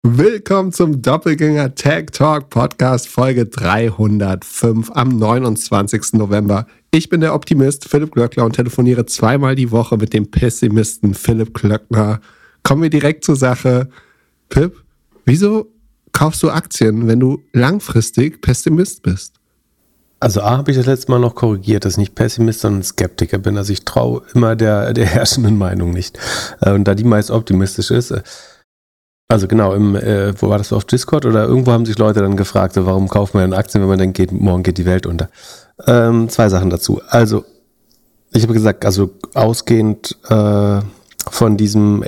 Willkommen zum Doppelgänger Tech Talk Podcast Folge 305 am 29. November. Ich bin der Optimist Philipp Glöckler und telefoniere zweimal die Woche mit dem Pessimisten Philipp Klöckner. Kommen wir direkt zur Sache. Pip, wieso kaufst du Aktien, wenn du langfristig Pessimist bist? Also A, habe ich das letzte Mal noch korrigiert, dass ich nicht Pessimist, sondern Skeptiker bin. Also ich traue immer der herrschenden Meinung nicht. Und da die meist optimistisch ist, also genau, wo war das, auf Discord oder irgendwo haben sich Leute dann gefragt, so, warum kauft man denn Aktien, wenn man denkt, morgen geht die Welt unter. Zwei Sachen dazu. Also ich habe gesagt, also ausgehend von diesem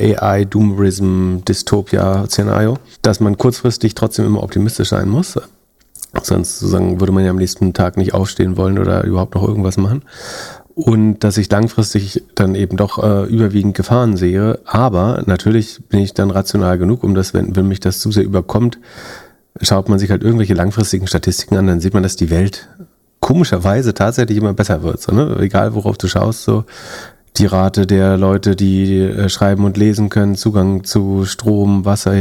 AI-Doomerism-Dystopia-Szenario, dass man kurzfristig trotzdem immer optimistisch sein muss. Sonst sozusagen würde man ja am nächsten Tag nicht aufstehen wollen oder überhaupt noch irgendwas machen. Und dass ich langfristig dann eben doch überwiegend Gefahren sehe. Aber natürlich bin ich dann rational genug, um das, wenn mich das zu sehr überkommt, schaut man sich halt irgendwelche langfristigen Statistiken an, dann sieht man, dass die Welt komischerweise tatsächlich immer besser wird. So, ne? Egal worauf du schaust, so die Rate der Leute, die schreiben und lesen können, Zugang zu Strom, Wasser,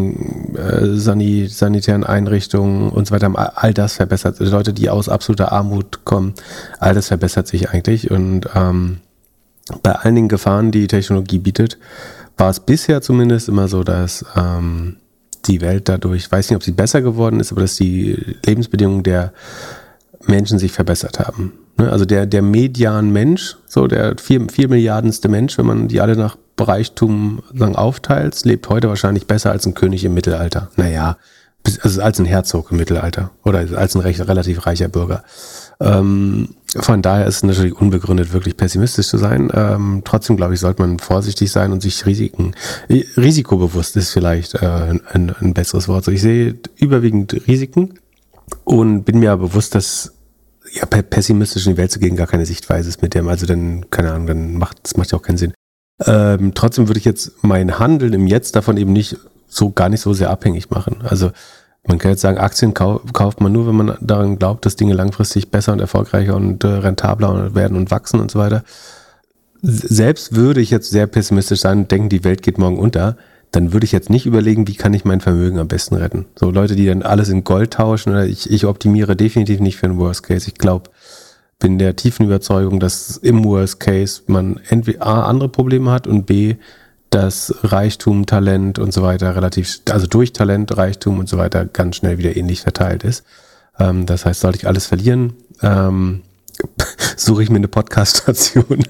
sanitären Einrichtungen und so weiter, all das verbessert. Leute, die aus absoluter Armut kommen, all das verbessert sich eigentlich. Und bei allen den Gefahren, die Technologie bietet, war es bisher zumindest immer so, dass die Welt dadurch, ich weiß nicht, ob sie besser geworden ist, aber dass die Lebensbedingungen der Menschen sich verbessert haben. Also der Median-Mensch, so der 4 Milliardenste Mensch, wenn man die alle nach Reichtum aufteilt, lebt heute wahrscheinlich besser als ein König im Mittelalter. Naja, also als ein Herzog im Mittelalter oder als ein relativ reicher Bürger. Von daher ist es natürlich unbegründet, wirklich pessimistisch zu sein. Trotzdem, glaube ich, sollte man vorsichtig sein und sich risikobewusst ist vielleicht ein besseres Wort. So, ich sehe überwiegend Risiken und bin mir aber bewusst, dass pessimistisch in die Welt zu gehen gar keine Sichtweise ist mit dem, also dann, keine Ahnung, das macht ja auch keinen Sinn. Trotzdem würde ich jetzt mein Handeln im Jetzt davon eben gar nicht so sehr abhängig machen. Also man kann jetzt sagen, Aktien kauft man nur, wenn man daran glaubt, dass Dinge langfristig besser und erfolgreicher und rentabler werden und wachsen und so weiter. Selbst würde ich jetzt sehr pessimistisch sein und denken, die Welt geht morgen unter, dann würde ich jetzt nicht überlegen, wie kann ich mein Vermögen am besten retten. So Leute, die dann alles in Gold tauschen, oder ich optimiere definitiv nicht für den Worst Case. Ich glaube, bin der tiefen Überzeugung, dass im Worst Case man entweder A, andere Probleme hat und B, dass Reichtum, Talent und so weiter also durch Talent, Reichtum und so weiter ganz schnell wieder ähnlich verteilt ist. Das heißt, sollte ich alles verlieren, suche ich mir eine Podcaststation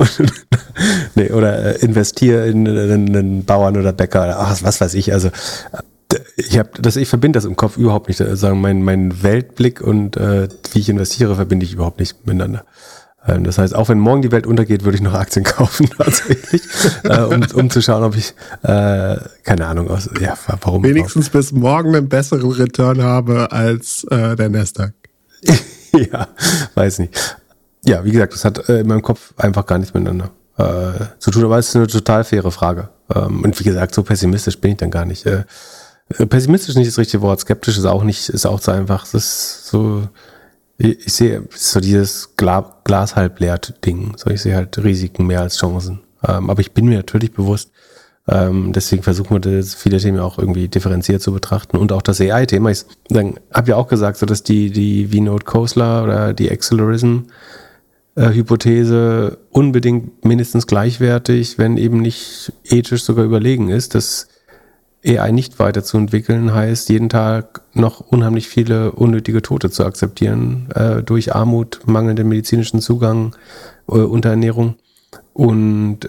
oder investiere in einen Bauern oder Bäcker oder was weiß ich. Also ich verbinde das im Kopf überhaupt nicht. Also mein Weltblick und wie ich investiere, verbinde ich überhaupt nicht miteinander. Das heißt, auch wenn morgen die Welt untergeht, würde ich noch Aktien kaufen tatsächlich, um zu schauen, ob ich keine Ahnung warum. Wenigstens bis morgen einen besseren Return habe als der Nasdaq. Ja, weiß nicht. Ja, wie gesagt, das hat in meinem Kopf einfach gar nichts miteinander zu tun, aber es ist eine total faire Frage. Und wie gesagt, so pessimistisch bin ich dann gar nicht. Pessimistisch ist nicht das richtige Wort, skeptisch ist auch zu einfach. Das ist so, ich sehe so dieses Glas halb leer Ding. So, ich sehe halt Risiken mehr als Chancen. Aber ich bin mir natürlich bewusst, deswegen versuchen wir viele Themen auch irgendwie differenziert zu betrachten und auch das AI-Thema. Ich habe ja auch gesagt, so dass die Vinod-Khosla oder die Accelerism-Hypothese unbedingt mindestens gleichwertig, wenn eben nicht ethisch sogar überlegen ist, dass AI nicht weiterzuentwickeln heißt, jeden Tag noch unheimlich viele unnötige Tote zu akzeptieren durch Armut, mangelnden medizinischen Zugang, Unterernährung und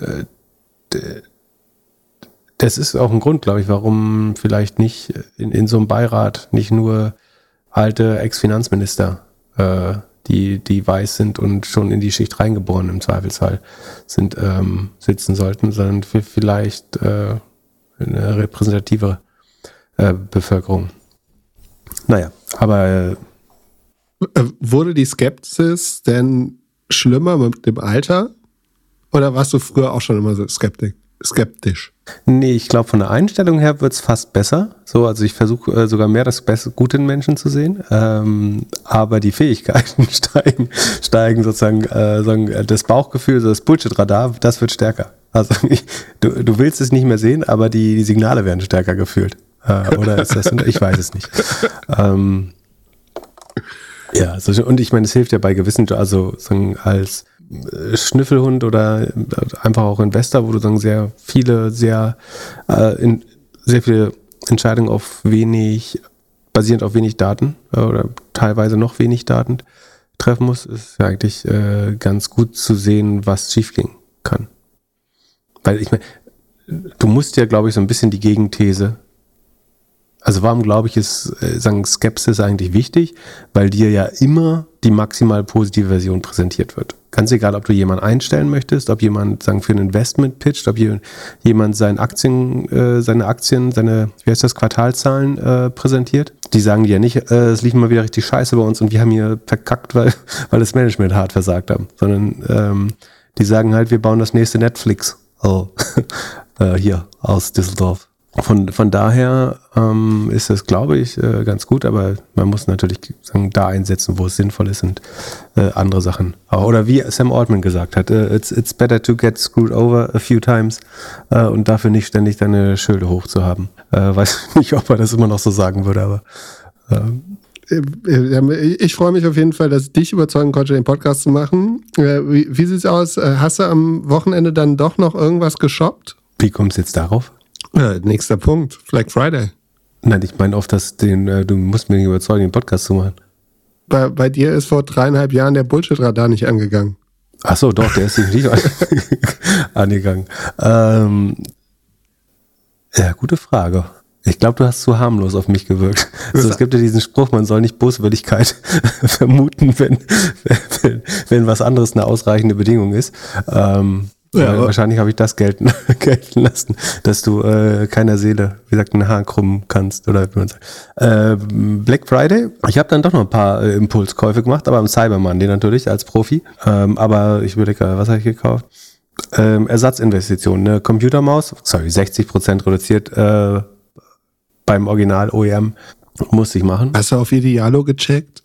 das ist auch ein Grund, glaube ich, warum vielleicht nicht in so einem Beirat nicht nur alte Ex-Finanzminister, die weiß sind und schon in die Schicht reingeboren im Zweifelsfall sitzen sollten, sondern vielleicht eine repräsentative Bevölkerung. Naja, aber wurde die Skepsis denn schlimmer mit dem Alter? Oder warst du früher auch schon immer so skeptisch? Nee, ich glaube, von der Einstellung her wird es fast besser. So, also ich versuche sogar mehr das Gute in Menschen zu sehen. Aber die Fähigkeiten steigen sozusagen, das Bauchgefühl, das Bullshit-Radar, das wird stärker. Also du willst es nicht mehr sehen, aber die Signale werden stärker gefühlt. Oder ist das, ich weiß es nicht. Ja, und ich meine, es hilft ja bei gewissen, also sagen, als Schnüffelhund oder einfach auch Investor, wo du sagen, sehr viele Entscheidungen basierend auf wenig Daten oder teilweise noch wenig Daten treffen muss, ist ja eigentlich ganz gut zu sehen, was schiefgehen kann. Weil ich meine, du musst ja, glaube ich, so ein bisschen die Gegenthese. Also warum, glaube ich, ist Skepsis eigentlich wichtig? Weil dir ja immer die maximal positive Version präsentiert wird. Ganz egal, ob du jemanden einstellen möchtest, ob jemand für ein Investment pitcht, ob jemand seine Quartalzahlen präsentiert. Die sagen dir ja nicht, es lief mal wieder richtig scheiße bei uns und wir haben hier verkackt, weil das Management hart versagt haben. Sondern die sagen halt, wir bauen das nächste Netflix. Hier aus Düsseldorf. Von daher ist das, glaube ich, ganz gut, aber man muss natürlich da einsetzen, wo es sinnvoll ist und andere Sachen. Oder wie Sam Altman gesagt hat, it's better to get screwed over a few times und dafür nicht ständig deine Schilde hochzuhaben. Weiß nicht, ob er das immer noch so sagen würde, aber ich freue mich auf jeden Fall, dass ich dich überzeugen konnte, den Podcast zu machen. Wie sieht's aus? Hast du am Wochenende dann doch noch irgendwas geshoppt? Wie kommst du jetzt darauf? Nächster Punkt, Black Friday. Nein, ich meine du musst mich nicht überzeugen, den Podcast zu machen. Bei dir ist vor 3,5 Jahren der Bullshit-Radar nicht angegangen. Ach so, doch, der ist nicht angegangen. Ja, gute Frage. Ich glaube, du hast zu harmlos auf mich gewirkt. Also, es gibt ja diesen Spruch, man soll nicht Boswürdigkeit vermuten, wenn was anderes eine ausreichende Bedingung ist. Wahrscheinlich habe ich das gelten lassen, dass du keiner Seele, wie gesagt, ein Haar krummen kannst. Oder wie man sagt. Black Friday, ich habe dann doch noch ein paar Impulskäufe gemacht, aber am Cyber Monday natürlich als Profi. Aber ich überlege, was habe ich gekauft? Ersatzinvestitionen, eine Computermaus, 60% reduziert beim Original OEM, musste ich machen. Hast du auf Idealo gecheckt?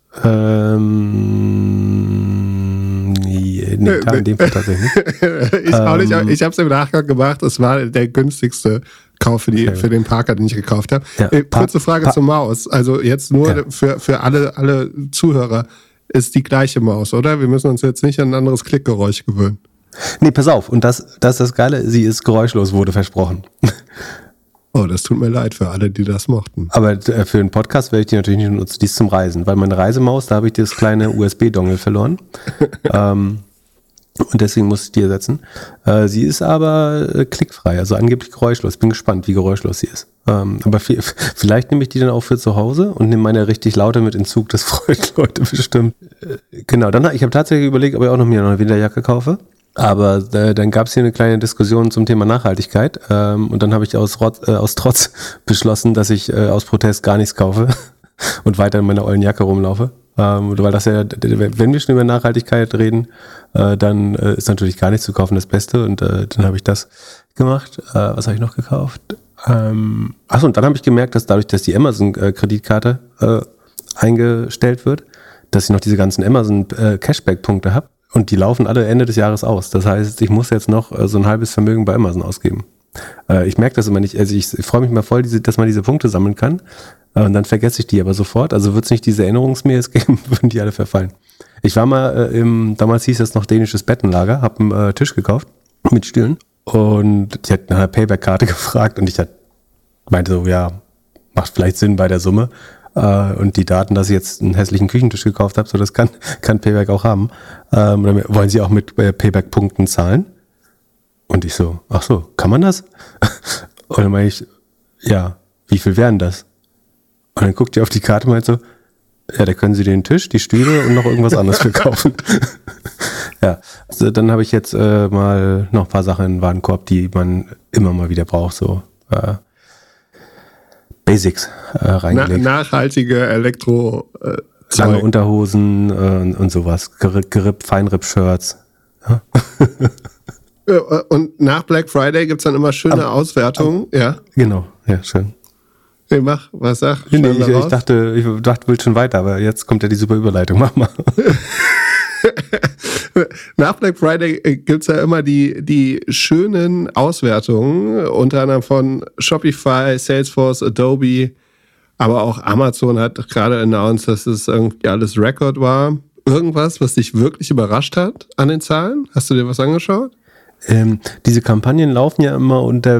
Nee, in dem Fall tatsächlich nicht. Ich auch nicht, ich habe es im Nachgang gemacht, es war der günstigste Kauf für den Parker, den ich gekauft habe. Ja, kurze Frage zur Maus, also jetzt nur für alle Zuhörer, ist die gleiche Maus, oder? Wir müssen uns jetzt nicht an ein anderes Klickgeräusch gewöhnen. Nee, pass auf, und das ist das Geile, sie ist geräuschlos, wurde versprochen. Oh, das tut mir leid für alle, die das mochten. Aber für den Podcast werde ich die natürlich nicht nutzen, die ist zum Reisen, weil meine Reisemaus, da habe ich das kleine USB-Dongle verloren. Und deswegen muss ich die ersetzen. Sie ist aber klickfrei, also angeblich geräuschlos. Bin gespannt, wie geräuschlos sie ist. Aber vielleicht nehme ich die dann auch für zu Hause und nehme meine richtig laute mit in Zug. Das freut Leute bestimmt. Genau, ich habe tatsächlich überlegt, ob ich auch noch mir eine Winterjacke kaufe. Aber dann gab es hier eine kleine Diskussion zum Thema Nachhaltigkeit und dann habe ich aus Trotz beschlossen, dass ich aus Protest gar nichts kaufe und weiter in meiner ollen Jacke rumlaufe. Weil das ja, wenn wir schon über Nachhaltigkeit reden, dann ist natürlich gar nichts zu kaufen das Beste und dann habe ich das gemacht. Was habe ich noch gekauft? Achso, und dann habe ich gemerkt, dass dadurch, dass die Amazon-Kreditkarte eingestellt wird, dass ich noch diese ganzen Amazon-Cashback-Punkte habe. Und die laufen alle Ende des Jahres aus. Das heißt, ich muss jetzt noch so ein halbes Vermögen bei Amazon ausgeben. Ich merke das immer nicht. Also ich freue mich mal voll, dass man diese Punkte sammeln kann. Und dann vergesse ich die aber sofort. Also wird es nicht diese Erinnerungsmails geben, würden die alle verfallen. Ich war mal damals hieß das noch dänisches Bettenlager, habe einen Tisch gekauft mit Stühlen. Und die hat nach einer Payback-Karte gefragt. Und ich meinte so, ja, macht vielleicht Sinn bei der Summe. Und die Daten, dass ich jetzt einen hässlichen Küchentisch gekauft habe, so das kann Payback auch haben. Wollen Sie auch mit Payback-Punkten zahlen? Und ich so, ach so, kann man das? Und dann meine ich, ja, wie viel wären das? Und dann guckt ihr auf die Karte und meint so, ja, da können Sie den Tisch, die Stühle und noch irgendwas anderes verkaufen. Ja, also dann habe ich jetzt mal noch ein paar Sachen in den Warenkorb, die man immer mal wieder braucht, so Basics reingelegt. Nachhaltige Elektro lange Unterhosen und sowas. Feinripp-Shirts. Ja? Und nach Black Friday gibt es dann immer schöne Auswertungen. Ja. Genau, ja, schön. Hey, was sag? Ich dachte, du willst schon weiter, aber jetzt kommt ja die super Überleitung. Mach mal. Nach Black Friday gibt es ja immer die schönen Auswertungen, unter anderem von Shopify, Salesforce, Adobe, aber auch Amazon hat gerade announced, dass es irgendwie alles Record war. Irgendwas, was dich wirklich überrascht hat an den Zahlen? Hast du dir was angeschaut? Diese Kampagnen laufen ja immer unter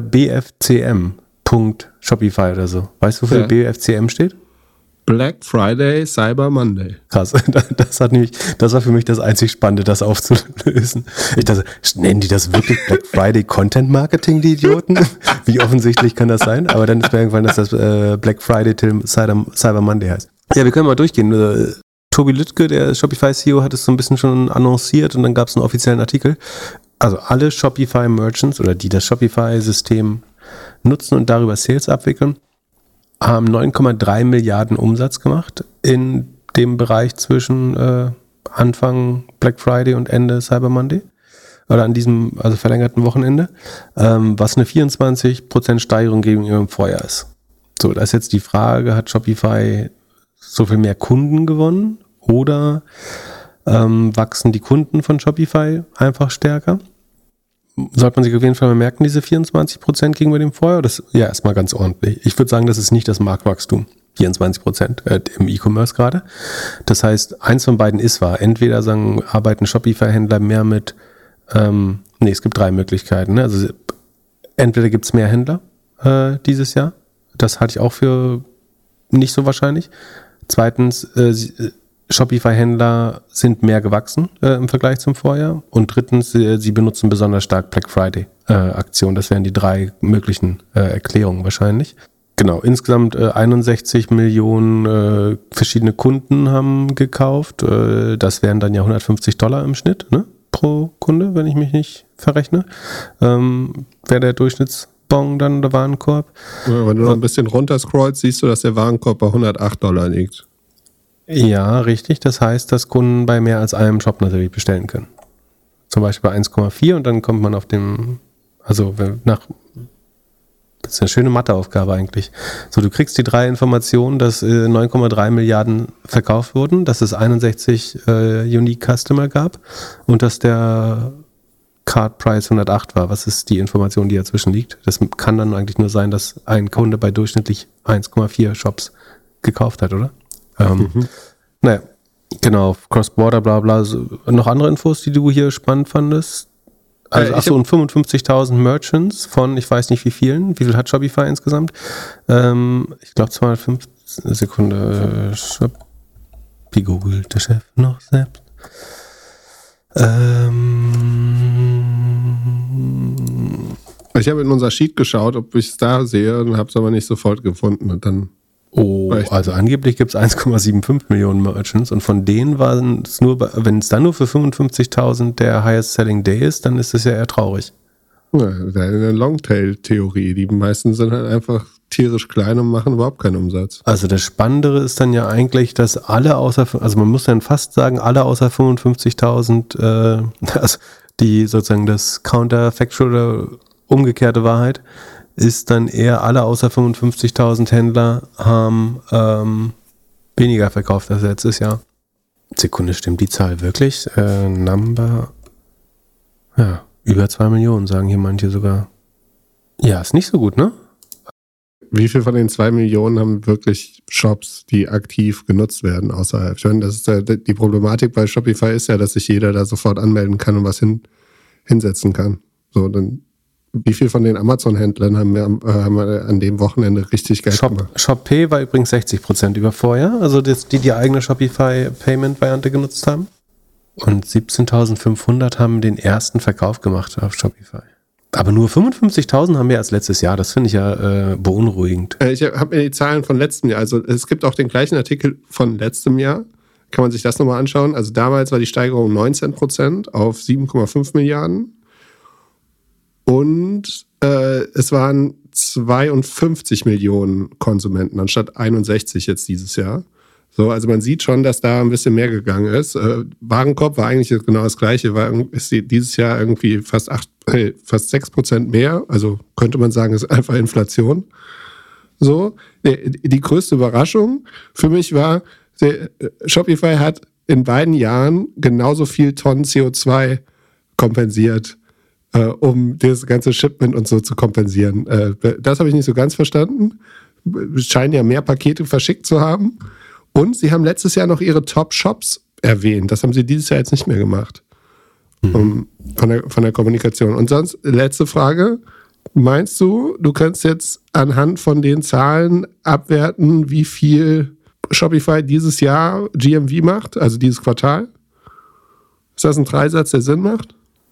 BFCM.Shopify oder so. Weißt du, wofür BFCM steht? Black Friday, Cyber Monday. Krass, das war für mich das einzig Spannende, das aufzulösen. Ich dachte, nennen die das wirklich Black Friday Content Marketing, die Idioten? Wie offensichtlich kann das sein? Aber dann ist mir irgendwann, dass das Black Friday till Cyber Monday heißt. Ja, wir können mal durchgehen. Tobi Lütke, der Shopify-CEO, hat es so ein bisschen schon annonciert und dann gab es einen offiziellen Artikel. Also alle Shopify-Merchants oder die das Shopify-System nutzen und darüber Sales abwickeln, haben 9,3 Milliarden Umsatz gemacht in dem Bereich zwischen Anfang Black Friday und Ende Cyber Monday oder an diesem also verlängerten Wochenende, was eine 24% Steigerung gegenüber dem Vorjahr ist. So, da ist jetzt die Frage, hat Shopify so viel mehr Kunden gewonnen oder wachsen die Kunden von Shopify einfach stärker? Sollte man sich auf jeden Fall mal merken, diese 24% gegenüber dem Vorjahr? Das ja erstmal ganz ordentlich. Ich würde sagen, das ist nicht das Marktwachstum. 24% im E-Commerce gerade. Das heißt, eins von beiden ist wahr. Entweder arbeiten Shopify-Händler mehr mit, es gibt 3 Möglichkeiten. Ne? Also entweder gibt es mehr Händler dieses Jahr. Das halte ich auch für nicht so wahrscheinlich. Zweitens, Shopify-Händler sind mehr gewachsen im Vergleich zum Vorjahr. Und drittens, sie benutzen besonders stark Black Friday-Aktionen. Das wären die 3 möglichen Erklärungen wahrscheinlich. Genau, insgesamt 61 Millionen verschiedene Kunden haben gekauft. Das wären dann ja $150 im Schnitt, ne, pro Kunde, wenn ich mich nicht verrechne. Wäre der Durchschnittsbon dann der Warenkorb. Ja, wenn du noch ein bisschen runterscrollst, siehst du, dass der Warenkorb bei $108 liegt. Ja, richtig. Das heißt, dass Kunden bei mehr als einem Shop natürlich bestellen können. Zum Beispiel bei 1,4 und dann kommt man auf dem, das ist eine schöne Matheaufgabe eigentlich. So, du kriegst die 3 Informationen, dass 9,3 Milliarden verkauft wurden, dass es 61 Unique Customer gab und dass der Card Price 108 war. Was ist die Information, die dazwischen liegt? Das kann dann eigentlich nur sein, dass ein Kunde bei durchschnittlich 1,4 Shops gekauft hat, oder? Naja, genau, Cross-Border, bla bla. Noch andere Infos, die du hier spannend fandest? Also, und 55.000 Merchants von, ich weiß nicht wie vielen. Wie viel hat Shopify insgesamt? Ich glaube 205 Sekunde. Wie googelt der Chef noch selbst? Ich habe in unser Sheet geschaut, ob ich es da sehe und habe es aber nicht sofort gefunden und dann. Also angeblich gibt es 1,75 Millionen Merchants und von denen waren es nur, wenn es dann nur für 55.000 der Highest Selling Day ist, dann ist es ja eher traurig. Ja, das ist eine Longtail-Theorie. Die meisten sind halt einfach tierisch klein und machen überhaupt keinen Umsatz. Also das Spannendere ist dann ja eigentlich, dass alle also man muss dann fast sagen, alle außer 55.000, also die sozusagen das Counterfactual oder umgekehrte Wahrheit, ist dann eher alle außer 55.000 Händler haben weniger verkauft als letztes Jahr. Sekunde, stimmt die Zahl wirklich? Über 2 Millionen, sagen hier manche sogar. Ja, ist nicht so gut, ne? Wie viel von den 2 Millionen haben wirklich Shops, die aktiv genutzt werden außerhalb? Ich meine, das ist die Problematik bei Shopify ist ja, dass sich jeder da sofort anmelden kann und was hinsetzen kann. So, dann wie viel von den Amazon-Händlern haben wir an dem Wochenende richtig Geld gemacht? ShopPay war übrigens 60% über Vorjahr, also die eigene Shopify-Payment-Variante genutzt haben. Und 17.500 haben den ersten Verkauf gemacht auf Shopify. Aber nur 55.000 haben wir als letztes Jahr, das finde ich ja beunruhigend. Ich habe mir die Zahlen von letztem Jahr, also es gibt auch den gleichen Artikel von letztem Jahr, kann man sich das nochmal anschauen. Also damals war die Steigerung 19% auf 7,5 Milliarden. Und es waren 52 Millionen Konsumenten anstatt 61 jetzt dieses Jahr. So, also man sieht schon, dass da ein bisschen mehr gegangen ist. Warenkorb war eigentlich genau das Gleiche, ist dieses Jahr irgendwie fast 6% mehr. Also könnte man sagen, ist einfach Inflation. So, die größte Überraschung für mich war, Shopify hat in beiden Jahren genauso viel Tonnen CO2 kompensiert, um das ganze Shipment und so zu kompensieren. Das habe ich nicht so ganz verstanden. Scheinen ja mehr Pakete verschickt zu haben. Und sie haben letztes Jahr noch ihre Top-Shops erwähnt. Das haben sie dieses Jahr jetzt nicht mehr gemacht. Von der Kommunikation. Und sonst, letzte Frage. Meinst du, du kannst jetzt anhand von den Zahlen abwerten, wie viel Shopify dieses Jahr GMV macht, also dieses Quartal? Ist das ein Dreisatz, der Sinn macht?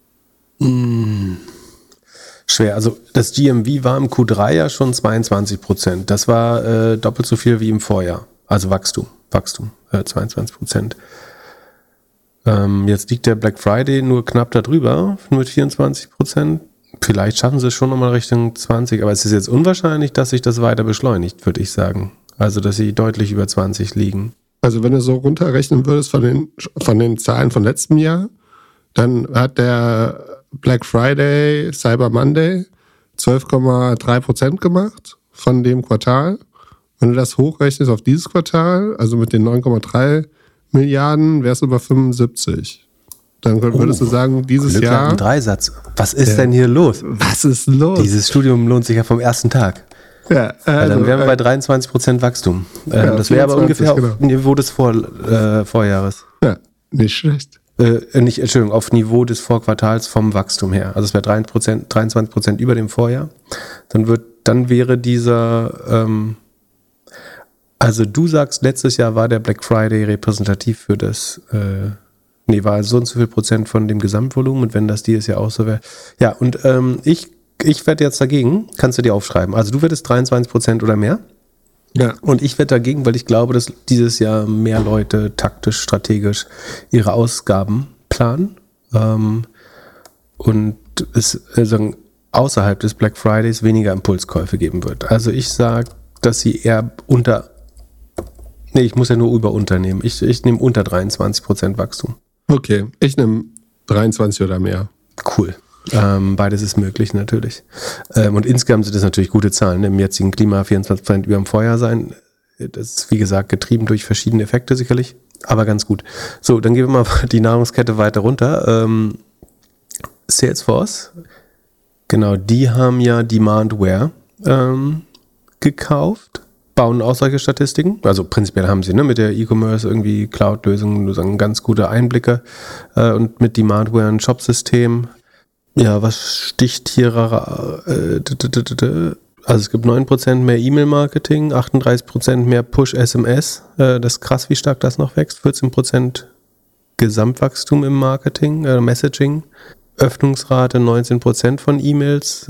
Schwer. Also das GMV war im Q3 ja schon 22%. Das war doppelt so viel wie im Vorjahr. Also Wachstum, 22%. Jetzt liegt der Black Friday nur knapp darüber mit 24%. Vielleicht schaffen sie es schon nochmal Richtung 20, aber es ist jetzt unwahrscheinlich, dass sich das weiter beschleunigt, würde ich sagen. Also, dass sie deutlich über 20 liegen. Also, wenn du so runterrechnen würdest von den Zahlen von letztem Jahr, dann hat der Black Friday, Cyber Monday 12,3% gemacht von dem Quartal. Wenn du das hochrechnest auf dieses Quartal, also mit den 9,3 Milliarden, wärst du über 75. Dann würdest du sagen, dieses Jahr... Ein Dreisatz. Was ist denn hier los? Was ist los? Dieses Studium lohnt sich ja vom ersten Tag. Ja, dann wären wir bei 23% Wachstum. Das wäre aber ungefähr auf Niveau des Vorjahres. Ja, nicht schlecht. Entschuldigung, auf Niveau des Vorquartals vom Wachstum her. Also es wäre 23% über dem Vorjahr. Dann wäre dieser... also du sagst, letztes Jahr war der Black Friday repräsentativ für das... war so und so viel Prozent von dem Gesamtvolumen, und wenn das dieses Jahr auch so wäre. Ja, und ich wette jetzt dagegen, kannst du dir aufschreiben. Also du wettest 23% oder mehr. Ja. Und ich wette dagegen, weil ich glaube, dass dieses Jahr mehr Leute taktisch, strategisch ihre Ausgaben planen. Und es außerhalb des Black Fridays weniger Impulskäufe geben wird. Also ich sage, dass sie eher ich muss ja nur unternehmen. Ich nehme unter 23% Wachstum. Okay, ich nehme 23 oder mehr. Cool. Beides ist möglich natürlich. Und insgesamt sind das natürlich gute Zahlen. Im jetzigen Klima 24% über dem Vorjahr sein. Das ist, wie gesagt, getrieben durch verschiedene Effekte sicherlich, aber ganz gut. So, dann gehen wir mal die Nahrungskette weiter runter. Salesforce, genau, die haben ja Demandware gekauft. Bauen auch solche Statistiken. Also prinzipiell haben sie mit der E-Commerce irgendwie Cloud-Lösungen sagen ganz gute Einblicke und mit Demandware ein Shop-System. Ja, was sticht hier? Also es gibt 9% mehr E-Mail-Marketing, 38% mehr Push-SMS. Das ist krass, wie stark das noch wächst. 14% Gesamtwachstum im Marketing, Messaging. Öffnungsrate 19% von E-Mails,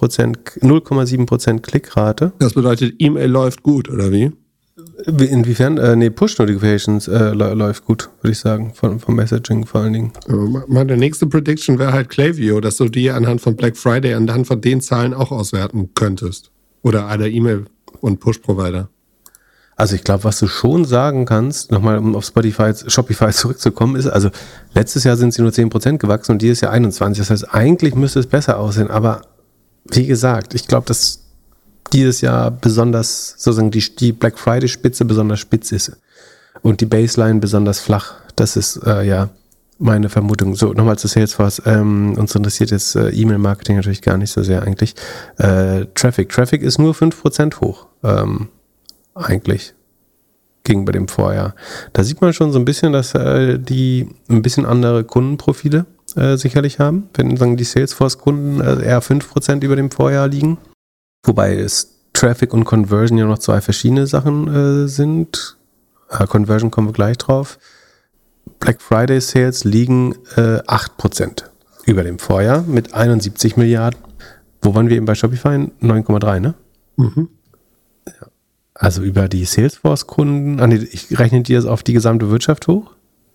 0,7% Klickrate. Das bedeutet, E-Mail läuft gut, oder wie? Inwiefern? Push-Notifications läuft gut, würde ich sagen, vom Messaging vor allen Dingen. Meine nächste Prediction wäre halt Klaviyo, dass du die anhand von Black Friday, anhand von den Zahlen auch auswerten könntest. Oder alle E-Mail- und Push-Provider. Also ich glaube, was du schon sagen kannst, nochmal um auf Shopify zurückzukommen, ist, also letztes Jahr sind sie nur 10% gewachsen und dieses Jahr 21%. Das heißt, eigentlich müsste es besser aussehen, aber wie gesagt, ich glaube, dass dieses Jahr besonders, sozusagen die Black Friday-Spitze besonders spitz ist und die Baseline besonders flach. Das ist meine Vermutung. So, nochmal zu Salesforce. Uns interessiert jetzt E-Mail-Marketing natürlich gar nicht so sehr eigentlich. Traffic. Traffic ist nur 5% hoch. Eigentlich gegenüber dem Vorjahr. Da sieht man schon so ein bisschen, dass die ein bisschen andere Kundenprofile sicherlich haben. Wenn sagen die Salesforce-Kunden eher 5% über dem Vorjahr liegen. Wobei es Traffic und Conversion ja noch zwei verschiedene Sachen sind. Conversion kommen wir gleich drauf. Black Friday Sales liegen 8% über dem Vorjahr mit 71 Milliarden. Wo waren wir eben bei Shopify? 9,3, ne? Mhm. Ja. Also über die Salesforce-Kunden, ich rechne die jetzt auf die gesamte Wirtschaft hoch?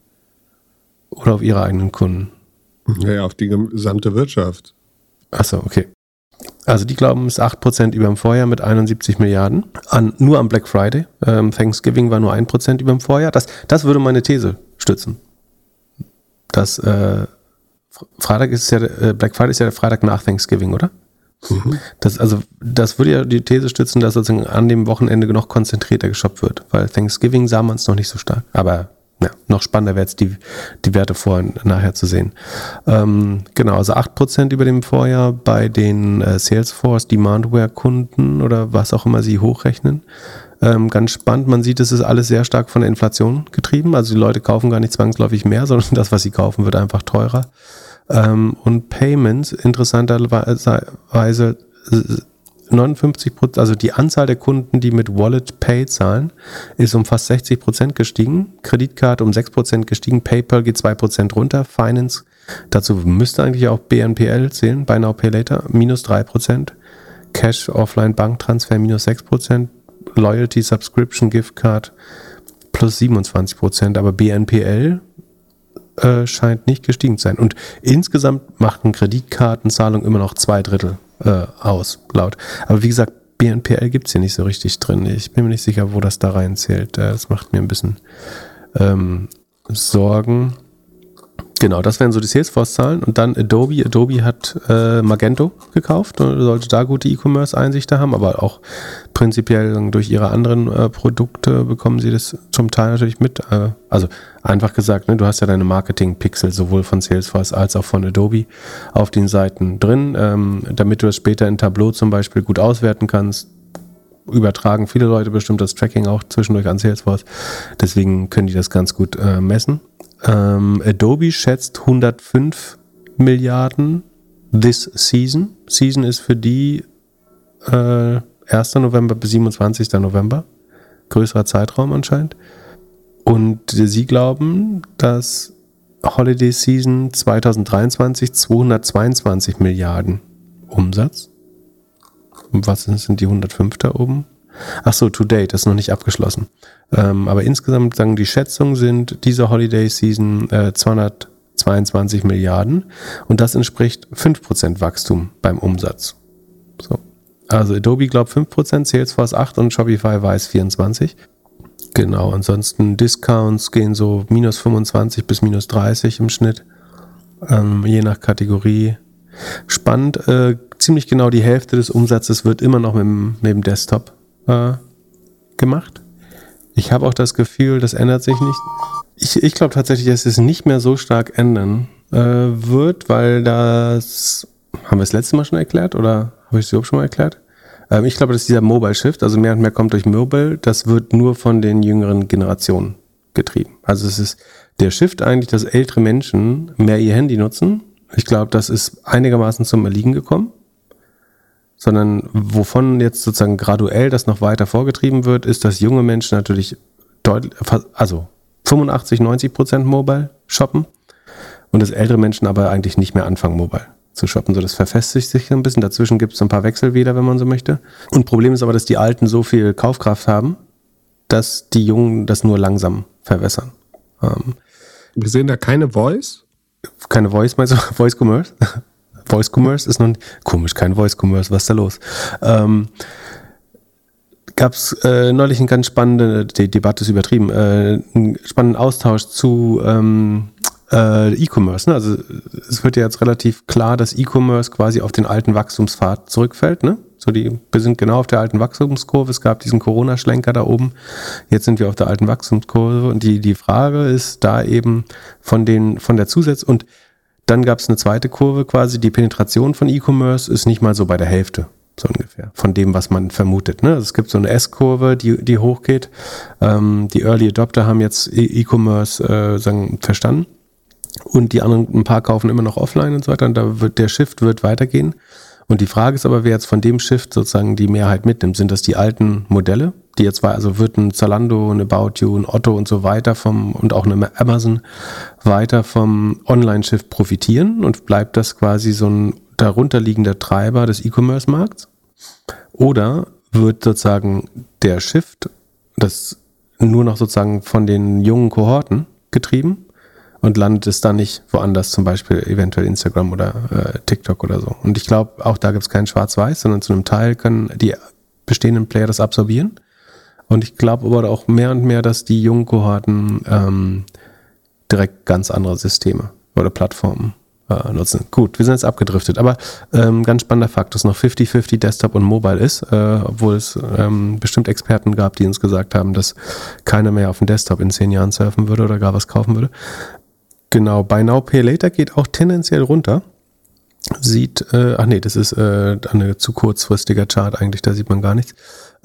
Oder auf ihre eigenen Kunden? Ja, auf die gesamte Wirtschaft. Achso, okay. Also die glauben, es ist 8% über dem Vorjahr mit 71 Milliarden. Nur am Black Friday. Thanksgiving war nur 1% über dem Vorjahr. Das würde meine These stützen. Das Freitag ist ja, Black Friday ist ja der Freitag nach Thanksgiving, oder? Mhm. Das würde ja die These stützen, dass sozusagen an dem Wochenende noch konzentrierter geshoppt wird, weil Thanksgiving sah man es noch nicht so stark. Aber noch spannender wäre jetzt die Werte nachher zu sehen. Genau, also 8% über dem Vorjahr bei den Salesforce Demandware-Kunden oder was auch immer sie hochrechnen. Ganz spannend, man sieht, es ist alles sehr stark von der Inflation getrieben. Also die Leute kaufen gar nicht zwangsläufig mehr, sondern das, was sie kaufen, wird einfach teurer. Und Payments, interessanterweise 59%, also die Anzahl der Kunden, die mit Wallet Pay zahlen, ist um fast 60% gestiegen. Kreditkarte um 6% gestiegen. PayPal geht 2% runter. Finance, dazu müsste eigentlich auch BNPL zählen, Buy Now Pay Later, minus 3%. Cash Offline Banktransfer minus 6%. Loyalty Subscription Gift Card plus 27%. Aber BNPL scheint nicht gestiegen zu sein. Und insgesamt machten Kreditkartenzahlungen immer noch 2/3 aus, laut. Aber wie gesagt, BNPL gibt es hier nicht so richtig drin. Ich bin mir nicht sicher, wo das da reinzählt. Das macht mir ein bisschen Sorgen. Genau, das wären so die Salesforce-Zahlen. Und dann Adobe. Adobe hat Magento gekauft und sollte da gute E-Commerce-Einsichten haben, aber auch prinzipiell durch ihre anderen Produkte bekommen sie das zum Teil natürlich mit. Also einfach gesagt, ne, du hast ja deine Marketing-Pixel sowohl von Salesforce als auch von Adobe auf den Seiten drin, damit du das später in Tableau zum Beispiel gut auswerten kannst. Übertragen viele Leute bestimmt das Tracking auch zwischendurch an Salesforce. Deswegen können die das ganz gut messen. Adobe schätzt 105 Milliarden this season. Season ist für die 1. November bis 27. November. Größerer Zeitraum anscheinend. Und sie glauben, dass Holiday Season 2023 222 Milliarden Umsatz. Und was sind die 105 da oben? Ach so, to date, das ist noch nicht abgeschlossen. Aber insgesamt sagen die Schätzungen sind diese Holiday Season 222 Milliarden und das entspricht 5% Wachstum beim Umsatz. So. Also Adobe glaubt 5%, Salesforce 8% und Shopify weiß 24%. Genau, ansonsten Discounts gehen so minus 25 bis minus 30 im Schnitt, je nach Kategorie. Spannend, ziemlich genau die Hälfte des Umsatzes wird immer noch mit dem Desktop gemacht. Ich habe auch das Gefühl, das ändert sich nicht. Ich glaube tatsächlich, dass es nicht mehr so stark ändern wird, weil das, haben wir das letzte Mal schon erklärt oder habe ich es überhaupt schon mal erklärt? Ich glaube, dass dieser Mobile Shift, also mehr und mehr kommt durch Mobile, das wird nur von den jüngeren Generationen getrieben. Also es ist der Shift eigentlich, dass ältere Menschen mehr ihr Handy nutzen. Ich glaube, das ist einigermaßen zum Erliegen gekommen. Sondern wovon jetzt sozusagen graduell das noch weiter vorgetrieben wird, ist, dass junge Menschen natürlich deutlich, also 85-90% Mobile shoppen und dass ältere Menschen aber eigentlich nicht mehr anfangen, Mobile zu shoppen. So, das verfestigt sich ein bisschen. Dazwischen gibt es ein paar Wechsel wieder, wenn man so möchte. Und Problem ist aber, dass die Alten so viel Kaufkraft haben, dass die Jungen das nur langsam verwässern. Wir sehen da keine Voice? Keine Voice, meinst du? Voice Commerce? Voice Commerce ist noch komisch, kein Voice Commerce, was ist da los? Gab es neulich eine ganz spannende, die Debatte ist übertrieben, einen spannenden Austausch zu E-Commerce. Ne? Also es wird ja jetzt relativ klar, dass E-Commerce quasi auf den alten Wachstumspfad zurückfällt. Ne? So, wir sind genau auf der alten Wachstumskurve. Es gab diesen Corona-Schlenker da oben. Jetzt sind wir auf der alten Wachstumskurve. Und die Frage ist da eben von der Zusatz und dann gab es eine zweite Kurve quasi, die Penetration von E-Commerce ist nicht mal so bei der Hälfte, so ungefähr, von dem, was man vermutet. Ne? Also es gibt so eine S-Kurve, die hochgeht. Die Early Adopter haben jetzt E-Commerce verstanden und die anderen, ein paar kaufen immer noch offline und so weiter und der Shift wird weitergehen. Und die Frage ist aber, wer jetzt von dem Shift sozusagen die Mehrheit mitnimmt. Sind das die alten Modelle, die jetzt also wird ein Zalando, ein About You, ein Otto und so weiter und auch eine Amazon weiter vom Online-Shift profitieren und bleibt das quasi so ein darunterliegender Treiber des E-Commerce-Markts? Oder wird sozusagen der Shift, das nur noch sozusagen von den jungen Kohorten getrieben? Und landet es dann nicht woanders, zum Beispiel eventuell Instagram oder TikTok oder so. Und ich glaube, auch da gibt es kein Schwarz-Weiß, sondern zu einem Teil können die bestehenden Player das absorbieren. Und ich glaube aber auch mehr und mehr, dass die jungen Kohorten direkt ganz andere Systeme oder Plattformen nutzen. Gut, wir sind jetzt abgedriftet, aber ganz spannender Fakt, dass noch 50-50 Desktop und Mobile ist, obwohl es bestimmt Experten gab, die uns gesagt haben, dass keiner mehr auf dem Desktop in 10 Jahren surfen würde oder gar was kaufen würde. Genau, Buy Now, Pay Later geht auch tendenziell runter. Sieht, das ist eine zu kurzfristiger Chart eigentlich, da sieht man gar nichts.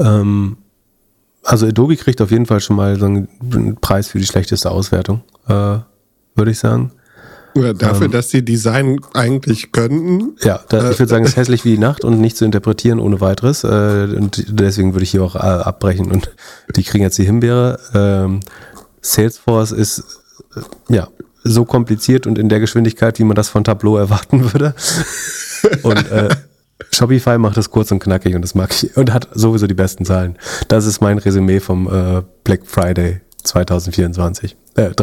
Also Adobe kriegt auf jeden Fall schon mal so einen Preis für die schlechteste Auswertung, würde ich sagen. Ja, dafür, dass sie Design eigentlich könnten. Ja, ich würde sagen, es ist hässlich wie die Nacht und nicht zu interpretieren ohne weiteres. Und deswegen würde ich hier auch abbrechen und die kriegen jetzt die Himbeere. Salesforce ist so kompliziert und in der Geschwindigkeit, wie man das von Tableau erwarten würde. Und Shopify macht das kurz und knackig und das mag ich und hat sowieso die besten Zahlen. Das ist mein Resümee vom Black Friday 2023.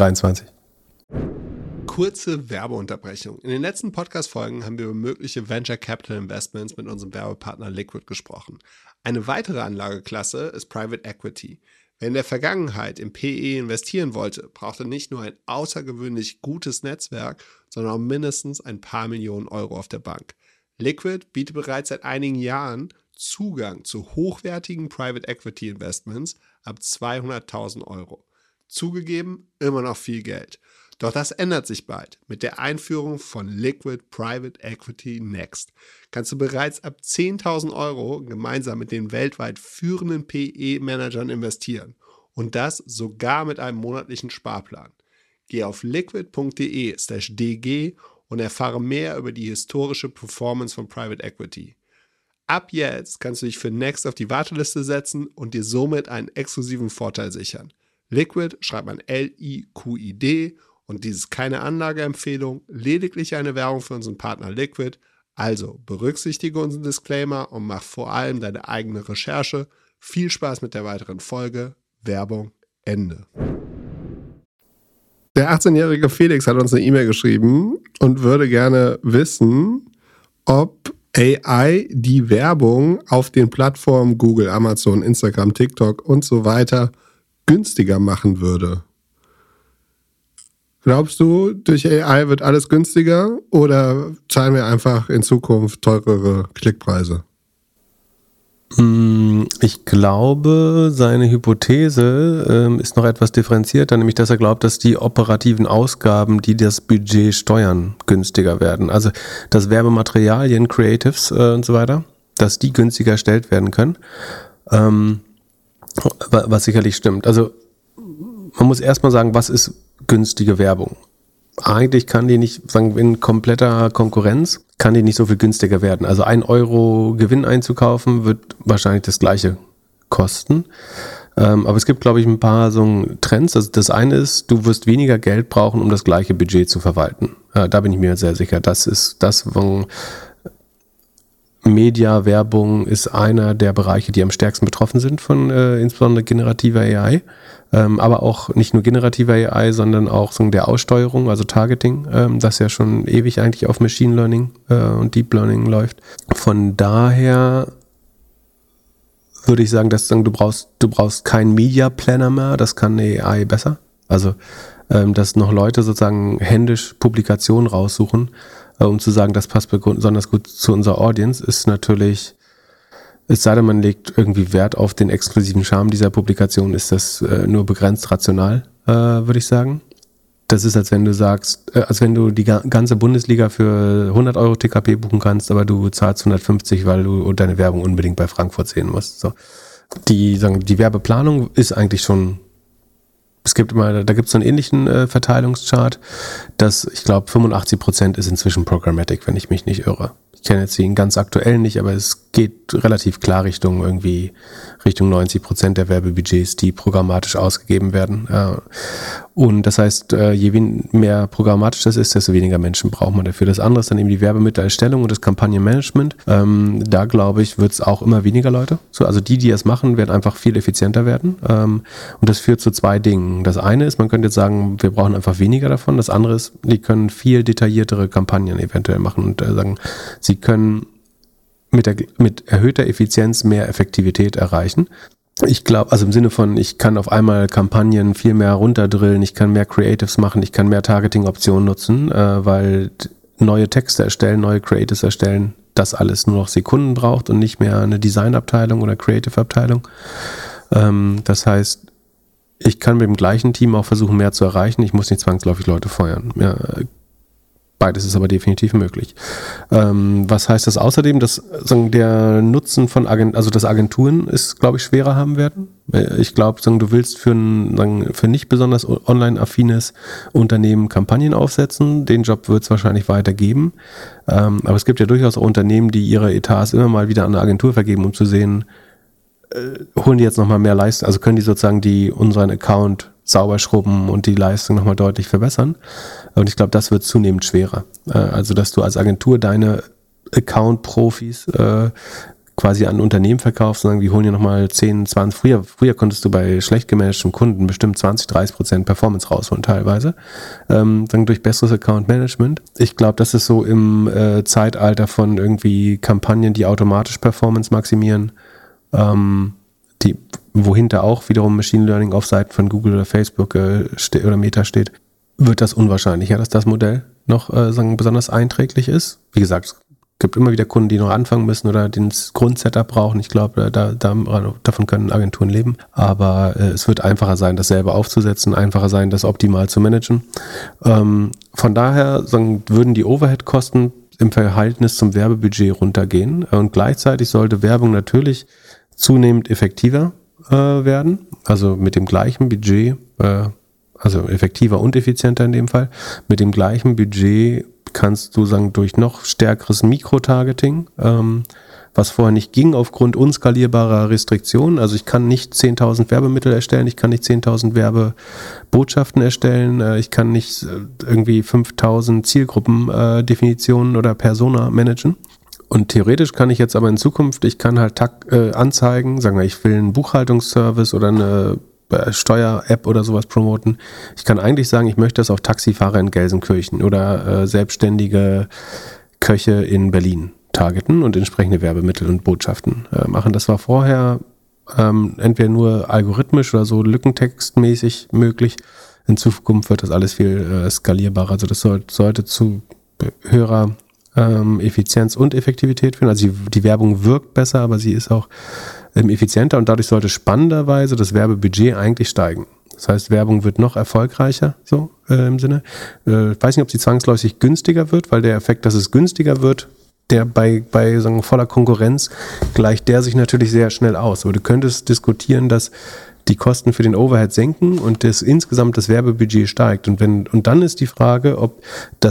Kurze Werbeunterbrechung. In den letzten Podcast-Folgen haben wir über mögliche Venture Capital Investments mit unserem Werbepartner Liquid gesprochen. Eine weitere Anlageklasse ist Private Equity. Wer in der Vergangenheit im PE investieren wollte, brauchte nicht nur ein außergewöhnlich gutes Netzwerk, sondern auch mindestens ein paar Millionen Euro auf der Bank. Liquid bietet bereits seit einigen Jahren Zugang zu hochwertigen Private Equity Investments ab 200.000 Euro. Zugegeben, immer noch viel Geld. Doch das ändert sich bald. Mit der Einführung von Liquid Private Equity Next kannst du bereits ab 10.000 Euro gemeinsam mit den weltweit führenden PE-Managern investieren. Und das sogar mit einem monatlichen Sparplan. Geh auf liquid.de/dg und erfahre mehr über die historische Performance von Private Equity. Ab jetzt kannst du dich für Next auf die Warteliste setzen und dir somit einen exklusiven Vorteil sichern. Liquid schreibt man Liquid und dies ist keine Anlageempfehlung, lediglich eine Werbung für unseren Partner Liquid. Also berücksichtige unseren Disclaimer und mach vor allem deine eigene Recherche. Viel Spaß mit der weiteren Folge. Werbung Ende. Der 18-jährige Felix hat uns eine E-Mail geschrieben und würde gerne wissen, ob AI die Werbung auf den Plattformen Google, Amazon, Instagram, TikTok und so weiter günstiger machen würde. Glaubst du, durch AI wird alles günstiger oder zahlen wir einfach in Zukunft teurere Klickpreise? Ich glaube, seine Hypothese ist noch etwas differenzierter, nämlich dass er glaubt, dass die operativen Ausgaben, die das Budget steuern, günstiger werden. Also dass Werbematerialien, Creatives und so weiter, dass die günstiger erstellt werden können, was sicherlich stimmt. Also man muss erstmal sagen, was ist günstige Werbung? Eigentlich kann die nicht, sagen wir, in kompletter Konkurrenz, kann die nicht so viel günstiger werden. Also 1 Euro Gewinn einzukaufen, wird wahrscheinlich das gleiche kosten. Aber es gibt, glaube ich, ein paar so Trends. Also das eine ist, du wirst weniger Geld brauchen, um das gleiche Budget zu verwalten. Da bin ich mir sehr sicher. Das ist das, wo Media-Werbung ist einer der Bereiche, die am stärksten betroffen sind von insbesondere generativer AI. Aber auch nicht nur generative AI, sondern auch so der Aussteuerung, also Targeting, das ja schon ewig eigentlich auf Machine Learning und Deep Learning läuft. Von daher würde ich sagen, dass du brauchst keinen Media Planner mehr, das kann eine AI besser. Also dass noch Leute sozusagen händisch Publikationen raussuchen, um zu sagen, das passt besonders gut zu unserer Audience, ist natürlich, es sei denn, man legt irgendwie Wert auf den exklusiven Charme dieser Publikation, ist das nur begrenzt rational, würde ich sagen. Das ist, als wenn du sagst, als wenn du die ganze Bundesliga für 100 Euro TKP buchen kannst, aber du zahlst 150, weil du deine Werbung unbedingt bei Frankfurt sehen musst. So. Die Werbeplanung ist eigentlich schon, da gibt es so einen ähnlichen Verteilungschart, dass ich glaube 85% ist inzwischen Programmatic, wenn ich mich nicht irre. Ich kenne jetzt den ganz aktuellen nicht, aber es geht relativ klar Richtung 90% der Werbebudgets, die programmatisch ausgegeben werden. Und das heißt, je mehr programmatisch das ist, desto weniger Menschen braucht man dafür. Das andere ist dann eben die Werbemittelerstellung und das Kampagnenmanagement. Da glaube ich, wird es auch immer weniger Leute. Also die das machen, werden einfach viel effizienter werden. Und das führt zu 2 Dingen. Das eine ist, man könnte jetzt sagen, wir brauchen einfach weniger davon. Das andere ist, die können viel detailliertere Kampagnen eventuell machen und sagen, sie können mit erhöhter Effizienz mehr Effektivität erreichen. Ich glaube, also im Sinne von, ich kann auf einmal Kampagnen viel mehr runterdrillen, ich kann mehr Creatives machen, ich kann mehr Targeting-Optionen nutzen, weil neue Texte erstellen, neue Creatives erstellen, das alles nur noch Sekunden braucht und nicht mehr eine Designabteilung oder Creative-Abteilung. Das heißt, ich kann mit dem gleichen Team auch versuchen, mehr zu erreichen. Ich muss nicht zwangsläufig Leute feuern. Ja, beides ist aber definitiv möglich. Was heißt das außerdem? Dass der Nutzen von dass Agenturen es, glaube ich, schwerer haben werden. Ich glaube, du willst für nicht besonders online-affines Unternehmen Kampagnen aufsetzen. Den Job wird es wahrscheinlich weitergeben. Aber es gibt ja durchaus auch Unternehmen, die ihre Etats immer mal wieder an eine Agentur vergeben, um zu sehen, holen die jetzt nochmal mehr Leistung, also können die sozusagen unseren Account sauber schrubben und die Leistung nochmal deutlich verbessern. Und ich glaube, das wird zunehmend schwerer. Also, dass du als Agentur deine Account-Profis quasi an Unternehmen verkaufst und sagen, die holen dir nochmal 10, 20, früher konntest du bei schlecht gemanagten Kunden bestimmt 20-30% Performance rausholen teilweise, dann durch besseres Account-Management. Ich glaube, das ist so im Zeitalter von irgendwie Kampagnen, die automatisch Performance maximieren, wohinter auch wiederum Machine Learning auf Seiten von Google oder Facebook oder Meta steht, wird das unwahrscheinlicher, dass das Modell noch besonders einträglich ist. Wie gesagt, es gibt immer wieder Kunden, die noch anfangen müssen oder das Grundsetup brauchen. Ich glaube, davon können Agenturen leben. Aber es wird einfacher sein, das selber aufzusetzen, einfacher sein, das optimal zu managen. Von daher würden die Overhead-Kosten im Verhältnis zum Werbebudget runtergehen. Und gleichzeitig sollte Werbung natürlich zunehmend effektiver werden, also mit dem gleichen Budget, also effektiver und effizienter in dem Fall. Mit dem gleichen Budget kannst du durch noch stärkeres Mikrotargeting, was vorher nicht ging aufgrund unskalierbarer Restriktionen. Also ich kann nicht 10.000 Werbemittel erstellen, ich kann nicht 10.000 Werbebotschaften erstellen, ich kann nicht irgendwie 5.000 Zielgruppendefinitionen oder Persona managen. Und theoretisch kann ich jetzt aber in Zukunft, ich kann halt Anzeigen, sagen wir, ich will einen Buchhaltungsservice oder eine Steuer-App oder sowas promoten. Ich kann eigentlich sagen, ich möchte das auf Taxifahrer in Gelsenkirchen oder selbstständige Köche in Berlin targeten und entsprechende Werbemittel und Botschaften machen. Das war vorher entweder nur algorithmisch oder so lückentextmäßig möglich. In Zukunft wird das alles viel skalierbarer. Also das sollte zu höherer Effizienz und Effektivität führen. Also die Werbung wirkt besser, aber sie ist auch effizienter und dadurch sollte spannenderweise das Werbebudget eigentlich steigen. Das heißt, Werbung wird noch erfolgreicher, so im Sinne. Ich weiß nicht, ob sie zwangsläufig günstiger wird, weil der Effekt, dass es günstiger wird, der bei voller Konkurrenz gleicht der sich natürlich sehr schnell aus. Aber du könntest diskutieren, dass die Kosten für den Overhead senken und insgesamt das Werbebudget steigt. Und dann ist die Frage, ob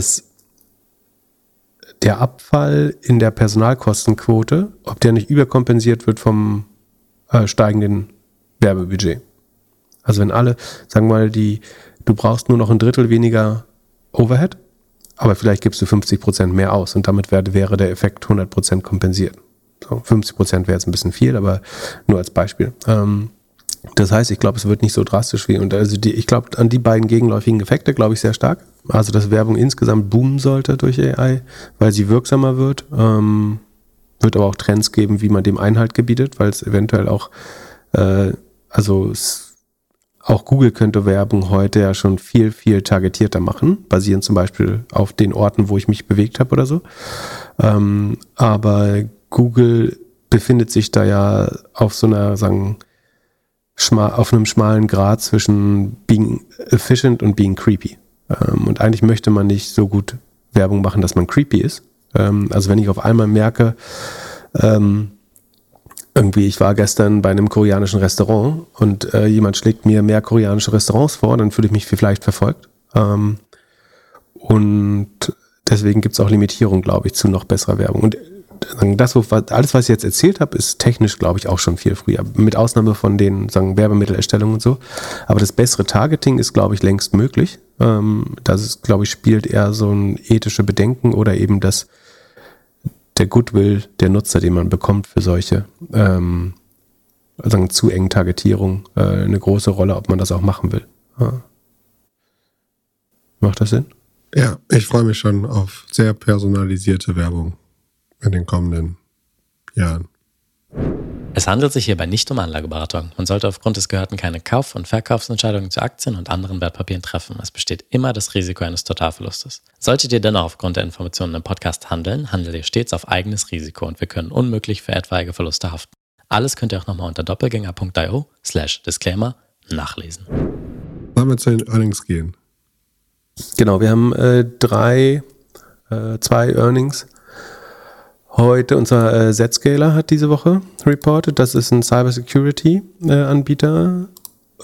der Abfall in der Personalkostenquote, ob der nicht überkompensiert wird vom steigenden Werbebudget. Also wenn alle, sagen wir mal, du brauchst nur noch ein Drittel weniger Overhead, aber vielleicht gibst du 50% mehr aus und damit wäre der Effekt 100% kompensiert. So, 50% wäre jetzt ein bisschen viel, aber nur als Beispiel. Das heißt, ich glaube, es wird nicht so drastisch wie, ich glaube, an die beiden gegenläufigen Effekte glaube ich sehr stark. Also, dass Werbung insgesamt boomen sollte durch AI, weil sie wirksamer wird. Wird aber auch Trends geben, wie man dem Einhalt gebietet, weil es eventuell auch, auch Google könnte Werbung heute ja schon viel, viel targetierter machen, basierend zum Beispiel auf den Orten, wo ich mich bewegt habe oder so. Aber Google befindet sich da ja auf so einer, auf einem schmalen Grat zwischen being efficient und being creepy. Und eigentlich möchte man nicht so gut Werbung machen, dass man creepy ist. Also wenn ich auf einmal merke, irgendwie, ich war gestern bei einem koreanischen Restaurant und jemand schlägt mir mehr koreanische Restaurants vor, dann fühle ich mich vielleicht verfolgt. Und deswegen gibt es auch Limitierung, glaube ich, zu noch besserer Werbung. Und alles, was ich jetzt erzählt habe, ist technisch, glaube ich, auch schon viel früher. Mit Ausnahme von den Werbemittelerstellungen und so. Aber das bessere Targeting ist, glaube ich, längst möglich. Das ist, glaube ich, spielt eher so ein ethische Bedenken oder eben der Goodwill der Nutzer, den man bekommt für solche zu engen Targetierung eine große Rolle, ob man das auch machen will. Ja. Macht das Sinn? Ja, ich freue mich schon auf sehr personalisierte Werbung in den kommenden Jahren. Es handelt sich hierbei nicht um Anlageberatung. Man sollte aufgrund des Gehörten keine Kauf- und Verkaufsentscheidungen zu Aktien und anderen Wertpapieren treffen. Es besteht immer das Risiko eines Totalverlustes. Solltet ihr dennoch aufgrund der Informationen im Podcast handeln, handelt ihr stets auf eigenes Risiko und wir können unmöglich für etwaige Verluste haften. Alles könnt ihr auch nochmal unter doppelgänger.io/disclaimer nachlesen. Wollen wir zu den Earnings gehen? Genau, wir haben zwei Earnings. Heute unser Zscaler hat diese Woche reported. Das ist ein Cybersecurity-Anbieter.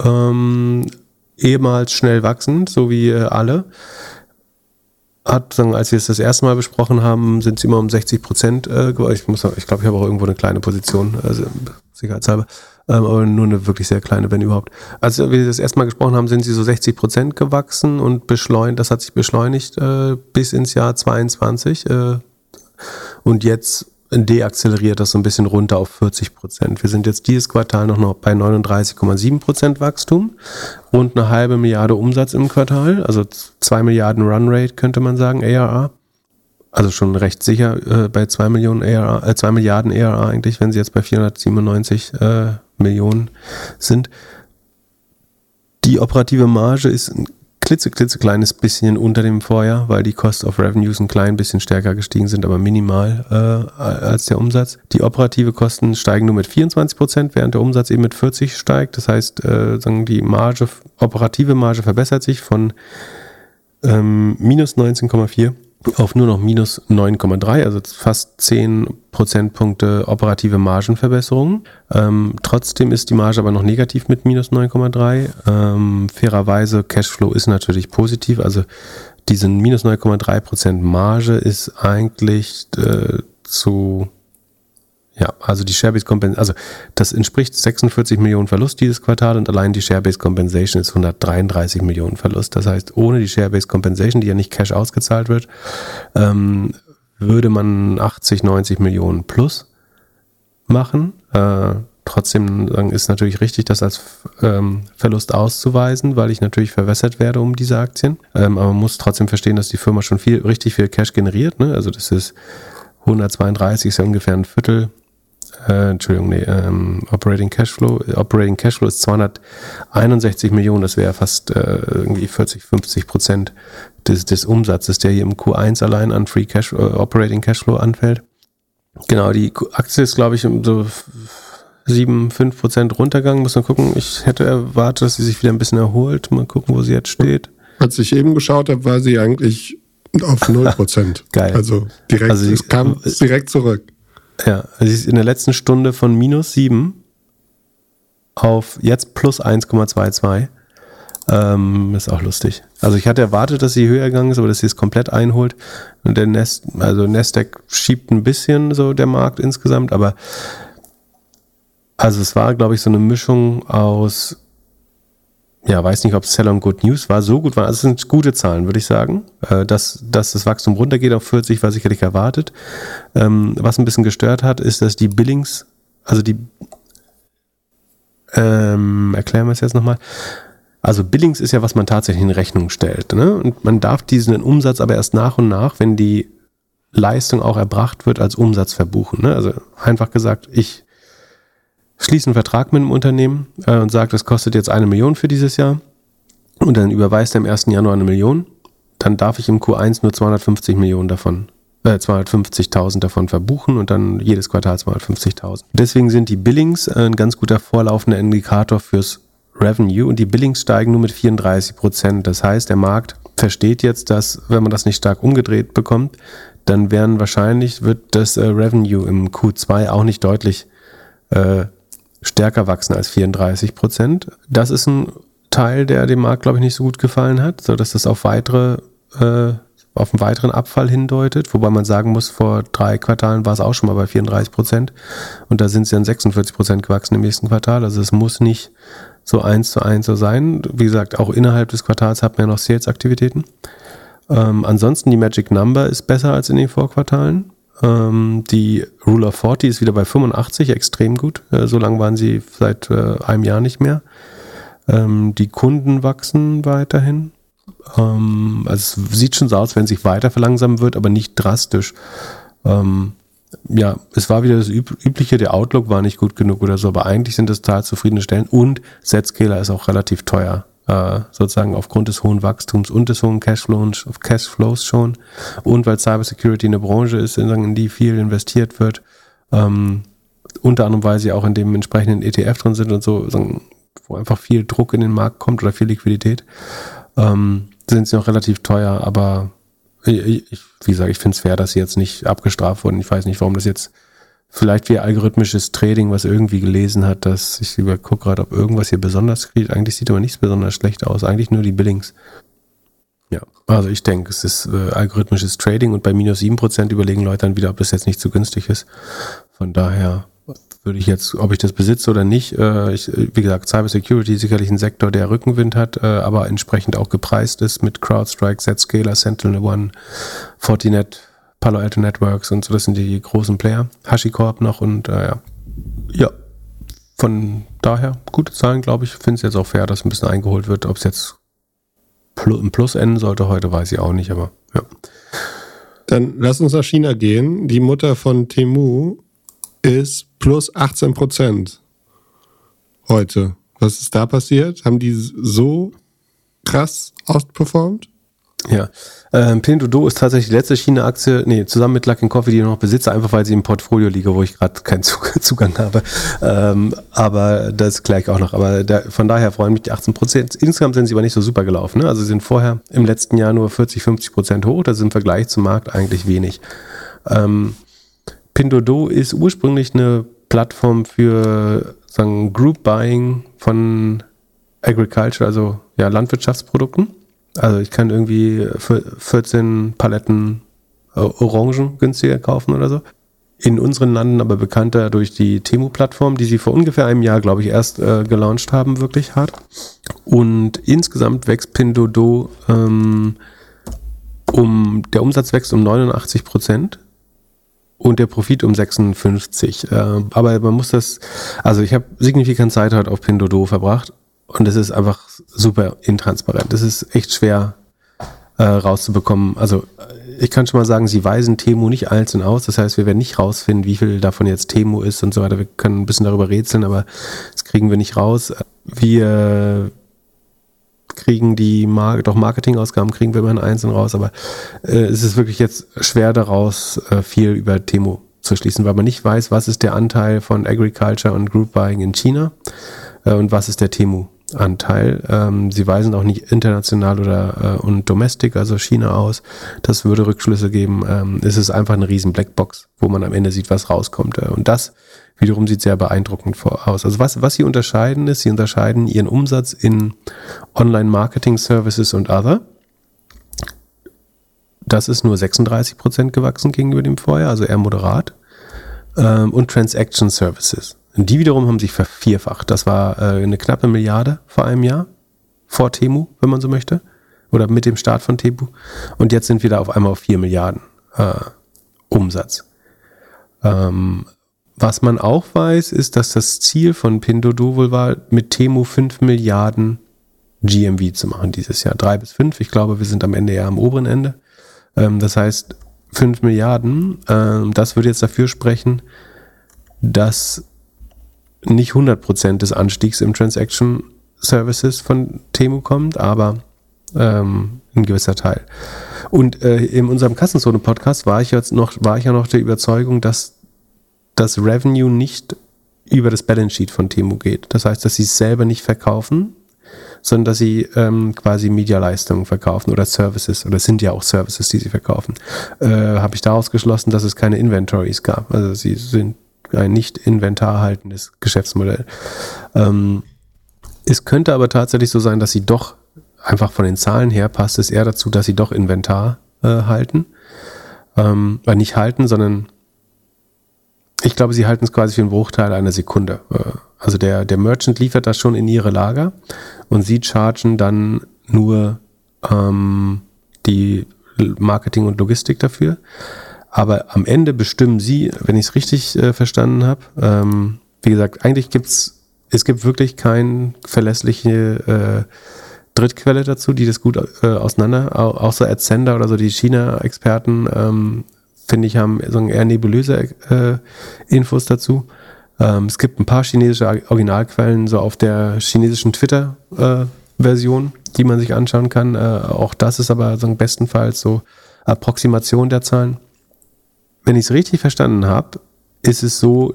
Ehemals schnell wachsend, so wie alle. Als wir es das erste Mal besprochen haben, sind sie immer um 60%. Ich glaube, ich habe auch irgendwo eine kleine Position, also sicherheitshalber. Aber nur eine wirklich sehr kleine, wenn überhaupt. Als wir das erste Mal gesprochen haben, sind sie so 60% gewachsen und das hat sich beschleunigt bis ins Jahr 22. Und jetzt deakzeleriert das so ein bisschen runter auf 40%. Wir sind jetzt dieses Quartal noch bei 39,7% Wachstum, rund eine halbe Milliarde Umsatz im Quartal, also 2 Milliarden Runrate könnte man sagen, ARR. Also schon recht sicher bei 2 Milliarden ARR eigentlich, wenn sie jetzt bei 497 Millionen sind. Die operative Marge ist ein klitzekleines bisschen unter dem Vorjahr, weil die Cost of Revenues ein klein bisschen stärker gestiegen sind, aber minimal als der Umsatz. Die operative Kosten steigen nur mit 24%, während der Umsatz eben mit 40% steigt. Das heißt, die operative Marge verbessert sich von minus 19,4 auf nur noch minus 9,3, also fast 10 Prozentpunkte operative Margenverbesserung. Trotzdem ist die Marge aber noch negativ mit minus 9,3. Fairerweise, Cashflow ist natürlich positiv, also diese minus 9,3% Marge ist eigentlich also die Share-Based Compensation, also das entspricht 46 Millionen Verlust dieses Quartal und allein die Share-Based Compensation ist 133 Millionen Verlust. Das heißt, ohne die Share-Based Compensation, die ja nicht Cash ausgezahlt wird, würde man 80, 90 Millionen plus machen. Trotzdem ist natürlich richtig, das als Verlust auszuweisen, weil ich natürlich verwässert werde um diese Aktien. Aber man muss trotzdem verstehen, dass die Firma schon richtig viel Cash generiert. Ne? Also das ist 132, ist ja ungefähr ein Viertel. Operating Cashflow. Operating Cashflow ist 261 Millionen, das wäre fast irgendwie 40-50% des Umsatzes, der hier im Q1 allein an Operating Cashflow anfällt. Genau, die Aktie ist, glaube ich, um so 7-5% runtergegangen. Muss man gucken. Ich hätte erwartet, dass sie sich wieder ein bisschen erholt. Mal gucken, wo sie jetzt steht. Als ich eben geschaut habe, war sie eigentlich auf 0%. Geil. Also es kam direkt zurück. Ja, sie ist in der letzten Stunde von minus 7 auf jetzt plus 1,22. Ist auch lustig. Also ich hatte erwartet, dass sie höher gegangen ist, aber dass sie es komplett einholt. Und der Nasdaq schiebt ein bisschen so der Markt insgesamt, aber also es war, glaube ich, so eine Mischung aus, ja, weiß nicht, ob es Sell on Good News war, so gut war. Also es sind gute Zahlen, würde ich sagen. Dass das Wachstum runtergeht auf 40, war sicherlich erwartet. Was ein bisschen gestört hat, ist, dass die Billings, also erklären wir es jetzt nochmal. Also Billings ist ja, was man tatsächlich in Rechnung stellt. Ne? Und man darf diesen Umsatz aber erst nach und nach, wenn die Leistung auch erbracht wird, als Umsatz verbuchen. Ne? Also einfach gesagt, ich schließe einen Vertrag mit einem Unternehmen und sage, das kostet jetzt 1 Million für dieses Jahr und dann überweist er im 1. Januar 1 Million, dann darf ich im Q1 nur 250.000 davon verbuchen und dann jedes Quartal 250.000. Deswegen sind die Billings ein ganz guter vorlaufender Indikator fürs Revenue und die Billings steigen nur mit 34%. Das heißt, der Markt versteht jetzt, dass, wenn man das nicht stark umgedreht bekommt, dann wird das Revenue im Q2 auch nicht deutlich stärker wachsen als 34%. Das ist ein Teil, der dem Markt, glaube ich, nicht so gut gefallen hat, sodass das auf einen weiteren Abfall hindeutet, wobei man sagen muss, vor 3 Quartalen war es auch schon mal bei 34% und da sind sie dann 46% gewachsen im nächsten Quartal. Also es muss nicht so 1:1 so sein. Wie gesagt, auch innerhalb des Quartals hat man ja noch Sales-Aktivitäten. Ansonsten die Magic Number ist besser als in den Vorquartalen. Die Rule of 40 ist wieder bei 85, extrem gut. So lange waren sie seit einem Jahr nicht mehr. Die Kunden wachsen weiterhin. Also es sieht schon so aus, wenn sich weiter verlangsamen wird, aber nicht drastisch. ja, es war wieder das Übliche, der Outlook war nicht gut genug oder so, aber eigentlich sind das total zufriedene Stellen und Zscaler ist auch relativ teuer, sozusagen aufgrund des hohen Wachstums und des hohen Cashflows schon und weil Cybersecurity eine Branche ist, in die viel investiert wird, unter anderem, weil sie auch in dem entsprechenden ETF drin sind und so, wo einfach viel Druck in den Markt kommt oder viel Liquidität, sind sie noch relativ teuer, aber wie gesagt, ich finde es fair, dass sie jetzt nicht abgestraft wurden. Ich weiß nicht, warum das jetzt vielleicht wie algorithmisches Trading, was irgendwie gelesen hat, dass ich gucke gerade, ob irgendwas hier besonders kriegt. Eigentlich sieht aber nichts besonders schlecht aus. Eigentlich nur die Billings. Ja, also ich denke, es ist algorithmisches Trading und bei minus 7% überlegen Leute dann wieder, ob das jetzt nicht zu günstig ist. Von daher würde ich jetzt, ob ich das besitze oder nicht, wie gesagt, Cybersecurity ist sicherlich ein Sektor, der Rückenwind hat, aber entsprechend auch gepreist ist mit CrowdStrike, Zscaler, SentinelOne, Fortinet, Palo Alto Networks und so, das sind die großen Player. HashiCorp noch und ja, von daher gute Zahlen, glaube ich. Finde es jetzt auch fair, dass ein bisschen eingeholt wird. Ob es jetzt im Plus enden sollte heute, weiß ich auch nicht, aber ja. Dann lass uns nach China gehen. Die Mutter von Temu ist plus 18% heute. Was ist da passiert? Haben die so krass outperformed? Ja, Pinduoduo ist tatsächlich die letzte China-Aktie, zusammen mit Luckin Coffee, die ich noch besitze, einfach weil sie im Portfolio liege, wo ich gerade keinen Zugang habe. Aber das kläre ich auch noch. Aber von daher freuen mich die 18%. Insgesamt sind sie aber nicht so super gelaufen. Ne? Also sie sind vorher im letzten Jahr nur 40-50% hoch. Das ist im Vergleich zum Markt eigentlich wenig. Pinduoduo ist ursprünglich eine Plattform für Group Buying von Agriculture, also ja, Landwirtschaftsprodukten. Also ich kann irgendwie 14 Paletten Orangen günstiger kaufen oder so. In unseren Landen aber bekannter durch die Temu-Plattform, die sie vor ungefähr einem Jahr, glaube ich, erst gelauncht haben, wirklich hart. Und insgesamt wächst Pinduoduo der Umsatz wächst um 89% und der Profit um 56%. Aber man muss ich habe signifikant Zeit heute auf Pinduoduo verbracht. Und es ist einfach super intransparent. Es ist echt schwer rauszubekommen. Also ich kann schon mal sagen, sie weisen Temu nicht einzeln aus. Das heißt, wir werden nicht rausfinden, wie viel davon jetzt Temu ist und so weiter. Wir können ein bisschen darüber rätseln, aber das kriegen wir nicht raus. Wir kriegen doch Marketingausgaben kriegen wir immer einzeln raus. Aber es ist wirklich jetzt schwer daraus viel über Temu zu schließen, weil man nicht weiß, was ist der Anteil von Agriculture und Group Buying in China und was ist der Temu-Anteil. Sie weisen auch nicht international und Domestic, also China aus. Das würde Rückschlüsse geben. Es ist einfach eine riesen Blackbox, wo man am Ende sieht, was rauskommt. Und das wiederum sieht sehr beeindruckend aus. Also was sie unterscheiden ist, sie unterscheiden ihren Umsatz in Online-Marketing-Services und Other. Das ist nur 36% gewachsen gegenüber dem Vorjahr, also eher moderat. Und Transaction Services. Und die wiederum haben sich vervierfacht. Das war eine knappe Milliarde vor einem Jahr, vor Temu, wenn man so möchte, oder mit dem Start von Temu. Und jetzt sind wir da auf einmal auf 4 Milliarden Umsatz. Was man auch weiß, ist, dass das Ziel von Pinduoduo wohl war, mit Temu 5 Milliarden GMV zu machen dieses Jahr. 3 bis 5. Ich glaube, wir sind am Ende eher am oberen Ende. Das heißt, 5 Milliarden, das würde jetzt dafür sprechen, dass nicht 100% des Anstiegs im Transaction Services von Temu kommt, aber ein gewisser Teil. Und in unserem Kassenzone-Podcast war ich ja noch der Überzeugung, dass das Revenue nicht über das Balance Sheet von Temu geht. Das heißt, dass sie es selber nicht verkaufen, sondern dass sie quasi Medialeistungen verkaufen oder Services, oder es sind ja auch Services, die sie verkaufen. Habe ich daraus geschlossen, dass es keine Inventories gab. Also sie sind ein nicht inventarhaltendes Geschäftsmodell. Es könnte aber tatsächlich so sein, dass sie doch, einfach von den Zahlen her, passt es eher dazu, dass sie doch Inventar halten. Nicht halten, sondern ich glaube, sie halten es quasi für einen Bruchteil einer Sekunde. Also der Merchant liefert das schon in ihre Lager und sie chargen dann nur die Marketing und Logistik dafür. Aber am Ende bestimmen sie, wenn ich es richtig verstanden habe, wie gesagt, eigentlich es gibt wirklich keine verlässliche Drittquelle dazu, die das gut auseinander, außer Ascender oder so, die China-Experten finde ich, haben so eher nebulöse Infos dazu. Es gibt ein paar chinesische Originalquellen, so auf der chinesischen Twitter-Version, die man sich anschauen kann. Auch das ist aber so bestenfalls so Approximation der Zahlen. Wenn ich es richtig verstanden habe, ist es so,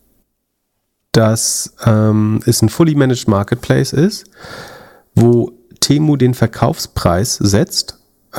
dass es ein fully managed Marketplace ist, wo Temu den Verkaufspreis setzt,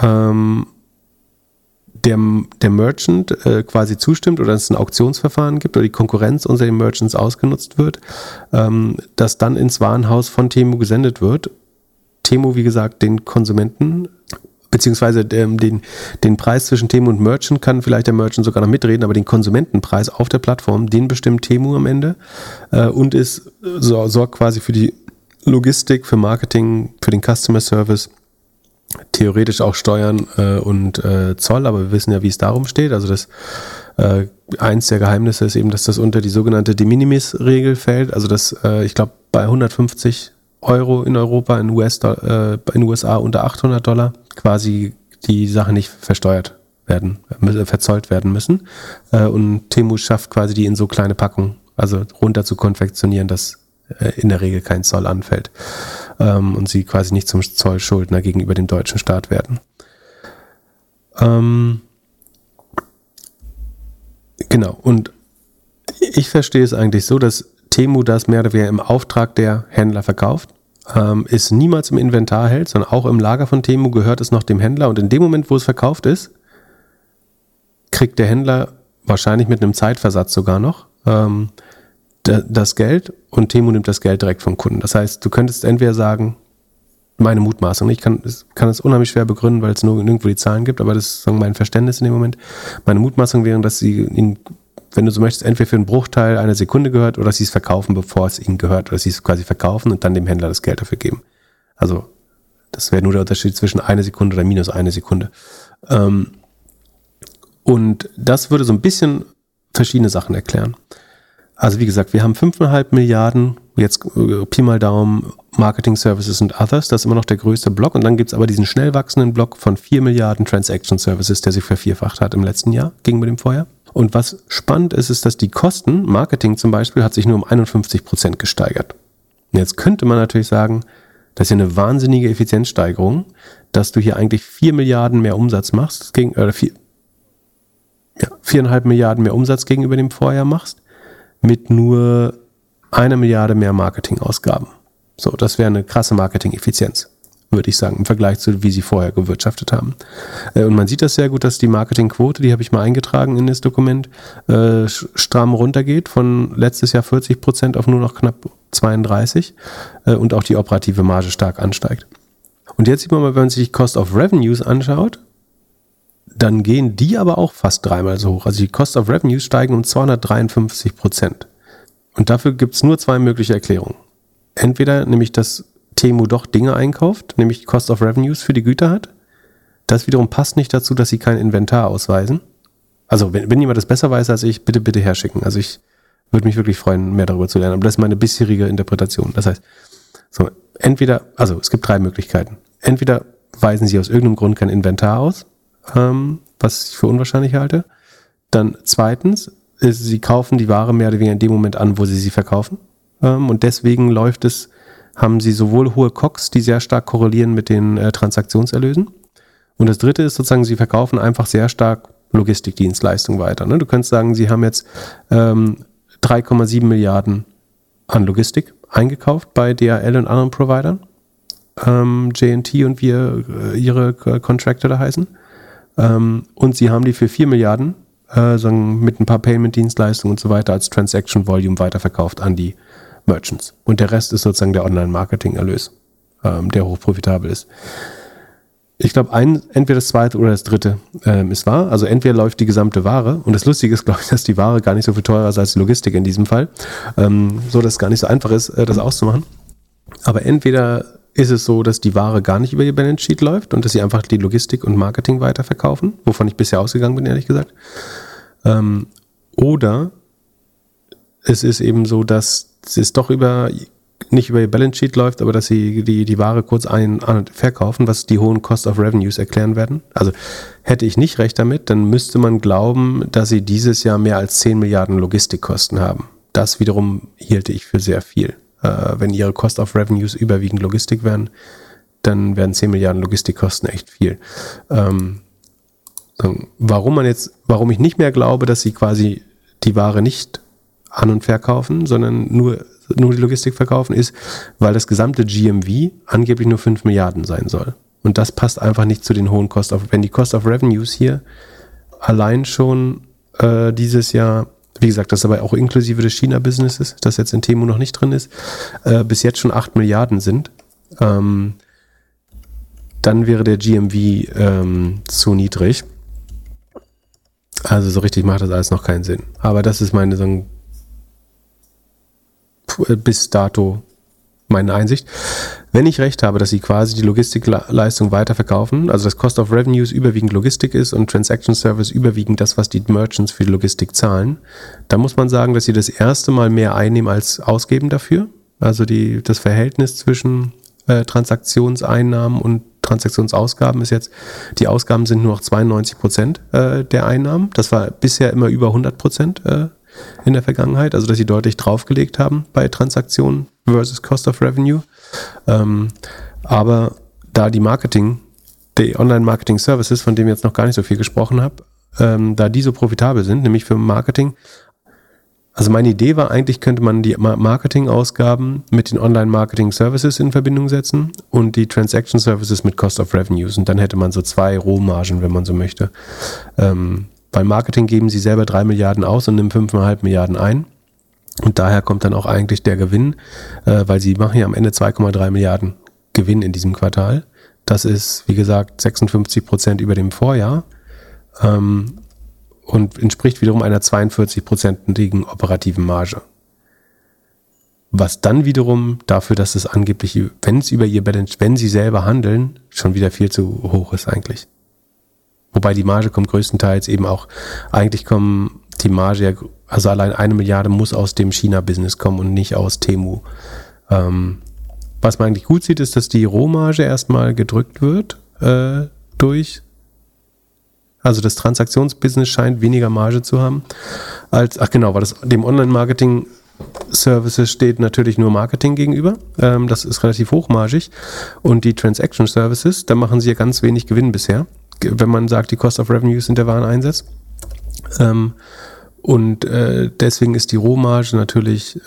der Merchant quasi zustimmt oder es ein Auktionsverfahren gibt oder die Konkurrenz unter den Merchants ausgenutzt wird, das dann ins Warenhaus von Temu gesendet wird. Temu, wie gesagt, den Konsumenten, beziehungsweise den Preis zwischen Temu und Merchant kann vielleicht der Merchant sogar noch mitreden, aber den Konsumentenpreis auf der Plattform, den bestimmt Temu am Ende und sorgt quasi für die Logistik, für Marketing, für den Customer Service, theoretisch auch Steuern und Zoll, aber wir wissen ja, wie es darum steht. Also eins der Geheimnisse ist eben, dass das unter die sogenannte De Minimis-Regel fällt. Also dass ich glaube bei 150 Euro in Europa, in den USA unter $800 quasi die Sachen nicht verzollt werden müssen. Und Temu schafft quasi die in so kleine Packungen, also runter zu konfektionieren, dass in der Regel kein Zoll anfällt und sie quasi nicht zum Zollschuldner gegenüber dem deutschen Staat werden. Genau, und ich verstehe es eigentlich so, dass Temu das mehr oder weniger im Auftrag der Händler verkauft, es niemals im Inventar hält, sondern auch im Lager von Temu gehört es noch dem Händler und in dem Moment, wo es verkauft ist, kriegt der Händler wahrscheinlich mit einem Zeitversatz sogar noch das Geld und Temu nimmt das Geld direkt vom Kunden. Das heißt, du könntest entweder sagen, meine Mutmaßung, ich kann es unheimlich schwer begründen, weil es nur nirgendwo die Zahlen gibt, aber das ist mein Verständnis in dem Moment. Meine Mutmaßung wäre, dass sie ihn, wenn du so möchtest, entweder für einen Bruchteil einer Sekunde gehört oder dass sie es verkaufen, bevor es ihnen gehört, oder dass sie es quasi verkaufen und dann dem Händler das Geld dafür geben. Also das wäre nur der Unterschied zwischen eine Sekunde oder minus eine Sekunde. Und das würde so ein bisschen verschiedene Sachen erklären. Also wie gesagt, wir haben 5,5 Milliarden, jetzt Pi mal Daumen, Marketing Services und Others, das ist immer noch der größte Block und dann gibt es aber diesen schnell wachsenden Block von 4 Milliarden Transaction Services, der sich vervierfacht hat im letzten Jahr gegenüber dem Vorjahr. Und was spannend ist, ist, dass die Kosten, Marketing zum Beispiel, hat sich nur um 51% gesteigert. Und jetzt könnte man natürlich sagen, das ist ja eine wahnsinnige Effizienzsteigerung, dass du hier eigentlich 4 Milliarden mehr Umsatz machst, 4,5 Milliarden mehr Umsatz gegenüber dem Vorjahr machst, mit nur 1 Milliarde mehr Marketingausgaben. So, das wäre eine krasse Marketing-Effizienz, würde ich sagen, im Vergleich zu, wie sie vorher gewirtschaftet haben. Und man sieht das sehr gut, dass die Marketingquote, die habe ich mal eingetragen in das Dokument, stramm runtergeht, von letztes Jahr 40% auf nur noch knapp 32% und auch die operative Marge stark ansteigt. Und jetzt sieht man mal, wenn man sich die Cost of Revenues anschaut, dann gehen die aber auch fast dreimal so hoch. Also die Cost of Revenues steigen um 253%. Und dafür gibt es nur zwei mögliche Erklärungen. Entweder nämlich, dass Temu doch Dinge einkauft, nämlich Cost of Revenues für die Güter hat. Das wiederum passt nicht dazu, dass sie kein Inventar ausweisen. Also wenn jemand das besser weiß als ich, bitte herschicken. Also ich würde mich wirklich freuen, mehr darüber zu lernen. Aber das ist meine bisherige Interpretation. Das heißt, es gibt drei Möglichkeiten. Entweder weisen sie aus irgendeinem Grund kein Inventar aus, was ich für unwahrscheinlich halte. Dann zweitens, sie kaufen die Ware mehr oder weniger in dem Moment an, wo sie verkaufen. Und deswegen haben sie sowohl hohe COGS, die sehr stark korrelieren mit den Transaktionserlösen. Und das dritte ist sozusagen, sie verkaufen einfach sehr stark Logistikdienstleistungen weiter. Ne? Du könntest sagen, sie haben jetzt 3,7 Milliarden an Logistik eingekauft bei DHL und anderen Providern. J&T und wie ihre Contractor da heißen. Und sie haben die für 4 Milliarden mit ein paar Payment-Dienstleistungen und so weiter als Transaction Volume weiterverkauft an die Merchants. Und der Rest ist sozusagen der Online-Marketing-Erlös, der hochprofitabel ist. Ich glaube, entweder das zweite oder das dritte ist wahr. Also entweder läuft die gesamte Ware, und das Lustige ist, glaube ich, dass die Ware gar nicht so viel teurer ist als die Logistik in diesem Fall, so dass es gar nicht so einfach ist, das auszumachen. Aber entweder ist es so, dass die Ware gar nicht über die Balance Sheet läuft und dass sie einfach die Logistik und Marketing weiterverkaufen, wovon ich bisher ausgegangen bin, ehrlich gesagt. Oder es ist eben so, dass es doch über nicht über ihr Balance Sheet läuft, aber dass sie die Ware kurz ein- und verkaufen, was die hohen Cost of Revenues erklären werden. Also hätte ich nicht recht damit, dann müsste man glauben, dass sie dieses Jahr mehr als 10 Milliarden Logistikkosten haben. Das wiederum hielte ich für sehr viel. Wenn ihre Cost of Revenues überwiegend Logistik wären, dann wären 10 Milliarden Logistikkosten echt viel. Warum ich nicht mehr glaube, dass sie quasi die Ware nicht an- und verkaufen, sondern nur die Logistik verkaufen, ist, weil das gesamte GMV angeblich nur 5 Milliarden sein soll. Und das passt einfach nicht zu den hohen wenn die Cost of Revenues hier allein schon dieses Jahr, wie gesagt, das ist aber auch inklusive des China-Businesses, das jetzt in Temu noch nicht drin ist, bis jetzt schon 8 Milliarden sind, dann wäre der GMV zu niedrig. Also so richtig macht das alles noch keinen Sinn. Aber das ist meine bis dato meine Einsicht. Wenn ich recht habe, dass sie quasi die Logistikleistung weiterverkaufen, also das Cost of Revenues überwiegend Logistik ist und Transaction Service überwiegend das, was die Merchants für die Logistik zahlen, dann muss man sagen, dass sie das erste Mal mehr einnehmen als ausgeben dafür. Also das Verhältnis zwischen Transaktionseinnahmen und Transaktionsausgaben ist jetzt, die Ausgaben sind nur noch 92% der Einnahmen. Das war bisher immer über 100% in der Vergangenheit, also dass sie deutlich draufgelegt haben bei Transaktionen versus Cost of Revenue. Aber da die Online-Marketing-Services, von denen ich jetzt noch gar nicht so viel gesprochen habe, da die so profitabel sind, nämlich für Marketing. Also meine Idee war eigentlich, könnte man die Marketing-Ausgaben mit den Online-Marketing-Services in Verbindung setzen und die Transaction-Services mit Cost of Revenues. Und dann hätte man so 2 Rohmargen, wenn man so möchte. Beim Marketing geben sie selber 3 Milliarden aus und nehmen 5,5 Milliarden ein. Und daher kommt dann auch eigentlich der Gewinn, weil sie machen ja am Ende 2,3 Milliarden Gewinn in diesem Quartal. Das ist, wie gesagt, 56% über dem Vorjahr. Und entspricht wiederum einer 42%igen operativen Marge. Was dann wiederum dafür, dass es angeblich, wenn sie selber handeln, schon wieder viel zu hoch ist eigentlich. Wobei die Marge kommt größtenteils eben auch, eigentlich kommen die Marge, also allein 1 Milliarde muss aus dem China-Business kommen und nicht aus Temu. Was man eigentlich gut sieht, ist, dass die Rohmarge erstmal gedrückt wird durch. Also das Transaktionsbusiness scheint weniger Marge zu haben weil das dem Online-Marketing-Services steht natürlich nur Marketing gegenüber. Das ist relativ hochmargig. Und die Transaction-Services, da machen sie ja ganz wenig Gewinn bisher, wenn man sagt, die Cost of Revenues sind der Wareneinsatz. Deswegen ist die Rohmarge natürlich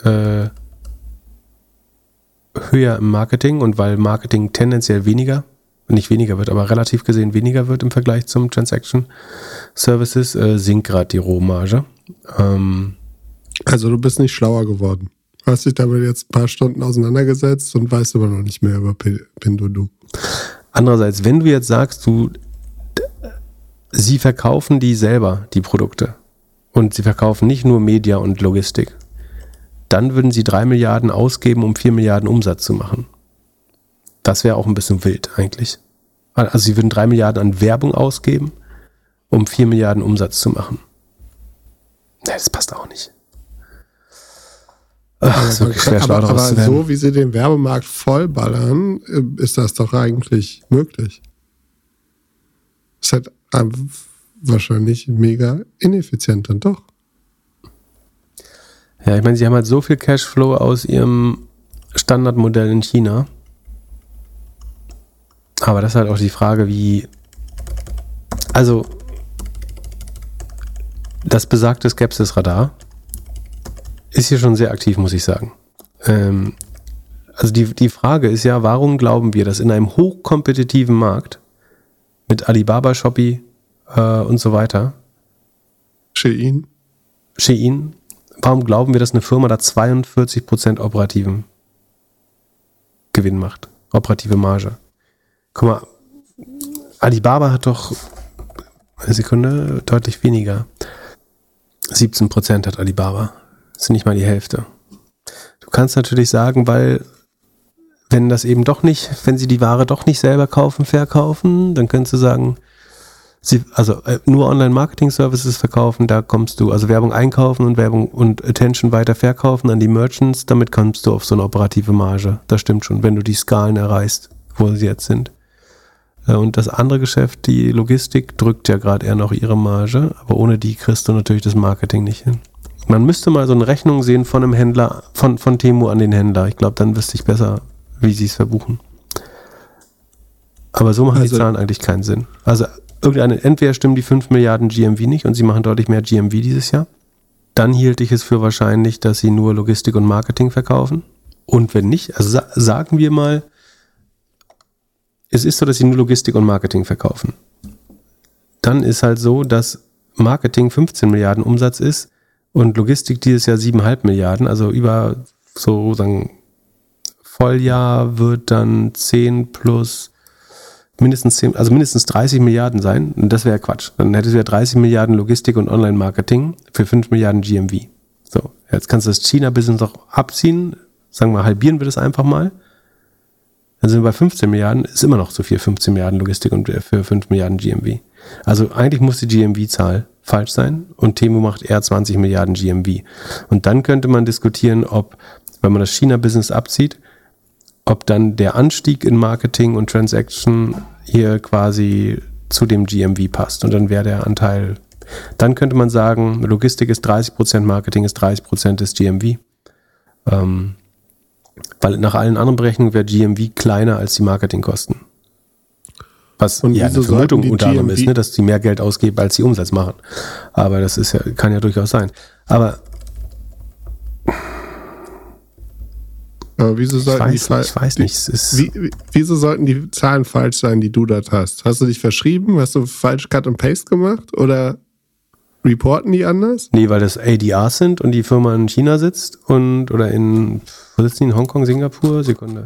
höher im Marketing, und weil Marketing tendenziell nicht weniger wird, aber relativ gesehen weniger wird im Vergleich zum Transaction Services, sinkt gerade die Rohmarge. Also du bist nicht schlauer geworden. Du hast dich damit jetzt ein paar Stunden auseinandergesetzt und weißt aber noch nicht mehr über Pinduoduo. Andererseits, wenn du jetzt sagst, sie verkaufen die selber, die Produkte, und sie verkaufen nicht nur Media und Logistik, dann würden sie 3 Milliarden ausgeben, um 4 Milliarden Umsatz zu machen. Das wäre auch ein bisschen wild eigentlich. Also sie würden 3 Milliarden an Werbung ausgeben, um 4 Milliarden Umsatz zu machen. Nee, das passt auch nicht. Aber so wie sie den Werbemarkt vollballern, ist das doch eigentlich möglich. Ist halt wahrscheinlich mega ineffizient dann doch. Ja, ich meine, sie haben halt so viel Cashflow aus ihrem Standardmodell in China. Aber das ist halt auch die Frage, also das besagte Skepsis-Radar ist hier schon sehr aktiv, muss ich sagen. Also die Frage ist ja, warum glauben wir, dass in einem hochkompetitiven Markt mit Alibaba, Shopee und so weiter, Shein, warum glauben wir, dass eine Firma da 42% operativen Gewinn macht, operative Marge? Guck mal, Alibaba hat doch, eine Sekunde, deutlich weniger. 17% hat Alibaba. Das ist nicht mal die Hälfte. Du kannst natürlich sagen, weil wenn sie die Ware doch nicht selber verkaufen, dann könntest du sagen, Nur Online-Marketing-Services verkaufen, da kommst du, also Werbung einkaufen und Werbung und Attention weiter verkaufen an die Merchants, damit kommst du auf so eine operative Marge. Das stimmt schon, wenn du die Skalen erreichst, wo sie jetzt sind. Und das andere Geschäft, die Logistik, drückt ja gerade eher noch ihre Marge, aber ohne die kriegst du natürlich das Marketing nicht hin. Man müsste mal so eine Rechnung sehen von einem Händler, von Temu an den Händler. Ich glaube, dann wüsste ich besser, wie sie es verbuchen. Aber so machen die Zahlen eigentlich keinen Sinn. Also entweder stimmen die 5 Milliarden GMV nicht und sie machen deutlich mehr GMV dieses Jahr. Dann hielt ich es für wahrscheinlich, dass sie nur Logistik und Marketing verkaufen. Und wenn nicht, also sagen wir mal, es ist so, dass sie nur Logistik und Marketing verkaufen. Dann ist halt so, dass Marketing 15 Milliarden Umsatz ist und Logistik dieses Jahr 7,5 Milliarden. Also über so sagen Volljahr wird dann 10 plus mindestens 10, also mindestens 30 Milliarden sein. Und das wäre Quatsch. Dann hättest du ja 30 Milliarden Logistik und Online-Marketing für 5 Milliarden GMV. So, jetzt kannst du das China-Business noch abziehen. Sagen wir, halbieren wir das einfach mal. Dann sind wir bei 15 Milliarden. Ist immer noch so viel, 15 Milliarden Logistik und für 5 Milliarden GMV. Also eigentlich muss die GMV-Zahl falsch sein und Temu macht eher 20 Milliarden GMV. Und dann könnte man diskutieren, ob, wenn man das China-Business abzieht, ob dann der Anstieg in Marketing und Transaction hier quasi zu dem GMV passt. Und dann wäre der Anteil, dann könnte man sagen, Logistik ist 30%, Marketing ist 30% des GMV. Weil nach allen anderen Berechnungen wäre GMV kleiner als die Marketingkosten. Was und ja eine Vermutung unter anderem ist, ne, dass die mehr Geld ausgeben, als sie Umsatz machen. Aber das ist ja, kann ja durchaus sein. Aber wieso sollten wieso sollten die Zahlen falsch sein, die du dort hast? Hast du dich verschrieben? Hast du falsch Cut and Paste gemacht? Oder reporten die anders? Nee, weil das ADRs sind und die Firma in China sitzt wo sitzt die? In Hongkong, Singapur? Sekunde.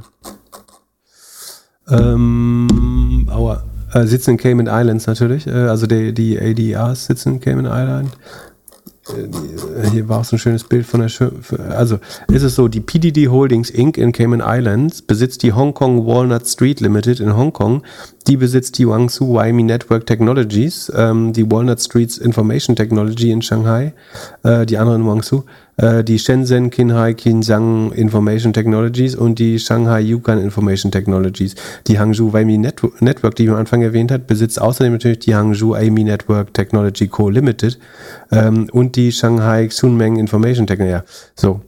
Sitzen in Cayman Islands natürlich. Also die ADRs sitzen in Cayman Island. Hier war auch so ein schönes Bild von also ist es so, die PDD Holdings Inc. in Cayman Islands besitzt die Hong Kong Walnut Street Limited in Hongkong, die besitzt die Guangzhou Huaimi Network Technologies, die Walnut Streets Information Technology in Shanghai, die andere in Guangzhou, die Shenzhen Qinghai Qinzhang Information Technologies und die Shanghai Yukon Information Technologies. Die Hangzhou Huaimi Network, die ich am Anfang erwähnt habe, besitzt außerdem natürlich die Hangzhou Huaimi Network Technology Co. Limited und die Shanghai Xunmeng Information Technology. Ja, so.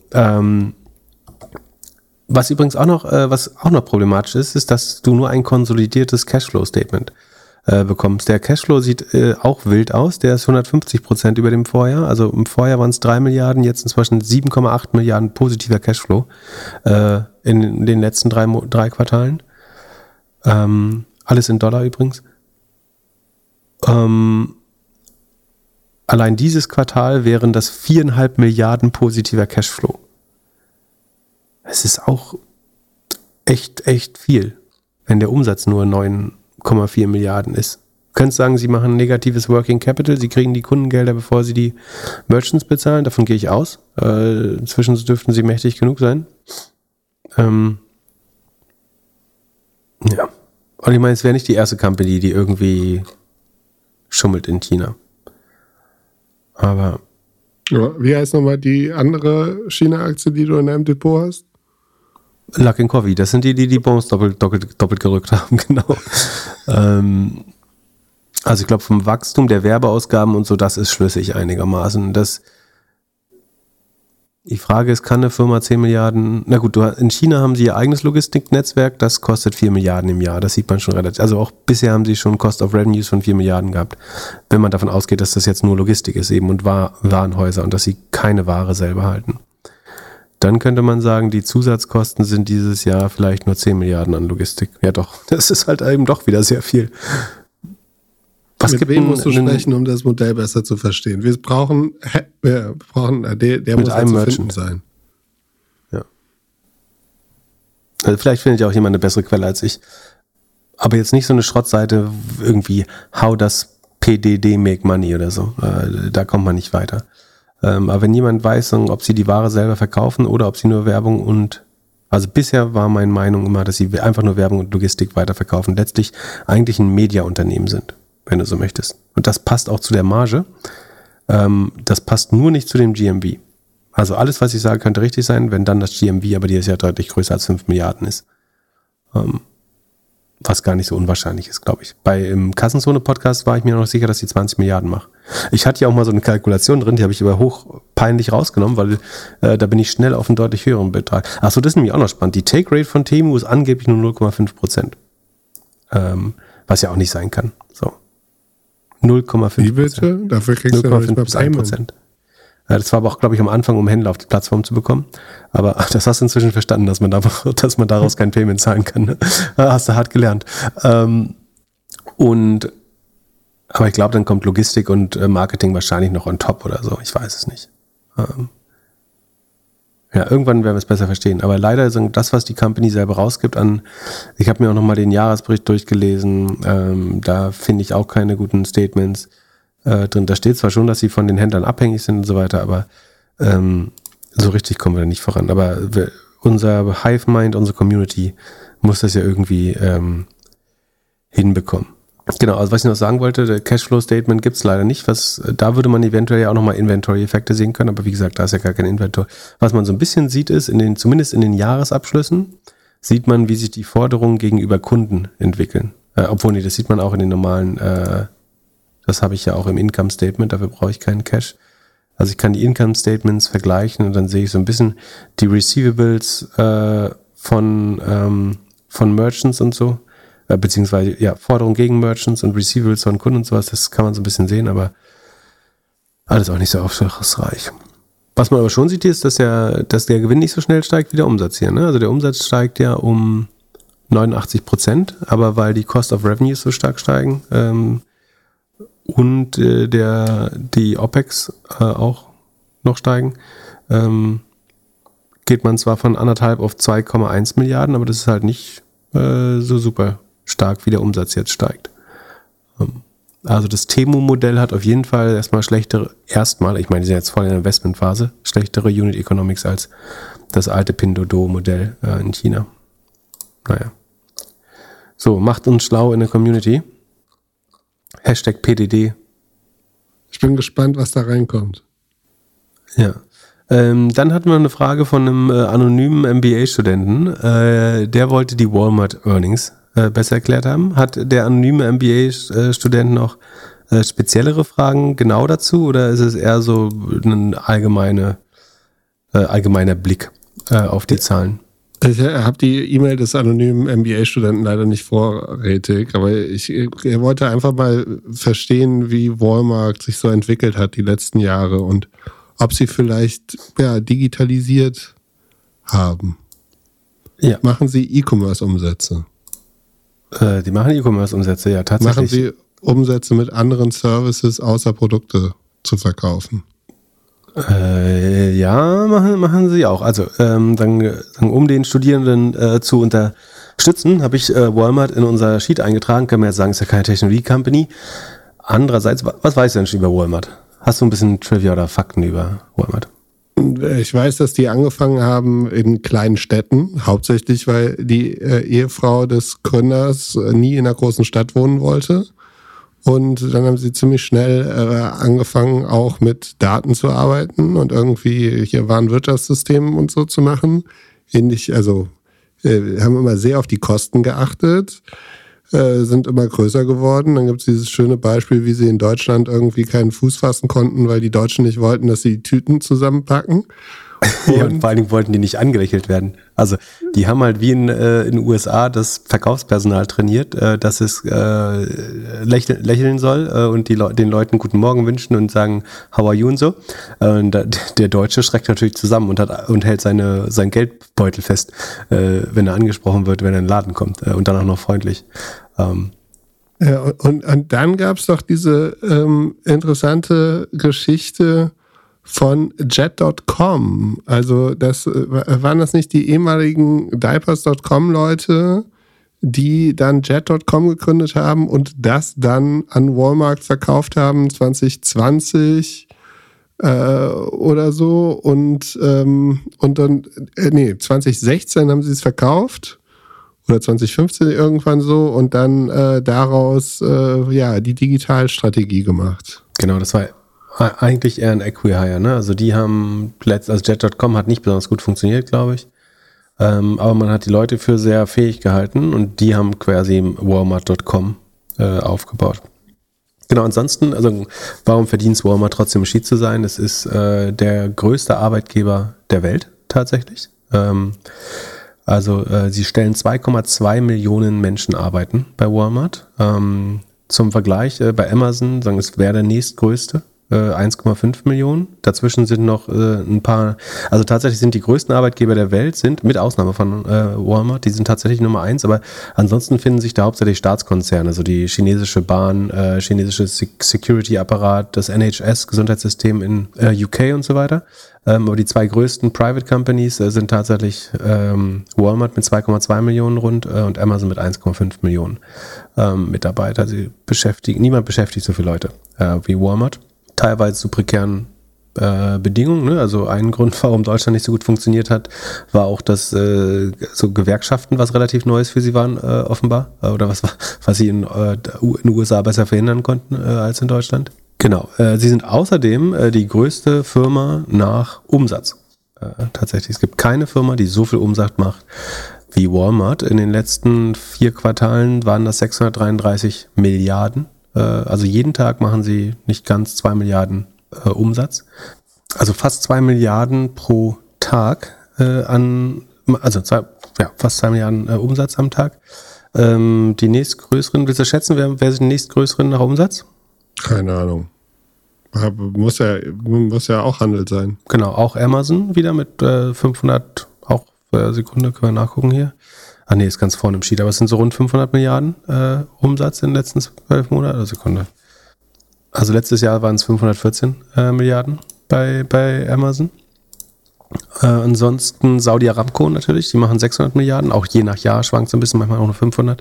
Was übrigens auch noch problematisch ist, dass du nur ein konsolidiertes Cashflow-Statement bekommst. Der Cashflow sieht auch wild aus. Der ist 150% über dem Vorjahr. Also im Vorjahr waren es 3 Milliarden, jetzt inzwischen 7,8 Milliarden positiver Cashflow in den letzten drei Quartalen. Alles in Dollar übrigens. Allein dieses Quartal wären das 4,5 Milliarden positiver Cashflow. Es ist auch echt viel, wenn der Umsatz nur 9,4 Milliarden ist. Du könntest sagen, sie machen negatives Working Capital, sie kriegen die Kundengelder, bevor sie die Merchants bezahlen, davon gehe ich aus. Inzwischen dürften sie mächtig genug sein. Ja. Und ich meine, es wäre nicht die erste Company, die irgendwie schummelt in China. Aber ja, wie heißt nochmal die andere China-Aktie, die du in deinem Depot hast? Luckin Coffee, das sind die Bonds doppelt gerückt haben, genau. Also ich glaube, vom Wachstum der Werbeausgaben und so, das ist schlüssig einigermaßen. Die Frage ist, kann eine Firma 10 Milliarden, na gut, in China haben sie ihr eigenes Logistiknetzwerk, das kostet 4 Milliarden im Jahr, das sieht man schon relativ, also auch bisher haben sie schon Cost of Revenues von 4 Milliarden gehabt, wenn man davon ausgeht, dass das jetzt nur Logistik ist eben und Warenhäuser und dass sie keine Ware selber halten. Dann könnte man sagen, die Zusatzkosten sind dieses Jahr vielleicht nur 10 Milliarden an Logistik. Ja doch, das ist halt eben doch wieder sehr viel. Mit wem musst du sprechen, um das Modell besser zu verstehen? Wir brauchen der muss halt zu finden sein. Ja. Also vielleicht findet ja auch jemand eine bessere Quelle als ich. Aber jetzt nicht so eine Schrottseite irgendwie How does PDD make money oder so. Da kommt man nicht weiter. Aber wenn jemand weiß, ob sie die Ware selber verkaufen oder ob sie nur Werbung also bisher war meine Meinung immer, dass sie einfach nur Werbung und Logistik weiterverkaufen, letztlich eigentlich ein Mediaunternehmen sind. wenn du so möchtest. Und das passt auch zu der Marge. Das passt nur nicht zu dem GMV. Also alles, was ich sage, könnte richtig sein, wenn dann das GMV, aber die ist ja deutlich größer als 5 Milliarden ist. Was gar nicht so unwahrscheinlich ist, glaube ich. Im Kassenzone-Podcast war ich mir noch sicher, dass die 20 Milliarden macht. Ich hatte ja auch mal so eine Kalkulation drin, die habe ich aber hoch peinlich rausgenommen, weil da bin ich schnell auf einen deutlich höheren Betrag. Achso, das ist nämlich auch noch spannend. Die Take-Rate von Temu ist angeblich nur 0,5%. Was ja auch nicht sein kann. So. 0,5%. Wie bitte? Dafür kriegst du noch nicht mal 1%. Das war aber auch, glaube ich, am Anfang, um Händler auf die Plattform zu bekommen. Aber das hast du inzwischen verstanden, dass man daraus kein Payment zahlen kann. Ne? Hast du hart gelernt. Aber ich glaube, dann kommt Logistik und Marketing wahrscheinlich noch on top oder so. Ich weiß es nicht. Irgendwann werden wir es besser verstehen. Aber leider ist das, was die Company selber rausgibt ich habe mir auch nochmal den Jahresbericht durchgelesen. Da finde ich auch keine guten Statements drin. Da steht zwar schon, dass sie von den Händlern abhängig sind und so weiter, aber so richtig kommen wir da nicht voran. Aber unser Hive-Mind, unsere Community muss das ja irgendwie hinbekommen. Genau, also was ich noch sagen wollte, der Cashflow-Statement gibt es leider nicht. Da würde man eventuell ja auch nochmal Inventory-Effekte sehen können, aber wie gesagt, da ist ja gar kein Inventory. Was man so ein bisschen sieht, ist, zumindest in den Jahresabschlüssen, sieht man, wie sich die Forderungen gegenüber Kunden entwickeln. Das sieht man auch in den normalen, das habe ich ja auch im Income-Statement, dafür brauche ich keinen Cash. Also ich kann die Income-Statements vergleichen und dann sehe ich so ein bisschen die Receivables von Merchants und so. Beziehungsweise Forderungen gegen Merchants und Receivables von Kunden und sowas, das kann man so ein bisschen sehen, aber alles auch nicht so aufschlussreich. Was man aber schon sieht, ist, dass der Gewinn nicht so schnell steigt wie der Umsatz hier. Ne? Also der Umsatz steigt ja um 89%, aber weil die Cost of Revenues so stark steigen und die OPEX auch noch steigen, geht man zwar von 1,5 auf 2,1 Milliarden, aber das ist halt nicht so super stark, wie der Umsatz jetzt steigt. Also das Temu-Modell hat auf jeden Fall ich meine, die sind jetzt voll in der Investmentphase, schlechtere Unit Economics als das alte Pinduoduo-Modell in China. Naja. So, macht uns schlau in der Community. #PDD. Ich bin gespannt, was da reinkommt. Ja. Dann hatten wir eine Frage von einem anonymen MBA-Studenten. Der wollte die Walmart-Earnings besser erklärt haben. Hat der anonyme MBA-Student noch speziellere Fragen genau dazu oder ist es eher so ein allgemeiner Blick auf die Zahlen? Ich habe die E-Mail des anonymen MBA-Studenten leider nicht vorrätig, aber er wollte einfach mal verstehen, wie Walmart sich so entwickelt hat die letzten Jahre und ob sie vielleicht digitalisiert haben. Ja. Machen sie E-Commerce-Umsätze? Die machen E-Commerce-Umsätze, ja, tatsächlich. Machen sie Umsätze mit anderen Services, außer Produkte zu verkaufen? Ja, machen sie auch. Also um den Studierenden zu unterstützen, habe ich Walmart in unser Sheet eingetragen. Können wir jetzt sagen, ist ja keine Technologie-Company. Andererseits, was weißt du denn schon über Walmart? Hast du ein bisschen Trivia oder Fakten über Walmart? Ich weiß, dass die angefangen haben in kleinen Städten, hauptsächlich, weil die Ehefrau des Gründers nie in einer großen Stadt wohnen wollte. Und dann haben sie ziemlich schnell angefangen, auch mit Daten zu arbeiten und irgendwie hier Warenwirtschaftssystemen und so zu machen. Ähnlich, also haben immer sehr auf die Kosten geachtet, sind immer größer geworden. Dann gibt es dieses schöne Beispiel, wie sie in Deutschland irgendwie keinen Fuß fassen konnten, weil die Deutschen nicht wollten, dass sie die Tüten zusammenpacken. Ja, und vor allen Dingen wollten die nicht angelächelt werden. Also die haben halt wie in den USA das Verkaufspersonal trainiert, dass es lächeln soll und den Leuten guten Morgen wünschen und sagen, how are you und so. Und der Deutsche schreckt natürlich zusammen und hält sein Geldbeutel fest, wenn er angesprochen wird, wenn er in den Laden kommt und dann auch noch freundlich. Ja, und dann gab es doch diese interessante Geschichte von Jet.com. Also waren das nicht die ehemaligen Diapers.com-Leute, die dann Jet.com gegründet haben und das dann an Walmart verkauft haben 2020 oder so und dann 2016 haben sie es verkauft oder 2015 irgendwann so und dann daraus die Digitalstrategie gemacht. Genau, das war eigentlich eher ein Acquihire, ne? Also die haben Jet.com hat nicht besonders gut funktioniert, glaube ich. Aber man hat die Leute für sehr fähig gehalten und die haben quasi Walmart.com aufgebaut. Genau, ansonsten, also warum verdient es Walmart trotzdem Sheet zu sein? Es ist der größte Arbeitgeber der Welt tatsächlich. Sie stellen 2,2 Millionen Menschen arbeiten bei Walmart. Zum Vergleich, bei Amazon, sagen es wäre der nächstgrößte, 1,5 Millionen. Dazwischen sind noch ein paar, also tatsächlich sind die größten Arbeitgeber der Welt, sind mit Ausnahme von Walmart, die sind tatsächlich Nummer 1, aber ansonsten finden sich da hauptsächlich Staatskonzerne, also die chinesische Bahn, chinesische Security-Apparat, das NHS, Gesundheitssystem in UK und so weiter. Aber die zwei größten Private Companies sind tatsächlich Walmart mit 2,2 Millionen rund und Amazon mit 1,5 Millionen Mitarbeiter. Niemand beschäftigt so viele Leute wie Walmart. Teilweise zu prekären Bedingungen. Ne? Also ein Grund, warum Deutschland nicht so gut funktioniert hat, war auch, dass so Gewerkschaften was relativ Neues für sie waren, offenbar. Oder was sie in den USA besser verhindern konnten als in Deutschland. Genau. Sie sind außerdem die größte Firma nach Umsatz. Tatsächlich. Es gibt keine Firma, die so viel Umsatz macht wie Walmart. In den letzten 4 Quartalen waren das 633 Milliarden. Also jeden Tag machen sie nicht ganz 2 Milliarden Umsatz. Also fast 2 Milliarden pro Tag fast 2 Milliarden Umsatz am Tag. Die nächstgrößeren, willst du schätzen, wer ist die nächstgrößeren nach Umsatz? Keine Ahnung. Muss ja auch Handel sein. Genau, auch Amazon wieder mit 500, Sekunde, können wir nachgucken hier. Ah nee, ist ganz vorne im Sheet, aber es sind so rund 500 Milliarden Umsatz in den letzten 12 Monaten. Sekunde. Also letztes Jahr waren es 514 Milliarden bei Amazon. Ansonsten Saudi Aramco natürlich, die machen 600 Milliarden, auch je nach Jahr schwankt es ein bisschen, manchmal auch nur 500.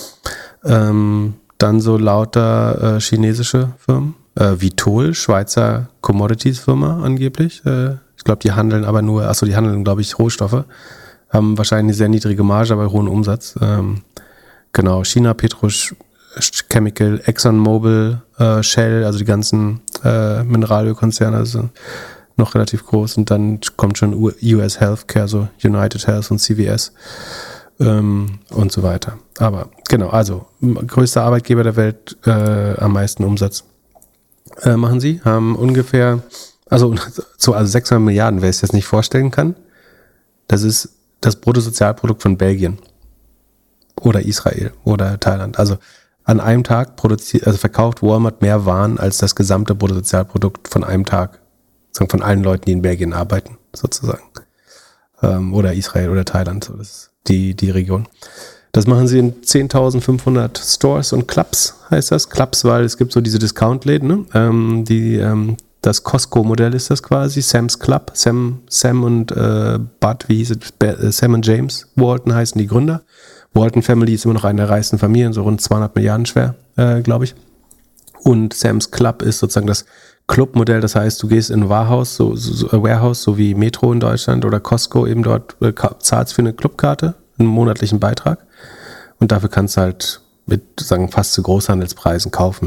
Dann so lauter chinesische Firmen. Vitol, Schweizer Commodities-Firma angeblich. Ich glaube, die handeln glaube ich, Rohstoffe. Haben wahrscheinlich eine sehr niedrige Marge, aber hohen Umsatz. Genau, China, Petrochemical, ExxonMobil, Shell, also die ganzen Mineralölkonzerne, also noch relativ groß. Und dann kommt schon US Healthcare, so United Health und CVS und so weiter. Aber genau, also größter Arbeitgeber der Welt, am meisten Umsatz machen sie. Haben ungefähr, also 600 Milliarden, wer es jetzt nicht vorstellen kann, das ist das Bruttosozialprodukt von Belgien oder Israel oder Thailand. Also an einem Tag verkauft Walmart mehr Waren als das gesamte Bruttosozialprodukt von einem Tag, von allen Leuten, die in Belgien arbeiten, sozusagen. Oder Israel oder Thailand, so das ist die Region. Das machen sie in 10.500 Stores und Clubs, heißt das. Clubs, weil es gibt so diese Discount-Läden, ne? Das Costco-Modell ist das quasi, Sam's Club, Sam und Bud, wie hieß es, Sam und James Walton heißen die Gründer. Walton Family ist immer noch eine der reichsten Familien, so rund 200 Milliarden schwer, glaube ich. Und Sam's Club ist sozusagen das Club-Modell, das heißt, du gehst in ein Warehouse, Warehouse, so wie Metro in Deutschland oder Costco eben dort, zahlst für eine Clubkarte, einen monatlichen Beitrag und dafür kannst du halt mit fast zu Großhandelspreisen kaufen.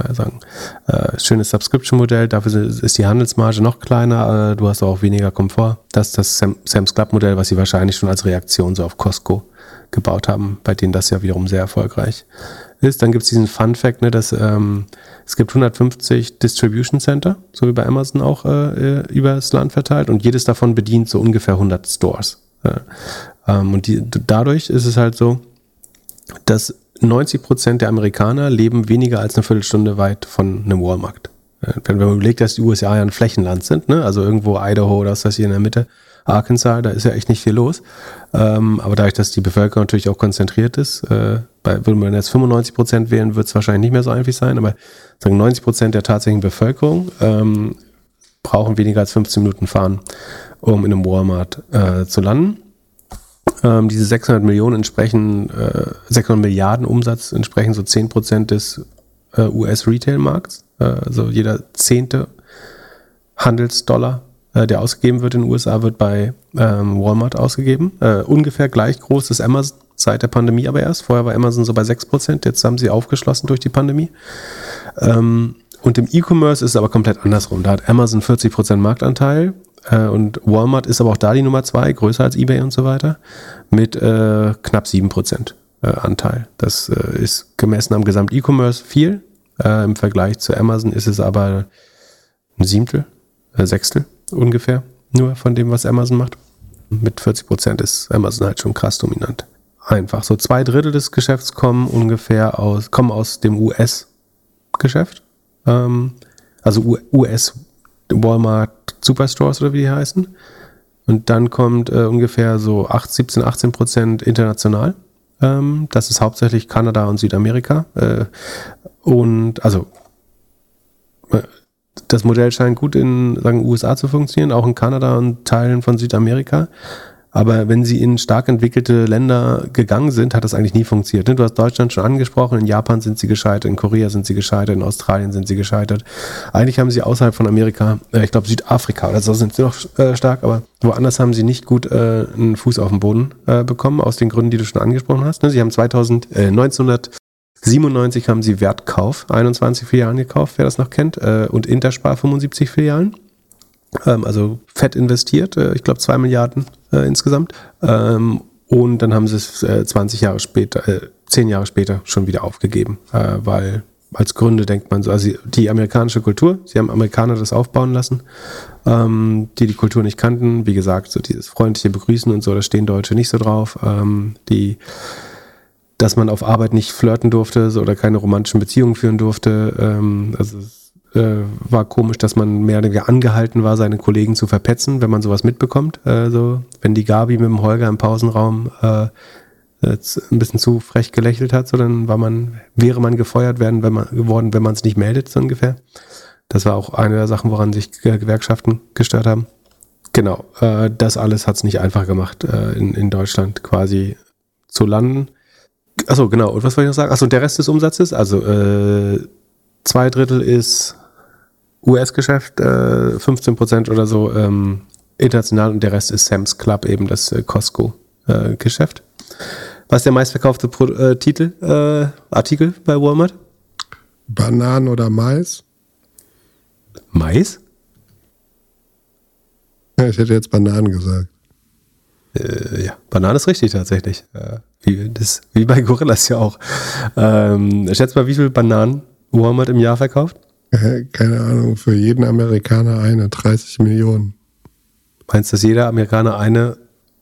Schönes Subscription-Modell, dafür ist die Handelsmarge noch kleiner, du hast auch weniger Komfort. Das ist das Sam's Club-Modell, was sie wahrscheinlich schon als Reaktion so auf Costco gebaut haben, bei denen das ja wiederum sehr erfolgreich ist. Dann gibt es diesen Fun-Fact, ne, dass es gibt 150 Distribution Center, so wie bei Amazon auch über das Land verteilt und jedes davon bedient so ungefähr 100 Stores. Und dadurch ist es halt so, dass 90% der Amerikaner leben weniger als eine Viertelstunde weit von einem Walmart. Wenn man überlegt, dass die USA ja ein Flächenland sind, ne? Also irgendwo Idaho oder was weiß ich in der Mitte, Arkansas, da ist ja echt nicht viel los. Aber dadurch, dass die Bevölkerung natürlich auch konzentriert ist, würde man jetzt 95% wählen, wird es wahrscheinlich nicht mehr so einfach sein, aber 90% der tatsächlichen Bevölkerung brauchen weniger als 15 Minuten fahren, um in einem Walmart zu landen. Diese 600 Milliarden Umsatz entsprechen so 10% des US-Retail-Markts. Also jeder 10. Handelsdollar, der ausgegeben wird in den USA, wird bei Walmart ausgegeben. Ungefähr gleich groß ist seit der Pandemie aber erst. Vorher war Amazon so bei 6%, jetzt haben sie aufgeschlossen durch die Pandemie. Und im E-Commerce ist es aber komplett andersrum. Da hat Amazon 40% Marktanteil und Walmart ist aber auch da die Nummer 2, größer als eBay und so weiter, mit knapp 7% Anteil. Das ist gemessen am Gesamt-E-Commerce viel. Im Vergleich zu Amazon ist es aber ein Siebtel, Sechstel ungefähr, nur von dem, was Amazon macht. Mit 40% ist Amazon halt schon krass dominant. Einfach so 2/3 des Geschäfts kommen aus dem US-Geschäft. Also US Walmart Superstores oder wie die heißen. Und dann kommt ungefähr so 17-18% international. Das ist hauptsächlich Kanada und Südamerika. Und also das Modell scheint gut in den USA zu funktionieren, auch in Kanada und Teilen von Südamerika. Aber wenn sie in stark entwickelte Länder gegangen sind, hat das eigentlich nie funktioniert. Du hast Deutschland schon angesprochen, in Japan sind sie gescheitert, in Korea sind sie gescheitert, in Australien sind sie gescheitert. Eigentlich haben sie außerhalb von Amerika, ich glaube Südafrika oder so sind sie noch stark, aber woanders haben sie nicht gut einen Fuß auf den Boden bekommen, aus den Gründen, die du schon angesprochen hast. Sie haben 1997 haben sie Wertkauf 21 Filialen gekauft, wer das noch kennt, und Interspar 75 Filialen. Also fett investiert, ich glaube 2 Milliarden insgesamt. Und dann haben sie es 10 Jahre später schon wieder aufgegeben, weil als Gründe denkt man so, also die amerikanische Kultur, sie haben Amerikaner das aufbauen lassen, die Kultur nicht kannten. Wie gesagt, so dieses freundliche Begrüßen und so, da stehen Deutsche nicht so drauf. Dass man auf Arbeit nicht flirten durfte oder keine romantischen Beziehungen führen durfte. Also war komisch, dass man mehr oder weniger angehalten war, seine Kollegen zu verpetzen, wenn man sowas mitbekommt. Also wenn die Gabi mit dem Holger im Pausenraum jetzt ein bisschen zu frech gelächelt hat, so dann wäre man gefeuert worden, wenn man es nicht meldet, so ungefähr. Das war auch eine der Sachen, woran sich Gewerkschaften gestört haben. Genau, das alles hat es nicht einfach gemacht, in Deutschland quasi zu landen. Achso, genau. Und was wollte ich noch sagen? Achso, der Rest des Umsatzes, also 2/3 ist US-Geschäft, 15% oder so international und der Rest ist Sam's Club, eben das Costco-Geschäft. Was ist der meistverkaufte Artikel bei Walmart? Bananen oder Mais? Mais? Ja, ich hätte jetzt Bananen gesagt. Ja, Banane ist richtig tatsächlich. Wie bei Gorillas ja auch. Schätzt mal, wie viele Bananen Walmart im Jahr verkauft? Keine Ahnung, für jeden Amerikaner 30 Millionen. Meinst du, dass jeder Amerikaner eine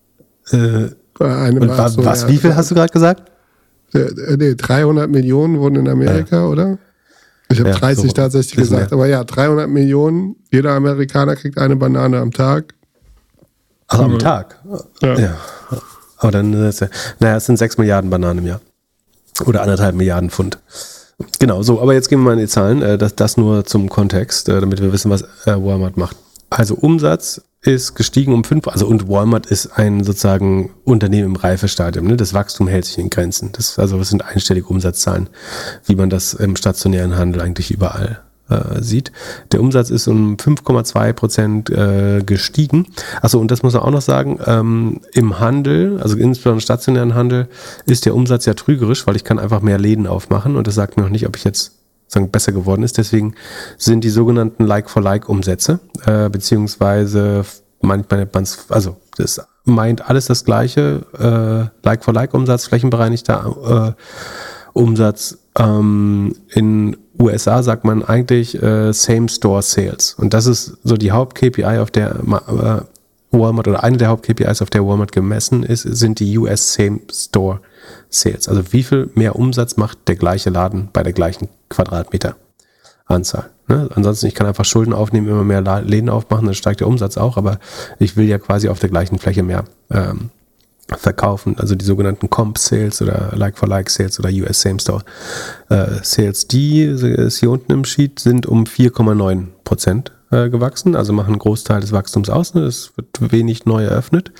was, wie viel hast du gerade gesagt? 300 Millionen wurden in Amerika, oder? Ich habe 30 tatsächlich gesagt, aber ja, 300 Millionen, jeder Amerikaner kriegt eine Banane am Tag. Ach, am Tag? Ja. Aber dann, es sind 6 Milliarden Bananen im Jahr. Oder 1,5 Milliarden Pfund. Genau, so, aber jetzt gehen wir mal in die Zahlen. Das nur zum Kontext, damit wir wissen, was Walmart macht. Also Umsatz ist gestiegen um 5, und Walmart ist ein sozusagen Unternehmen im Reifestadium. Ne? Das Wachstum hält sich in Grenzen. Das sind einstellige Umsatzzahlen, wie man das im stationären Handel eigentlich überall sieht. Der Umsatz ist um 5,2% gestiegen. Achso, und das muss man auch noch sagen, im Handel, also insbesondere im stationären Handel, ist der Umsatz ja trügerisch, weil ich kann einfach mehr Läden aufmachen und das sagt mir noch nicht, ob ich jetzt besser geworden ist. Deswegen sind die sogenannten Like-for-Like-Umsätze, beziehungsweise manchmal nennt man es, also das meint alles das Gleiche, Like-for-Like-Umsatz, flächenbereinigter Umsatz. In USA sagt man eigentlich Same-Store-Sales. Und das ist so die Haupt-KPI, auf der Walmart oder eine der Haupt-KPIs, auf der Walmart gemessen ist, sind die US Same-Store-Sales. Also wie viel mehr Umsatz macht der gleiche Laden bei der gleichen Quadratmeter-Anzahl. Ne? Ansonsten, ich kann einfach Schulden aufnehmen, immer mehr Läden aufmachen, dann steigt der Umsatz auch, aber ich will ja quasi auf der gleichen Fläche mehr verkaufen, also die sogenannten Comp-Sales oder Like-for-Like-Sales oder US Same-Store-Sales, die ist hier unten im Sheet, sind um 4,9% gewachsen, also machen einen Großteil des Wachstums aus, ne? Es wird wenig neu eröffnet.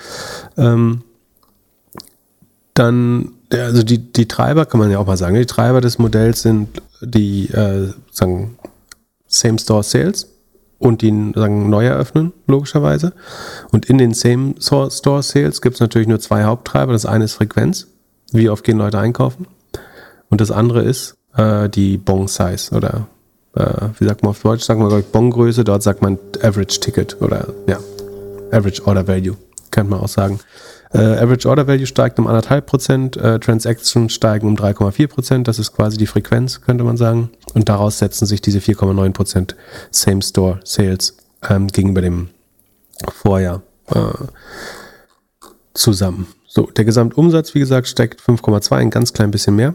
Dann, also die Treiber, kann man ja auch mal sagen, die Treiber des Modells sind die Same-Store-Sales und die neu eröffnen, logischerweise. Und in den Same-Store-Sales gibt es natürlich nur 2 Haupttreiber. Das eine ist Frequenz. Wie oft gehen Leute einkaufen? Und das andere ist die Bon-Size oder wie sagt man auf Deutsch? Sagen wir Bon-Größe, dort sagt man Average Ticket oder Average Order Value, könnte man auch sagen. Average Order Value steigt um 1,5%, Transactions steigen um 3,4%, das ist quasi die Frequenz, könnte man sagen. Und daraus setzen sich diese 4,9% Same-Store Sales gegenüber dem Vorjahr zusammen. So, der Gesamtumsatz, wie gesagt, steigt 5,2, ein ganz klein bisschen mehr.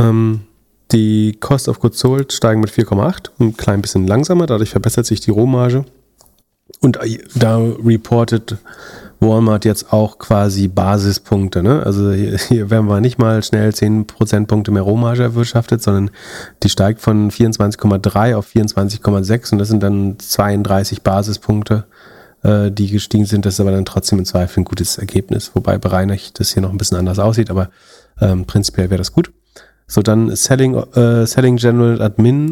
Die Cost of Goods Sold steigen mit 4,8, ein klein bisschen langsamer, dadurch verbessert sich die Rohmarge. Und da reportet Walmart jetzt auch quasi Basispunkte. Ne? Also hier werden wir nicht mal schnell 10 Prozentpunkte mehr Rohmarge erwirtschaftet, sondern die steigt von 24,3 auf 24,6 und das sind dann 32 Basispunkte, die gestiegen sind. Das ist aber dann trotzdem im Zweifel ein gutes Ergebnis, wobei bereinigt das hier noch ein bisschen anders aussieht, aber prinzipiell wäre das gut. So, dann Selling General Admin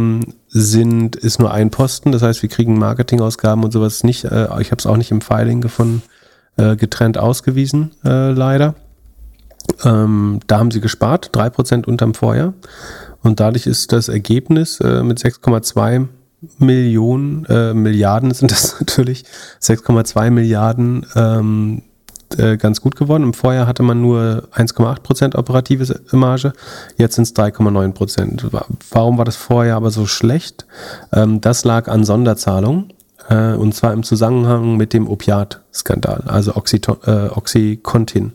ist nur ein Posten, das heißt, wir kriegen Marketingausgaben und sowas nicht, ich habe es auch nicht im Filing gefunden, getrennt ausgewiesen, leider. Da haben sie gespart, 3% unterm Vorjahr und dadurch ist das Ergebnis mit 6,2 Milliarden sind das natürlich, 6,2 Milliarden ganz gut geworden. Im Vorjahr hatte man nur 1,8% operative Marge, jetzt sind es 3,9%. Warum war das Vorjahr aber so schlecht? Das lag an Sonderzahlungen und zwar im Zusammenhang mit dem Opiat-Skandal, also Oxycontin.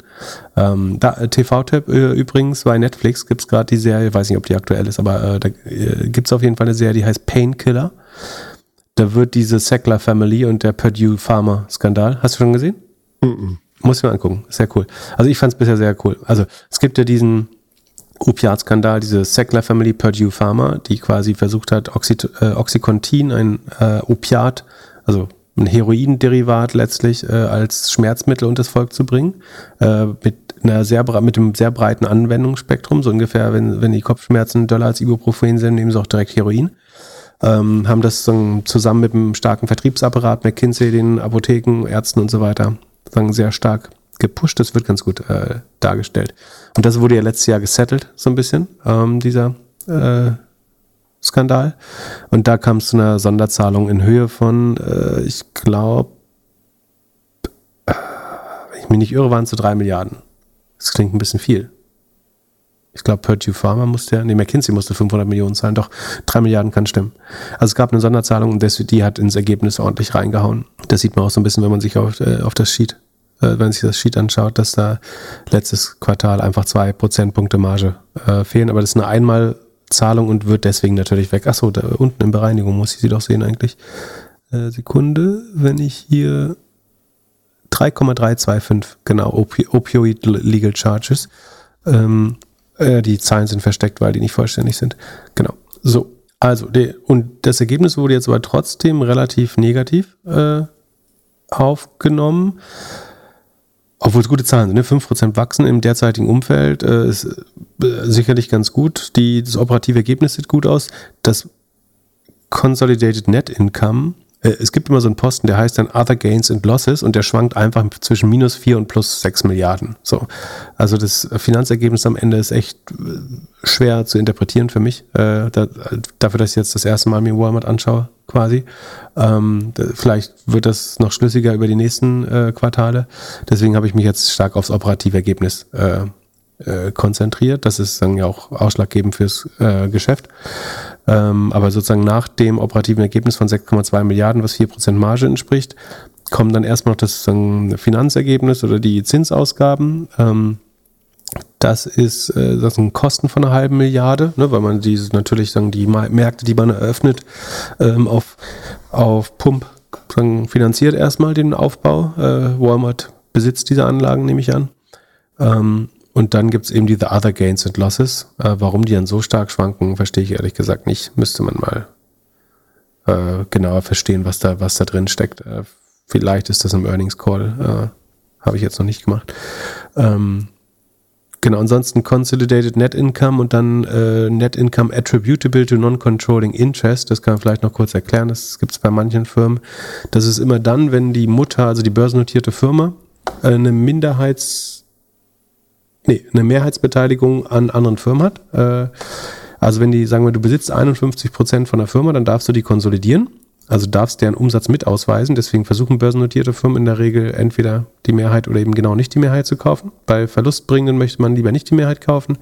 TV-Tab übrigens bei Netflix gibt es gerade die Serie, ich weiß nicht, ob die aktuell ist, aber da gibt es auf jeden Fall eine Serie, die heißt Painkiller. Da wird diese Sackler Family und der Purdue Pharma Skandal, hast du schon gesehen? Mhm. Muss ich mal angucken, sehr cool. Also ich fand es bisher sehr cool. Also es gibt ja diesen Opiat-Skandal, diese Sackler Family Purdue Pharma, die quasi versucht hat, Oxycontin, ein Opiat, also ein Heroinderivat letztlich als Schmerzmittel unter das Volk zu bringen, mit einem sehr breiten Anwendungsspektrum, so ungefähr, wenn die Kopfschmerzen doller als Ibuprofen sind, nehmen sie auch direkt Heroin. Haben das zusammen mit einem starken Vertriebsapparat, McKinsey, den Apotheken, Ärzten und so weiter, sehr stark gepusht. Das wird ganz gut dargestellt. Und das wurde ja letztes Jahr gesettelt, so ein bisschen, dieser Skandal. Und da kam es zu einer Sonderzahlung in Höhe von, ich glaube, wenn ich mich nicht irre, waren es so 3 Milliarden. Das klingt ein bisschen viel. Ich glaube, Purdue Pharma McKinsey musste 500 Millionen zahlen. Doch, 3 Milliarden kann stimmen. Also es gab eine Sonderzahlung und die hat ins Ergebnis ordentlich reingehauen. Das sieht man auch so ein bisschen, wenn man sich auf das Sheet, anschaut, dass da letztes Quartal einfach 2 Prozentpunkte Marge fehlen. Aber das ist eine Einmalzahlung und wird deswegen natürlich weg. Achso, da unten in Bereinigung muss ich sie doch sehen eigentlich. Sekunde, wenn ich hier 3,325, genau, Opioid Legal Charges. Die Zahlen sind versteckt, weil die nicht vollständig sind. Genau. So, also, und das Ergebnis wurde jetzt aber trotzdem relativ negativ aufgenommen, obwohl es gute Zahlen sind. Ne? 5% wachsen im derzeitigen Umfeld ist sicherlich ganz gut. Das operative Ergebnis sieht gut aus. Das Consolidated Net Income, es gibt immer so einen Posten, der heißt dann Other Gains and Losses und der schwankt einfach zwischen minus 4 und plus 6 Milliarden. So. Also das Finanzergebnis am Ende ist echt schwer zu interpretieren für mich. Dafür, dass ich jetzt das erste Mal mir Walmart anschaue, quasi. Vielleicht wird das noch schlüssiger über die nächsten Quartale. Deswegen habe ich mich jetzt stark aufs operative Ergebnis konzentriert. Das ist dann ja auch ausschlaggebend fürs Geschäft. Aber sozusagen nach dem operativen Ergebnis von 6,2 Milliarden, was 4% Marge entspricht, kommt dann erstmal noch das Finanzergebnis oder die Zinsausgaben. Das sind Kosten von 0,5 Milliarde, ne, weil man die Märkte, die man eröffnet, auf Pump finanziert erstmal den Aufbau. Walmart besitzt diese Anlagen, nehme ich an. Und dann gibt es eben diese Other Gains and Losses. Warum die dann so stark schwanken, verstehe ich ehrlich gesagt nicht. Müsste man mal genauer verstehen, was da drin steckt. Vielleicht ist das im Earnings Call. Habe ich jetzt noch nicht gemacht. Genau, ansonsten Consolidated Net Income und dann Net Income Attributable to Non-Controlling Interest. Das kann man vielleicht noch kurz erklären. Das gibt es bei manchen Firmen. Das ist immer dann, wenn die Mutter, also die börsennotierte Firma, eine Nee, eine Mehrheitsbeteiligung an anderen Firmen hat. Also wenn die, sagen wir, du besitzt 51% von der Firma, dann darfst du die konsolidieren. Also darfst deren Umsatz mit ausweisen. Deswegen versuchen börsennotierte Firmen in der Regel entweder die Mehrheit oder eben genau nicht die Mehrheit zu kaufen. Bei Verlustbringenden möchte man lieber nicht die Mehrheit kaufen.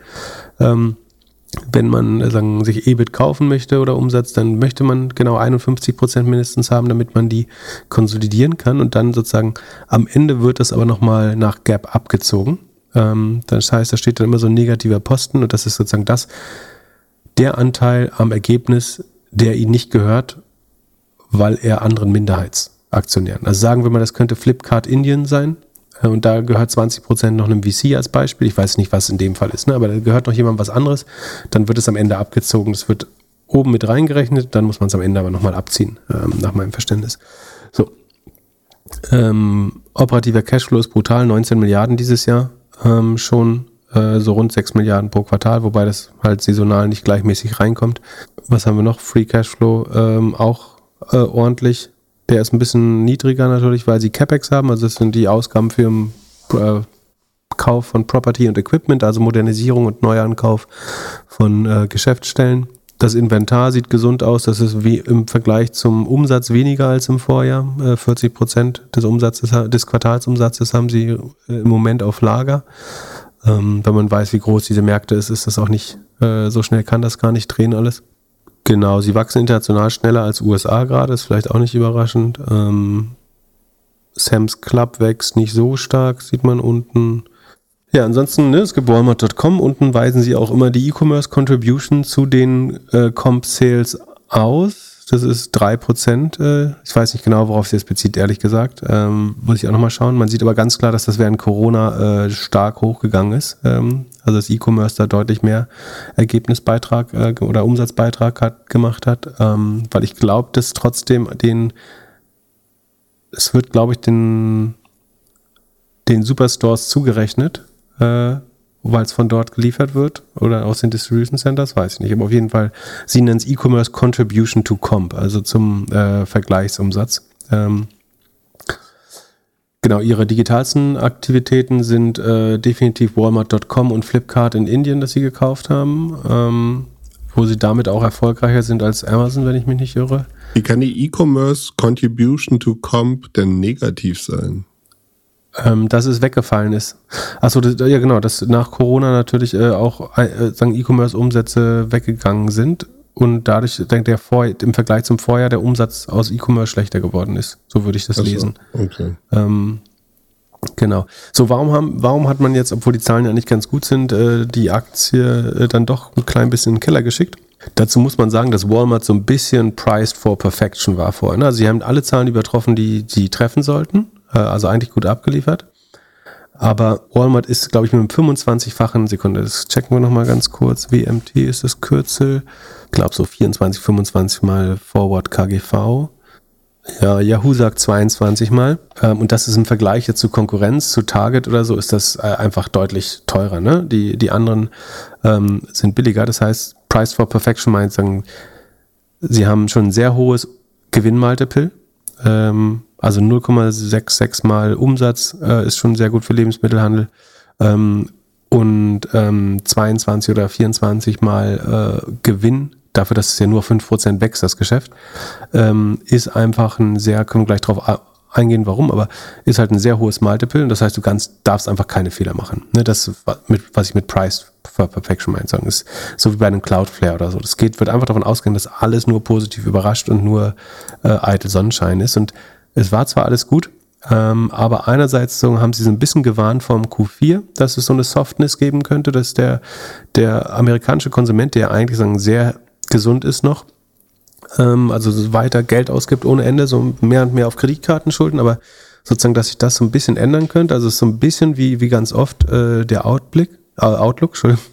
Wenn man sich EBIT kaufen möchte oder Umsatz, dann möchte man genau 51% mindestens haben, damit man die konsolidieren kann. Und dann sozusagen am Ende wird das aber nochmal nach GAAP abgezogen. Das heißt, da steht dann immer so ein negativer Posten und das ist sozusagen der Anteil am Ergebnis, der ihnen nicht gehört, weil er anderen Minderheitsaktionären. Also sagen wir mal, das könnte Flipkart Indien sein und da gehört 20% noch einem VC als Beispiel. Ich weiß nicht, was in dem Fall ist, ne? Aber da gehört noch jemand was anderes. Dann wird es am Ende abgezogen. Das wird oben mit reingerechnet, dann muss man es am Ende aber nochmal abziehen, nach meinem Verständnis. So. Operativer Cashflow ist brutal, 19 Milliarden dieses Jahr schon. So rund 6 Milliarden pro Quartal, wobei das halt saisonal nicht gleichmäßig reinkommt. Was haben wir noch? Free Cashflow auch ordentlich. Der ist ein bisschen niedriger natürlich, weil sie CapEx haben. Also das sind die Ausgaben für den Kauf von Property und Equipment, also Modernisierung und Neuankauf von Geschäftsstellen. Das Inventar sieht gesund aus. Das ist wie im Vergleich zum Umsatz weniger als im Vorjahr. 40% des Quartalsumsatzes haben sie im Moment auf Lager. Wenn man weiß, wie groß diese Märkte ist das auch nicht, so schnell kann das gar nicht drehen alles. Genau, sie wachsen international schneller als USA gerade, ist vielleicht auch nicht überraschend. Sam's Club wächst nicht so stark, sieht man unten. Ja, ansonsten, es gibt Walmart.com, unten weisen sie auch immer die E-Commerce Contribution zu den Comp Sales aus. Das ist 3%. Ich weiß nicht genau, worauf sie es bezieht, ehrlich gesagt. Muss ich auch nochmal schauen. Man sieht aber ganz klar, dass das während Corona stark hochgegangen ist. Also das E-Commerce da deutlich mehr Ergebnisbeitrag oder Umsatzbeitrag gemacht hat. Weil ich glaube, dass trotzdem den Superstores zugerechnet, weil es von dort geliefert wird oder aus den Distribution Centers, weiß ich nicht. Aber auf jeden Fall, sie nennen es E-Commerce Contribution to Comp, also zum Vergleichsumsatz. Genau, ihre digitalsten Aktivitäten sind definitiv Walmart.com und Flipkart in Indien, das sie gekauft haben, wo sie damit auch erfolgreicher sind als Amazon, wenn ich mich nicht irre. Wie kann die E-Commerce Contribution to Comp denn negativ sein? Dass es weggefallen ist. Achso, ja genau, dass nach Corona natürlich auch E-Commerce-Umsätze weggegangen sind und dadurch im Vergleich zum Vorjahr der Umsatz aus E-Commerce schlechter geworden ist. So würde ich das lesen. Okay. Genau. So, warum hat man jetzt, obwohl die Zahlen ja nicht ganz gut sind, die Aktie dann doch ein klein bisschen in den Keller geschickt? Dazu muss man sagen, dass Walmart so ein bisschen priced for perfection war vorher. Ne? Also sie haben alle Zahlen übertroffen, die sie treffen sollten. Also eigentlich gut abgeliefert. Aber Walmart ist, glaube ich, mit einem 25-fachen, Sekunde, das checken wir nochmal ganz kurz. WMT ist das Kürzel. Ich glaube so 24, 25 mal Forward KGV. Ja, Yahoo sagt 22 mal. Und das ist im Vergleich jetzt zu Konkurrenz, zu Target oder so, ist das einfach deutlich teurer. Ne? Die anderen sind billiger. Das heißt, Price for Perfection meint, sagen, sie haben schon ein sehr hohes Gewinnmultiple. Also 0,66 mal Umsatz ist schon sehr gut für Lebensmittelhandel und 22 oder 24 mal Gewinn, dafür, dass es ja nur 5% wächst, das Geschäft, ist einfach können wir gleich drauf eingehen, warum, aber ist halt ein sehr hohes Multiple und das heißt, du darfst einfach keine Fehler machen. Ne, das, was ich mit Price for Perfection meine, sagen, ist so wie bei einem Cloudflare oder so. Das wird einfach davon ausgehen, dass alles nur positiv überrascht und nur eitel Sonnenschein ist und es war zwar alles gut, aber einerseits haben sie so ein bisschen gewarnt vom Q4, dass es so eine Softness geben könnte, dass der amerikanische Konsument, der eigentlich sehr gesund ist noch, also weiter Geld ausgibt ohne Ende, so mehr und mehr auf Kreditkartenschulden, aber sozusagen, dass sich das so ein bisschen ändern könnte. Also es ist so ein bisschen wie ganz oft der Outlook, Entschuldigung.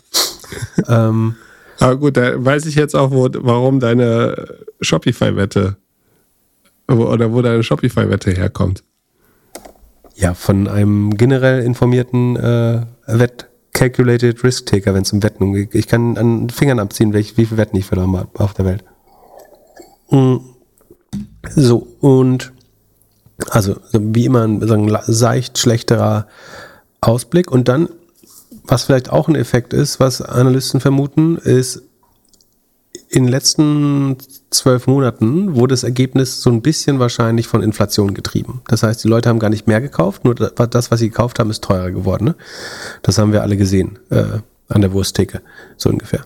Aber gut, da weiß ich jetzt auch, warum deine Shopify-Wette oder wo deine Shopify-Wette herkommt. Ja, von einem generell informierten Calculated Risk Taker, wenn es um Wetten geht. Ich kann an den Fingern abziehen, wie viele Wetten ich verloren habe auf der Welt. So, und also wie immer ein seicht schlechterer Ausblick. Und dann was vielleicht auch ein Effekt ist, was Analysten vermuten, ist, in den letzten 12 Monaten wurde das Ergebnis so ein bisschen wahrscheinlich von Inflation getrieben. Das heißt, die Leute haben gar nicht mehr gekauft, nur das, was sie gekauft haben, ist teurer geworden. Ne? Das haben wir alle gesehen an der Wursttheke, so ungefähr.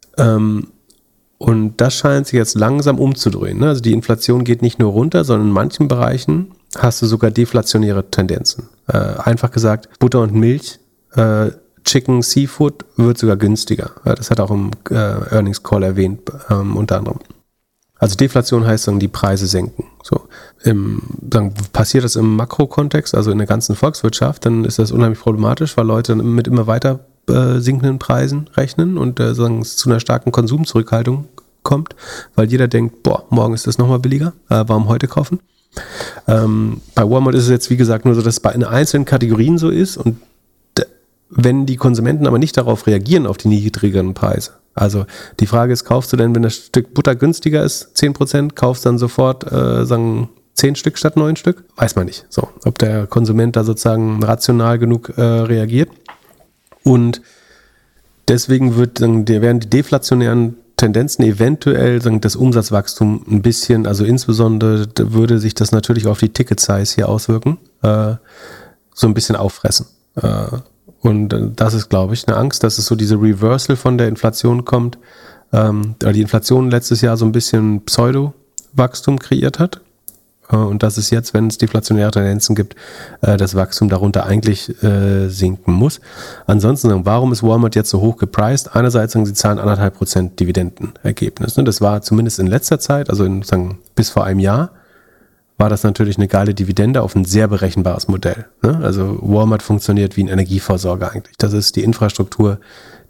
Und das scheint sich jetzt langsam umzudrehen. Ne? Also die Inflation geht nicht nur runter, sondern in manchen Bereichen hast du sogar deflationäre Tendenzen. Einfach gesagt, Butter und Milch, Chicken, Seafood wird sogar günstiger. Das hat auch im Earnings Call erwähnt, unter anderem. Also Deflation heißt dann, die Preise senken. So, dann passiert das im Makrokontext, also in der ganzen Volkswirtschaft, dann ist das unheimlich problematisch, weil Leute mit immer weiter sinkenden Preisen rechnen und sagen, es zu einer starken Konsumzurückhaltung kommt, weil jeder denkt, boah, morgen ist das nochmal billiger, warum heute kaufen? Bei Walmart ist es jetzt, wie gesagt, nur so, dass es bei einzelnen Kategorien so ist und wenn die Konsumenten aber nicht darauf reagieren, auf die niedrigeren Preise. Also die Frage ist, kaufst du denn, wenn das Stück Butter günstiger ist, 10%, kaufst dann sofort, 10 Stück statt 9 Stück? Weiß man nicht. So, ob der Konsument da sozusagen rational genug reagiert. Und deswegen werden die deflationären Tendenzen eventuell das Umsatzwachstum ein bisschen, also insbesondere würde sich das natürlich auf die Ticket-Size hier auswirken, so ein bisschen auffressen. Und das ist, glaube ich, eine Angst, dass es so diese Reversal von der Inflation kommt, die Inflation letztes Jahr so ein bisschen Pseudo-Wachstum kreiert hat. Und dass es jetzt, wenn es deflationäre Tendenzen gibt, das Wachstum darunter eigentlich sinken muss. Ansonsten, warum ist Walmart jetzt so hoch gepriced? Einerseits sagen sie zahlen 1,5% Dividendenergebnis. Das war zumindest in letzter Zeit, also bis vor einem Jahr, war das natürlich eine geile Dividende auf ein sehr berechenbares Modell. Also Walmart funktioniert wie ein Energieversorger eigentlich. Das ist die Infrastruktur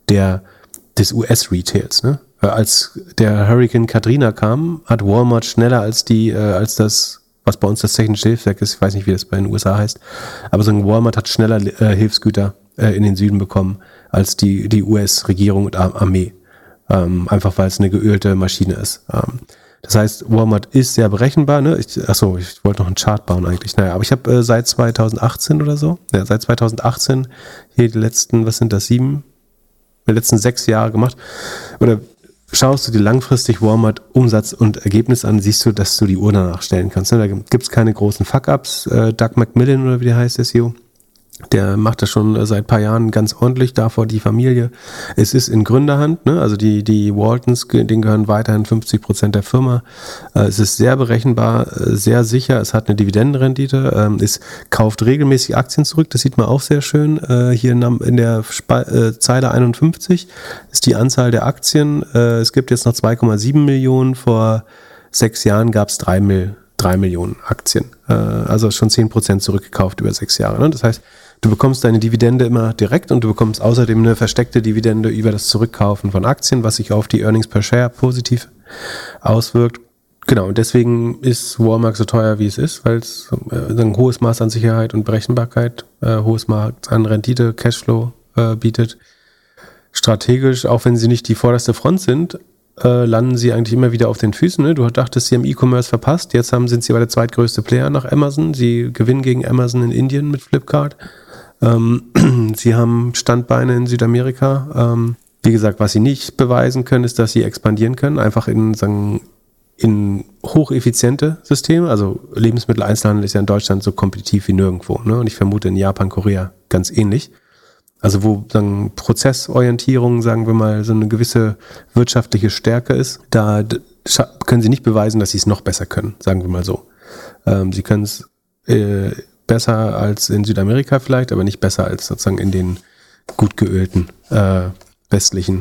des US-Retails. Als der Hurricane Katrina kam, hat Walmart schneller als das, was bei uns das technische Hilfswerk ist, ich weiß nicht, wie das bei den USA heißt, aber so ein Walmart hat schneller Hilfsgüter in den Süden bekommen als die US-Regierung und Armee. Einfach weil es eine geölte Maschine ist. Das heißt, Walmart ist sehr berechenbar. Ne? Ich wollte noch einen Chart bauen eigentlich. Naja, aber ich habe seit 2018 oder so, seit 2018 hier die letzten, die letzten 6 Jahre gemacht. Oder schaust du dir langfristig Walmart Umsatz und Ergebnis an, siehst du, dass du die Uhr danach stellen kannst. Ne? Da gibt es keine großen Fuck-Ups. Doug McMillon oder wie der heißt, der CEO, der macht das schon seit ein paar Jahren ganz ordentlich, davor die Familie. Es ist in Gründerhand, ne? Also die Waltons, denen gehören weiterhin 50% der Firma. Es ist sehr berechenbar, sehr sicher, es hat eine Dividendenrendite, es kauft regelmäßig Aktien zurück, das sieht man auch sehr schön. Hier in der Zeile 51 ist die Anzahl der Aktien. Es gibt jetzt noch 2,7 Millionen, vor 6 Jahren gab es 3 Millionen Aktien. Also schon 10% zurückgekauft über 6 Jahre. Ne? Das heißt, du bekommst deine Dividende immer direkt und du bekommst außerdem eine versteckte Dividende über das Zurückkaufen von Aktien, was sich auf die Earnings per Share positiv auswirkt. Genau, und deswegen ist Walmart so teuer, wie es ist, weil es ein hohes Maß an Sicherheit und Berechenbarkeit, hohes Maß an Rendite, Cashflow bietet. Strategisch, auch wenn sie nicht die vorderste Front sind, landen sie eigentlich immer wieder auf den Füßen. Ne? Du dachtest, sie haben E-Commerce verpasst. Jetzt sind sie aber der zweitgrößte Player nach Amazon. Sie gewinnen gegen Amazon in Indien mit Flipkart. Sie haben Standbeine in Südamerika. Wie gesagt, was sie nicht beweisen können, ist, dass sie expandieren können. Einfach in hocheffiziente Systeme. Also Lebensmitteleinzelhandel ist ja in Deutschland so kompetitiv wie nirgendwo. Ne? Und ich vermute in Japan, Korea ganz ähnlich. Also wo dann Prozessorientierung, sagen wir mal, so eine gewisse wirtschaftliche Stärke ist, da können sie nicht beweisen, dass sie es noch besser können, sagen wir mal so. Sie können es besser als in Südamerika vielleicht, aber nicht besser als sozusagen in den gut geölten westlichen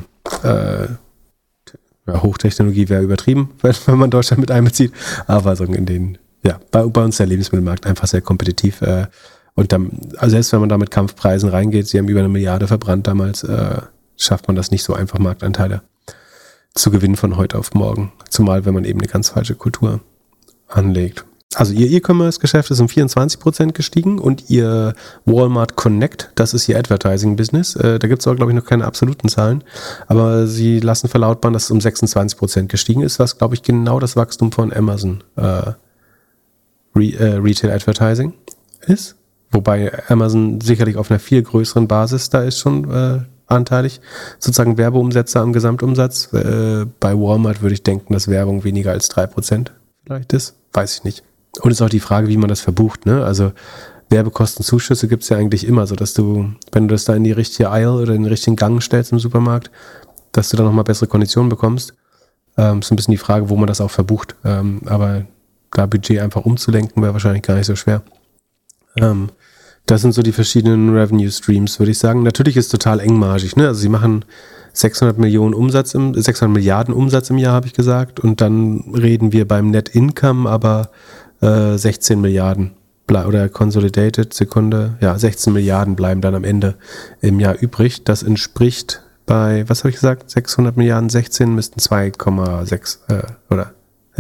Hochtechnologie wäre übertrieben, wenn man Deutschland mit einbezieht, aber so in den, bei uns der Lebensmittelmarkt einfach sehr kompetitiv. Und dann, also selbst wenn man da mit Kampfpreisen reingeht, sie haben über 1 Milliarde verbrannt damals, schafft man das nicht so einfach, Marktanteile zu gewinnen von heute auf morgen. Zumal, wenn man eben eine ganz falsche Kultur anlegt. Also ihr E-Commerce-Geschäft ist um 24% gestiegen und ihr Walmart Connect, das ist ihr Advertising-Business. Da gibt es auch, glaube ich, noch keine absoluten Zahlen, aber sie lassen verlautbaren, dass es um 26% gestiegen ist, was, glaube ich, genau das Wachstum von Amazon Retail Advertising ist. Wobei Amazon sicherlich auf einer viel größeren Basis da ist schon anteilig, sozusagen Werbeumsätze am Gesamtumsatz. Bei Walmart würde ich denken, dass Werbung weniger als 3% vielleicht ist. Weiß ich nicht. Und es ist auch die Frage, wie man das verbucht, ne? Also Werbekostenzuschüsse gibt es ja eigentlich immer, so dass du, wenn du das da in die richtige Aisle oder in den richtigen Gang stellst im Supermarkt, dass du dann nochmal bessere Konditionen bekommst. Ist ein bisschen die Frage, wo man das auch verbucht. Aber da Budget einfach umzulenken, wäre wahrscheinlich gar nicht so schwer. Das sind so die verschiedenen Revenue Streams, würde ich sagen. Natürlich ist es total engmargig, ne? Also sie machen 600 Milliarden Umsatz im Jahr, habe ich gesagt. Und dann reden wir beim Net Income aber 16 Milliarden oder Consolidated, 16 Milliarden bleiben dann am Ende im Jahr übrig. Das entspricht bei, was habe ich gesagt? 600 Milliarden, 16 müssten 2,6 oder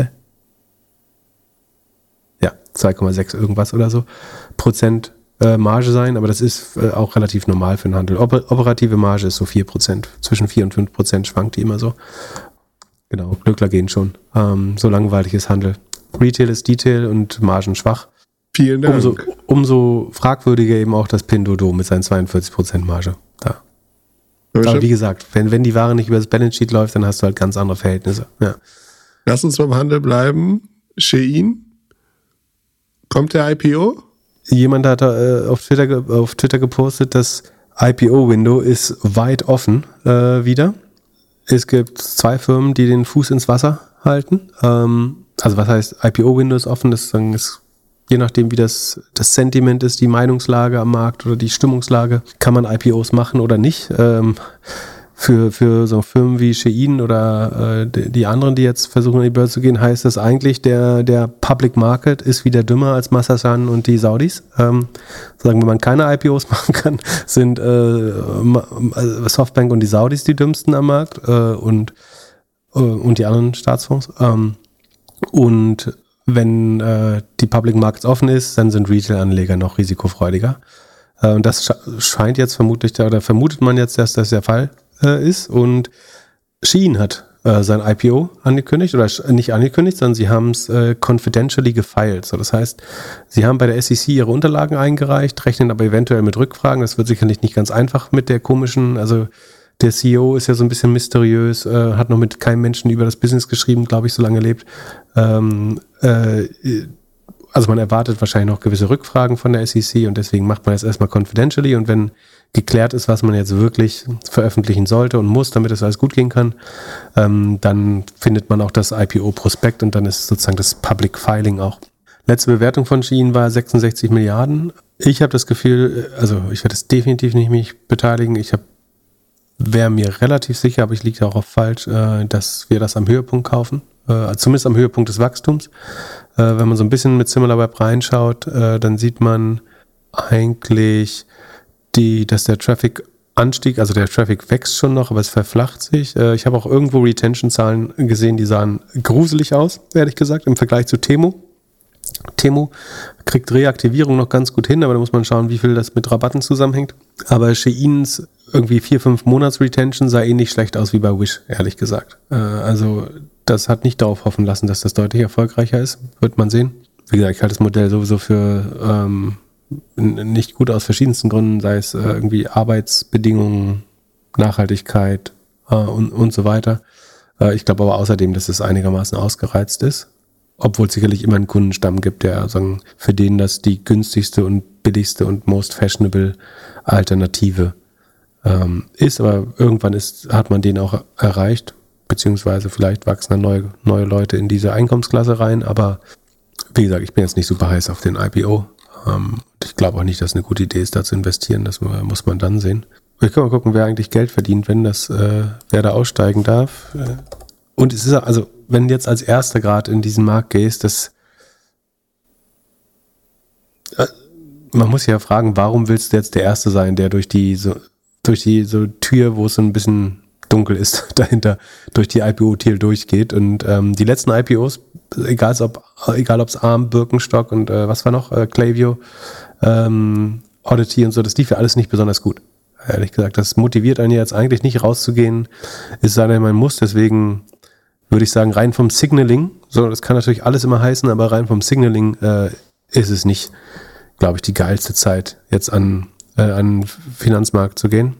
2,6 irgendwas oder so Prozent Marge sein, aber das ist auch relativ normal für den Handel. Operative Marge ist so 4%, zwischen 4 und 5% schwankt die immer so. Genau, Glückler gehen schon. So langweilig ist Handel. Retail ist Detail und Margen schwach. Vielen Dank. Umso fragwürdiger eben auch das Pinduoduo mit seinen 42% Marge. Da. Aber wie gesagt, wenn die Ware nicht über das Balance Sheet läuft, dann hast du halt ganz andere Verhältnisse. Ja. Lass uns beim Handel bleiben. Shein. Kommt der IPO? Jemand hat auf Twitter gepostet, das IPO-Window ist weit offen wieder. Es gibt 2 Firmen, die den Fuß ins Wasser halten. Also was heißt IPO-Window ist offen? Das ist je nachdem, wie das Sentiment ist, die Meinungslage am Markt oder die Stimmungslage, kann man IPOs machen oder nicht. Für so Firmen wie Shein oder die anderen, die jetzt versuchen, an die Börse zu gehen, heißt das eigentlich, der Public Market ist wieder dümmer als Masasan und die Saudis. Sagen, wenn man keine IPOs machen kann, sind Softbank und die Saudis die dümmsten am Markt und die anderen Staatsfonds. Und wenn die Public Markets offen ist, dann sind Retail-Anleger noch risikofreudiger. Und das scheint jetzt vermutet man jetzt, dass das der Fall ist. Und Shein hat sein IPO angekündigt, oder nicht angekündigt, sondern sie haben es confidentially gefiled. So, das heißt, sie haben bei der SEC ihre Unterlagen eingereicht, rechnen aber eventuell mit Rückfragen. Das wird sicherlich nicht ganz einfach mit der komischen, also der CEO ist ja so ein bisschen mysteriös, hat noch mit keinem Menschen über das Business geschrieben, glaube ich, so lange lebt. Also man erwartet wahrscheinlich noch gewisse Rückfragen von der SEC und deswegen macht man das erstmal confidentially und wenn geklärt ist, was man jetzt wirklich veröffentlichen sollte und muss, damit es alles gut gehen kann, dann findet man auch das IPO-Prospekt und dann ist sozusagen das Public Filing auch. Letzte Bewertung von Shein war 66 Milliarden. Ich habe das Gefühl, also ich werde es definitiv nicht mich beteiligen. Wäre mir relativ sicher, aber ich liege auch auf falsch, dass wir das am Höhepunkt kaufen. Zumindest am Höhepunkt des Wachstums. Wenn man so ein bisschen mit SimilarWeb reinschaut, dann sieht man eigentlich, dass der Traffic anstieg, also der Traffic wächst schon noch, aber es verflacht sich. Ich habe auch irgendwo Retention-Zahlen gesehen, die sahen gruselig aus, ehrlich gesagt, im Vergleich zu Temu. Temu kriegt Reaktivierung noch ganz gut hin, aber da muss man schauen, wie viel das mit Rabatten zusammenhängt. Aber Sheins irgendwie 4-5 Monats Retention sah ähnlich schlecht aus wie bei Wish, ehrlich gesagt. Also das hat nicht darauf hoffen lassen, dass das deutlich erfolgreicher ist. Wird man sehen. Wie gesagt, ich halte das Modell sowieso für nicht gut aus verschiedensten Gründen, sei es irgendwie Arbeitsbedingungen, Nachhaltigkeit und so weiter. Ich glaube aber außerdem, dass es einigermaßen ausgereizt ist. Obwohl es sicherlich immer einen Kundenstamm gibt, der sagen, für den das die günstigste und billigste und most fashionable Alternative ist. Aber irgendwann hat man den auch erreicht, beziehungsweise vielleicht wachsen dann neue Leute in diese Einkommensklasse rein. Aber wie gesagt, ich bin jetzt nicht super heiß auf den IPO. Ich glaube auch nicht, dass es eine gute Idee ist, da zu investieren. Das muss man dann sehen. Ich kann mal gucken, wer eigentlich Geld verdient, wer da aussteigen darf. Und es ist also, wenn du jetzt als Erster gerade in diesen Markt gehst, man muss ja fragen, warum willst du jetzt der Erste sein, der durch die Tür, wo es so ein bisschen dunkel ist, dahinter durch die IPO-Tier durchgeht. Und die letzten IPOs, egal ob es ARM, Birkenstock und was war noch, Klaviyo, Oddity und so, das lief ja alles nicht besonders gut. Ehrlich gesagt, das motiviert einen jetzt eigentlich nicht rauszugehen, es sei denn, man muss, deswegen würde ich sagen, rein vom Signaling, so, das kann natürlich alles immer heißen, aber rein vom Signaling ist es nicht glaube ich, die geilste Zeit, jetzt an Finanzmarkt zu gehen.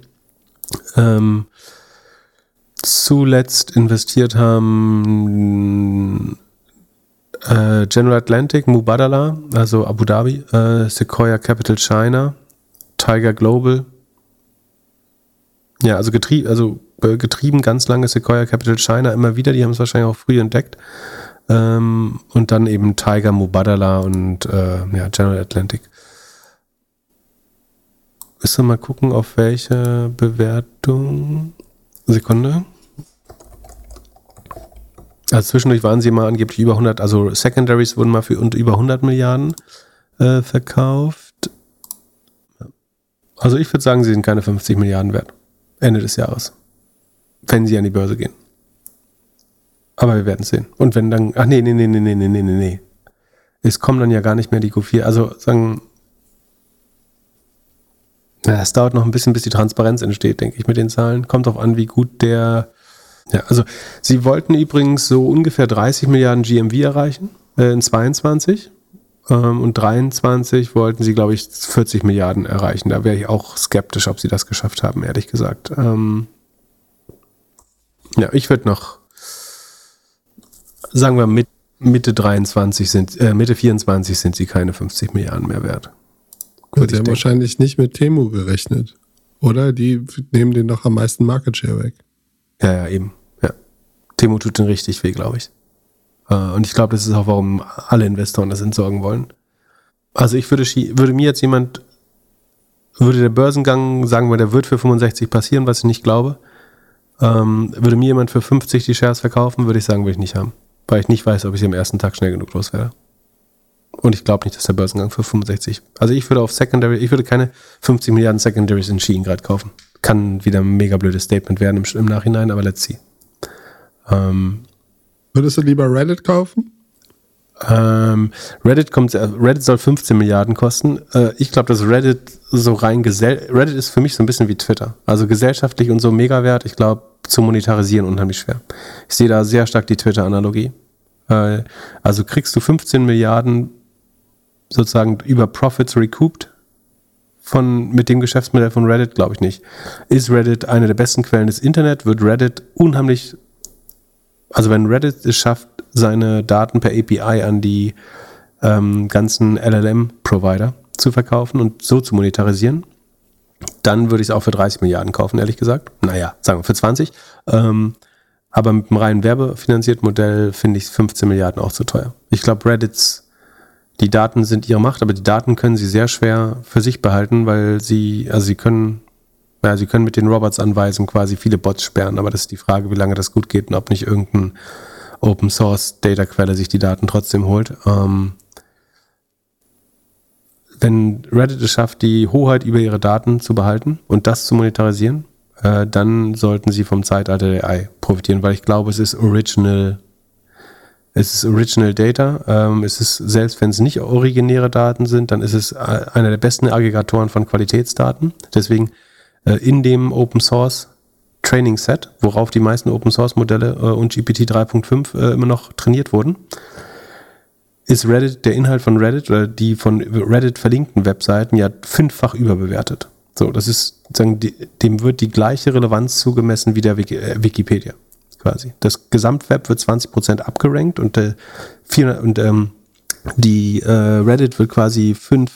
Zuletzt investiert haben General Atlantic, Mubadala, also Abu Dhabi, Sequoia Capital China, Tiger Global. Ja, also getrieben ganz lange Sequoia Capital China immer wieder, die haben es wahrscheinlich auch früh entdeckt. Und dann eben Tiger, Mubadala und General Atlantic. Müssen wir mal gucken, auf welche Bewertung. Sekunde. Also zwischendurch waren sie mal angeblich über 100, also Secondaries wurden mal für über 100 Milliarden verkauft. Also ich würde sagen, sie sind keine 50 Milliarden wert. Ende des Jahres. Wenn sie an die Börse gehen. Aber wir werden es sehen. Und wenn dann, nee. Es kommen dann ja gar nicht mehr die Q4. Also sagen, es dauert noch ein bisschen, bis die Transparenz entsteht, denke ich, mit den Zahlen. Kommt drauf an, wie gut also sie wollten übrigens so ungefähr 30 Milliarden GMV erreichen in 22 und 23 wollten sie, glaube ich, 40 Milliarden erreichen. Da wäre ich auch skeptisch, ob sie das geschafft haben, ehrlich gesagt. Ich würde noch, sagen wir, Mitte 24 sind sie keine 50 Milliarden mehr wert. Gut, sie haben wahrscheinlich nicht mit Temu gerechnet, oder? Die nehmen den doch am meisten Market Share weg. Ja, eben. Ja. Temu tut den richtig weh, glaube ich. Und ich glaube, das ist auch, warum alle Investoren das entsorgen wollen. Also würde mir jetzt jemand, würde der Börsengang, sagen wir, der wird für 65 passieren, was ich nicht glaube, würde mir jemand für 50 die Shares verkaufen, würde ich sagen, will ich nicht haben. Weil ich nicht weiß, ob ich sie am ersten Tag schnell genug loswerde. Und ich glaube nicht, dass der Börsengang für 65, also ich würde keine 50 Milliarden Secondaries in Shein gerade kaufen. Kann wieder ein mega blödes Statement werden im Nachhinein, aber let's see. Würdest du lieber Reddit kaufen? Reddit soll 15 Milliarden kosten. Ich glaube, dass Reddit so Reddit ist für mich so ein bisschen wie Twitter. Also gesellschaftlich und so Megawert, ich glaube, zu monetarisieren unheimlich schwer. Ich sehe da sehr stark die Twitter-Analogie. Also kriegst du 15 Milliarden sozusagen über Profits recouped mit dem Geschäftsmodell von Reddit, glaube ich nicht. Ist Reddit eine der besten Quellen des Internet, wird Reddit unheimlich, also wenn Reddit es schafft, seine Daten per API an die ganzen LLM-Provider zu verkaufen und so zu monetarisieren, dann würde ich es auch für 30 Milliarden kaufen, ehrlich gesagt. Naja, sagen wir für 20. Aber mit einem rein werbefinanzierten Modell finde ich 15 Milliarden auch zu teuer. Ich glaube, die Daten sind ihre Macht, aber die Daten können sie sehr schwer für sich behalten, weil sie können mit den Robots-Anweisen quasi viele Bots sperren, aber das ist die Frage, wie lange das gut geht und ob nicht irgendein Open-Source-Data-Quelle sich die Daten trotzdem holt. Wenn Reddit es schafft, die Hoheit über ihre Daten zu behalten und das zu monetarisieren, dann sollten sie vom Zeitalter der AI profitieren, weil ich glaube, es ist Original Data. Es ist, selbst wenn es nicht originäre Daten sind, dann ist es einer der besten Aggregatoren von Qualitätsdaten. Deswegen in dem Open Source Training Set, worauf die meisten Open Source Modelle und GPT 3.5 immer noch trainiert wurden, ist der Inhalt von Reddit oder die von Reddit verlinkten Webseiten ja 5-fach überbewertet. So, das ist sozusagen, dem wird die gleiche Relevanz zugemessen wie der Wikipedia. Quasi. Das Gesamtweb wird 20% abgerankt und die Reddit wird quasi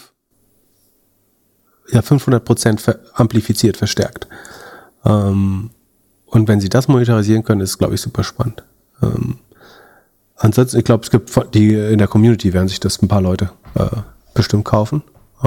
500% amplifiziert, verstärkt. Und wenn sie das monetarisieren können, ist es, glaube ich, super spannend. Ansonsten, ich glaube, es gibt in der Community werden sich das ein paar Leute bestimmt kaufen.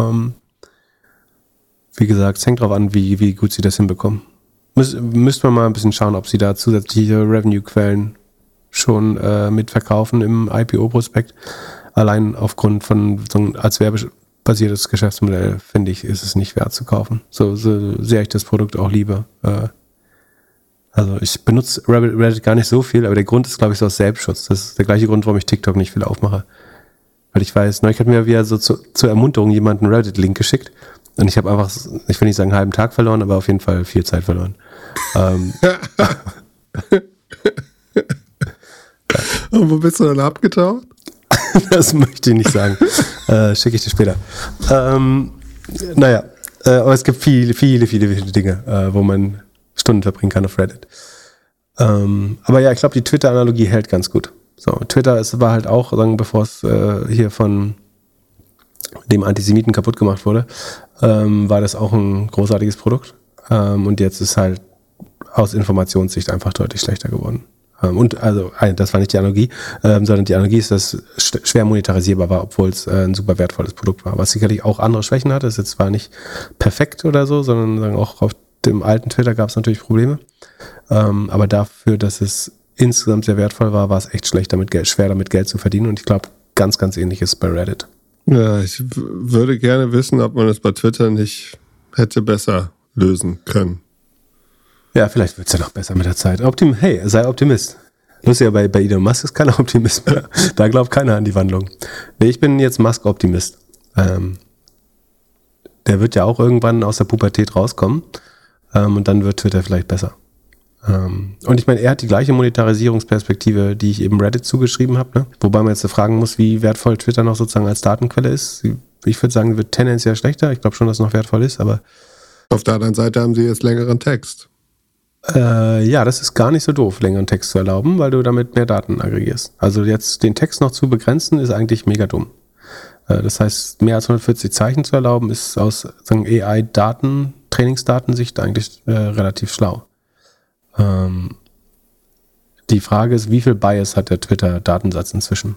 Wie gesagt, es hängt darauf an, wie gut sie das hinbekommen. Müsste man mal ein bisschen schauen, ob sie da zusätzliche Revenue-Quellen schon mitverkaufen im IPO-Prospekt. Allein aufgrund von so als werbebasiertes Geschäftsmodell, finde ich, ist es nicht wert zu kaufen. So sehr ich das Produkt auch liebe. Also ich benutze Reddit gar nicht so viel, aber der Grund ist, glaube ich, so aus Selbstschutz. Das ist der gleiche Grund, warum ich TikTok nicht viel aufmache. Weil ich weiß, neulich hat mir wieder so zur Ermunterung jemand einen Reddit-Link geschickt. Und ich habe einfach, ich will nicht sagen einen halben Tag verloren, aber auf jeden Fall viel Zeit verloren. Und wo bist du dann abgetaucht? Das möchte ich nicht sagen. Schicke ich dir später. Aber es gibt viele Dinge, wo man Stunden verbringen kann auf Reddit. Aber ja, ich glaube, die Twitter-Analogie hält ganz gut. So, Twitter war halt auch, bevor es hier von dem Antisemiten kaputt gemacht wurde, war das auch ein großartiges Produkt. Und jetzt ist halt aus Informationssicht einfach deutlich schlechter geworden. Das war nicht die Analogie, sondern die Analogie ist, dass es schwer monetarisierbar war, obwohl es ein super wertvolles Produkt war. Was sicherlich auch andere Schwächen hatte, ist jetzt zwar nicht perfekt oder so, sondern auch auf dem alten Twitter gab es natürlich Probleme. Aber dafür, dass es insgesamt sehr wertvoll war, war es echt schwer damit Geld zu verdienen. Und ich glaube, ganz, ganz ähnlich ist es bei Reddit. Ja, ich würde gerne wissen, ob man es bei Twitter nicht hätte besser lösen können. Ja, vielleicht wird es ja noch besser mit der Zeit. Sei Optimist. Lustig, bei Elon Musk ist keiner Optimist mehr. Da glaubt keiner an die Wandlung. Nee, ich bin jetzt Musk-Optimist. Der wird ja auch irgendwann aus der Pubertät rauskommen. Und dann wird Twitter vielleicht besser. Und ich meine, er hat die gleiche Monetarisierungsperspektive, die ich eben Reddit zugeschrieben habe. Ne? Wobei man jetzt fragen muss, wie wertvoll Twitter noch sozusagen als Datenquelle ist. Ich würde sagen, wird tendenziell schlechter. Ich glaube schon, dass es noch wertvoll ist, aber auf der anderen Seite haben sie jetzt längeren Text. Ja, das ist gar nicht so doof, längeren Text zu erlauben, weil du damit mehr Daten aggregierst. Also jetzt den Text noch zu begrenzen, ist eigentlich mega dumm. Das heißt, mehr als 140 Zeichen zu erlauben, ist aus AI-Daten, Trainingsdatensicht eigentlich relativ schlau. Die Frage ist, wie viel Bias hat der Twitter-Datensatz inzwischen?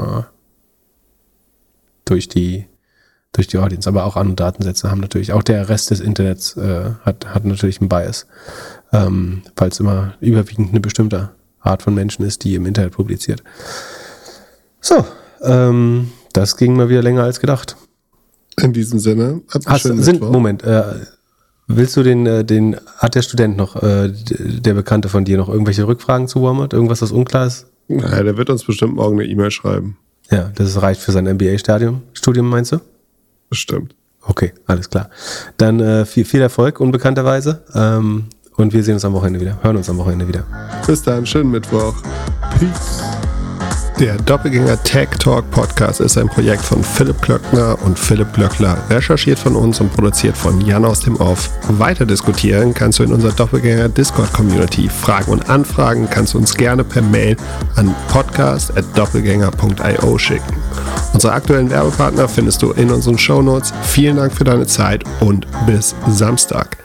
Durch die Audience, aber auch andere Datensätze haben natürlich, auch der Rest des Internets hat natürlich einen Bias, weil es immer überwiegend eine bestimmte Art von Menschen ist, die im Internet publiziert. So, das ging mal wieder länger als gedacht. In diesem Sinne, Moment, willst du hat der Student noch, der Bekannte von dir, noch irgendwelche Rückfragen zu Walmart? Irgendwas, was unklar ist? Ja, der wird uns bestimmt morgen eine E-Mail schreiben. Ja, das reicht für sein MBA-Studium, meinst du? Bestimmt. Okay, alles klar. Dann viel Erfolg, unbekannterweise. Und wir sehen uns am Wochenende wieder. Hören uns am Wochenende wieder. Bis dann, schönen Mittwoch. Peace. Der Doppelgänger Tech Talk Podcast ist ein Projekt von Philipp Glöckner und Philipp Glöckler, recherchiert von uns und produziert von Jan aus dem Off. Weiter diskutieren kannst du in unserer Doppelgänger Discord Community. Fragen und Anfragen kannst du uns gerne per Mail an podcast@doppelgänger.io schicken. Unsere aktuellen Werbepartner findest du in unseren Shownotes. Vielen Dank für deine Zeit und bis Samstag.